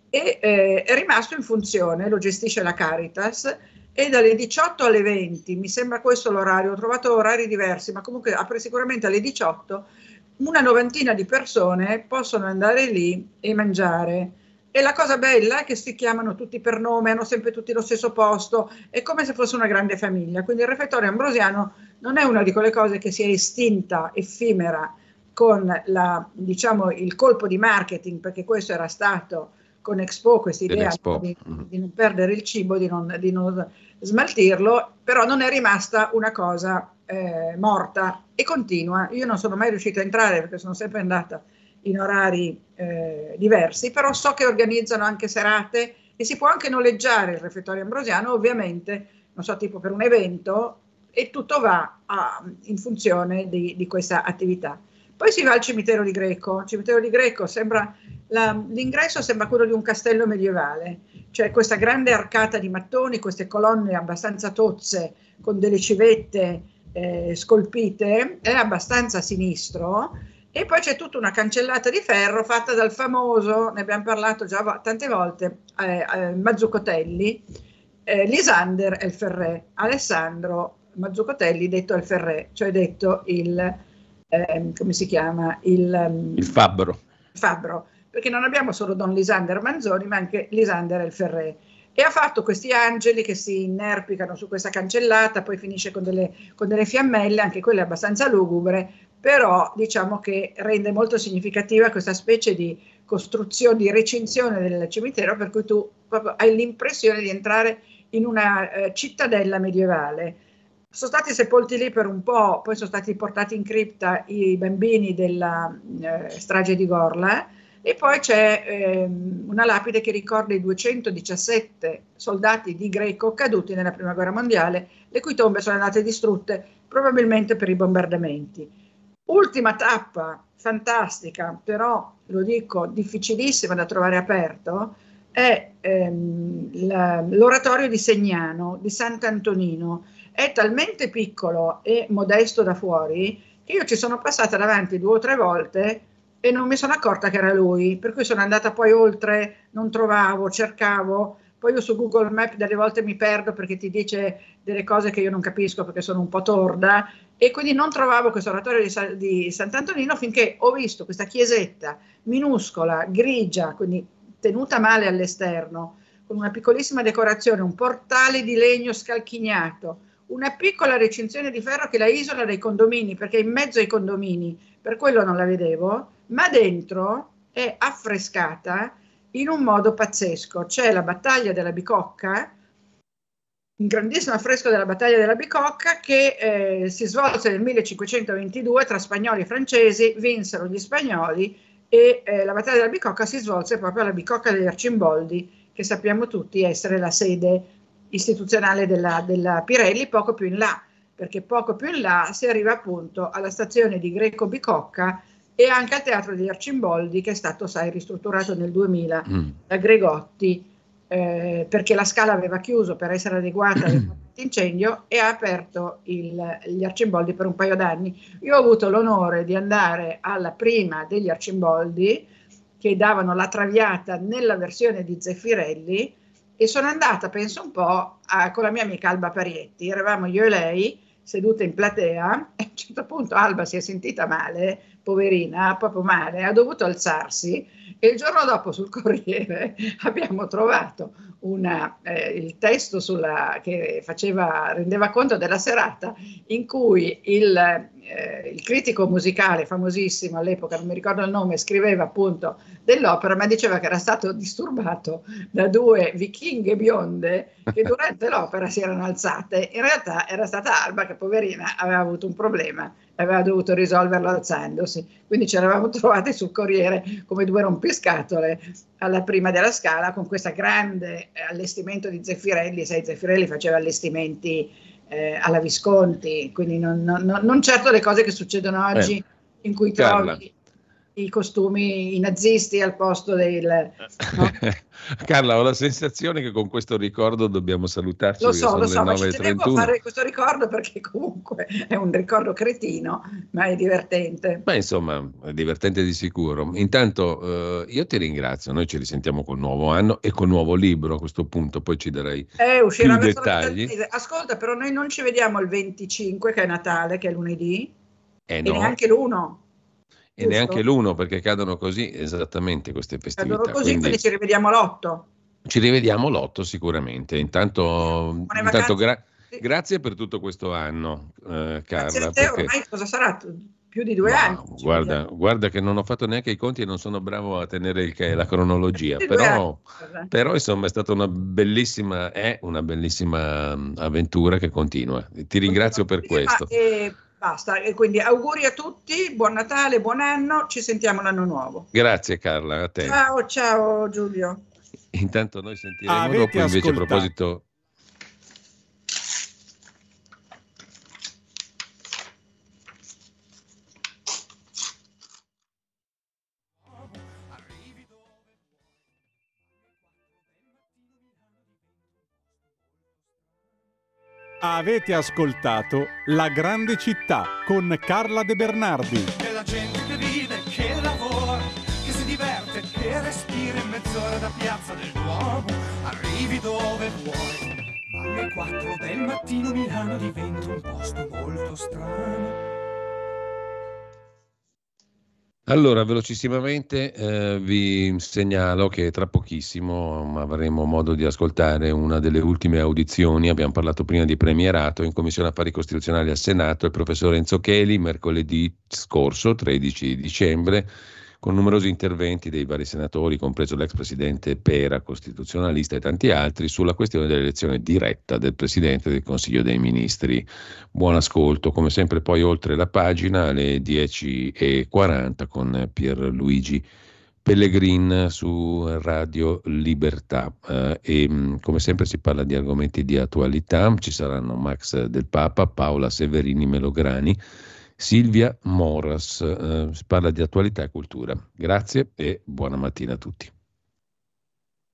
e eh, è rimasto in funzione, lo gestisce la Caritas, e dalle diciotto alle venti, mi sembra questo l'orario, ho trovato orari diversi, ma comunque apre sicuramente alle diciotto, una novantina di persone possono andare lì e mangiare. E la cosa bella è che si chiamano tutti per nome, hanno sempre tutti lo stesso posto, è come se fosse una grande famiglia. Quindi il refettorio ambrosiano non è una di quelle cose che si è estinta, effimera, con la, diciamo, il colpo di marketing, perché questo era stato con Expo, questa idea di, di non perdere il cibo, di non, di non smaltirlo, però non è rimasta una cosa eh, morta e continua. Io non sono mai riuscita a entrare perché sono sempre andata in orari eh, diversi, però so che organizzano anche serate e si può anche noleggiare il refettorio ambrosiano, ovviamente, non so, tipo per un evento, e tutto va a, in funzione di, di questa attività. Poi si va al cimitero di Greco. Il cimitero di Greco sembra, la, l'ingresso sembra quello di un castello medievale, cioè questa grande arcata di mattoni, queste colonne abbastanza tozze con delle civette eh, scolpite, è abbastanza a sinistro, e poi c'è tutta una cancellata di ferro fatta dal famoso, ne abbiamo parlato già tante volte, eh, eh, Mazzucotelli, eh, Lysander El Ferré, Alessandro Mazzucotelli, detto El Ferré, cioè detto il... Eh, come si chiama? Il, um, il fabbro. fabbro, perché non abbiamo solo Don Lysander Manzoni, ma anche Lysander El Ferré. E ha fatto questi angeli che si inerpicano su questa cancellata, poi finisce con delle, con delle fiammelle, anche quelle abbastanza lugubre, però diciamo che rende molto significativa questa specie di costruzione, di recinzione del cimitero, per cui tu proprio hai l'impressione di entrare in una eh, cittadella medievale. Sono stati sepolti lì per un po', poi sono stati portati in cripta i bambini della eh, strage di Gorla, e poi c'è eh, una lapide che ricorda i duecentodiciassette soldati di Greco caduti nella prima guerra mondiale, le cui tombe sono andate distrutte probabilmente per i bombardamenti. Ultima tappa fantastica, però lo dico difficilissima da trovare aperto, è ehm, la, l'oratorio di Segnano, di Sant'Antonino. È talmente piccolo e modesto da fuori che io ci sono passata davanti due o tre volte e non mi sono accorta che era lui, per cui sono andata poi oltre, non trovavo, cercavo, poi io su Google Maps delle volte mi perdo perché ti dice delle cose che io non capisco perché sono un po' torda, e quindi non trovavo questo oratorio di, di Sant'Antonino finché ho visto questa chiesetta minuscola, grigia, quindi tenuta male all'esterno, con una piccolissima decorazione, un portale di legno scalchignato, una piccola recinzione di ferro che la isola dai condomini, perché è in mezzo ai condomini, per quello non la vedevo, ma dentro è affrescata in un modo pazzesco. C'è la battaglia della Bicocca, un grandissimo affresco della battaglia della Bicocca che eh, si svolse nel millecinquecentoventidue tra spagnoli e francesi, vinsero gli spagnoli e eh, la battaglia della Bicocca si svolse proprio alla Bicocca degli Arcimboldi, che sappiamo tutti essere la sede istituzionale della, della Pirelli, poco più in là, perché poco più in là si arriva appunto alla stazione di Greco Bicocca e anche al Teatro degli Arcimboldi, che è stato, sai, ristrutturato nel duemila mm. da Gregotti, eh, perché la Scala aveva chiuso per essere adeguata all'incendio e ha aperto il, gli Arcimboldi per un paio d'anni. Io ho avuto l'onore di andare alla prima degli Arcimboldi, che davano la Traviata nella versione di Zeffirelli, e sono andata, penso un po', a, con la mia amica Alba Parietti, eravamo io e lei sedute in platea, e a un certo punto Alba si è sentita male, poverina, proprio male, ha dovuto alzarsi, e il giorno dopo sul Corriere abbiamo trovato una, eh, il testo sulla, che faceva, rendeva conto della serata in cui il, eh, il critico musicale famosissimo all'epoca, non mi ricordo il nome, scriveva appunto dell'opera, ma diceva che era stato disturbato da due vichinghe bionde che durante l'opera si erano alzate. In realtà era stata Alba che, poverina, aveva avuto un problema, aveva dovuto risolverlo alzandosi, quindi ci eravamo trovati sul Corriere come due rompiscatole alla prima della Scala, con questo grande allestimento di Zeffirelli. Sai, Zeffirelli faceva allestimenti eh, alla Visconti, quindi non, non, non certo le cose che succedono oggi, eh, in cui Carla. trovi i costumi, i nazisti al posto del... No? Carla, ho la sensazione che con questo ricordo dobbiamo salutarci. Lo so, lo so, ma nove ci e tenevo a trentuno. fare questo ricordo perché comunque è un ricordo cretino, ma è divertente. Beh, insomma, è divertente di sicuro. Intanto eh, io ti ringrazio, noi ci risentiamo col nuovo anno e col nuovo libro a questo punto, poi ci darei Eh, uscirà più verso la dettagli. mese. Ascolta, però noi non ci vediamo il venticinque, che è Natale, che è lunedì, Eh, e no. neanche l'uno. E neanche l'uno, perché cadono così esattamente queste festività. Allora così, Quindi quindi ci rivediamo l'otto. ci rivediamo l'otto sicuramente. Intanto, Buone intanto vacanze. gra- grazie per tutto questo anno, eh, Grazie Carla. a te, perché- ormai cosa sarà? Più di due No, anni. ci guarda, vediamo. guarda che non ho fatto neanche i conti e non sono bravo a tenere il- la cronologia, Più di due però, anni. però insomma è stata una bellissima, è una bellissima mh, avventura che continua. Ti ringrazio per questo. E basta, e quindi auguri a tutti, buon Natale, buon anno, ci sentiamo l'anno nuovo. Grazie Carla, a te. Ciao, ciao Giulio. Intanto noi sentiremo Avete dopo invece a ascoltato. proposito... Avete ascoltato La Grande Città con Carla De Bernardi. Che la gente che vive, che lavora, che si diverte, che respira in mezz'ora da Piazza del Duomo, arrivi dove vuoi. Ma alle quattro del mattino Milano diventa un posto molto strano. Allora, velocissimamente eh, vi segnalo che tra pochissimo avremo modo di ascoltare una delle ultime audizioni. Abbiamo parlato prima di premierato in Commissione Affari Costituzionali al Senato, il professor Enzo Cheli, mercoledì scorso, tredici dicembre, con numerosi interventi dei vari senatori, compreso l'ex presidente Pera, costituzionalista, e tanti altri, sulla questione dell'elezione diretta del Presidente del Consiglio dei Ministri. Buon ascolto, come sempre poi oltre la pagina alle dieci e quaranta con Pierluigi Pellegrin su Radio Libertà eh, e mh, come sempre si parla di argomenti di attualità. Ci saranno Max Del Papa, Paola Severini Melograni, Silvia Moras, eh, si parla di attualità e cultura. Grazie e buona mattina a tutti.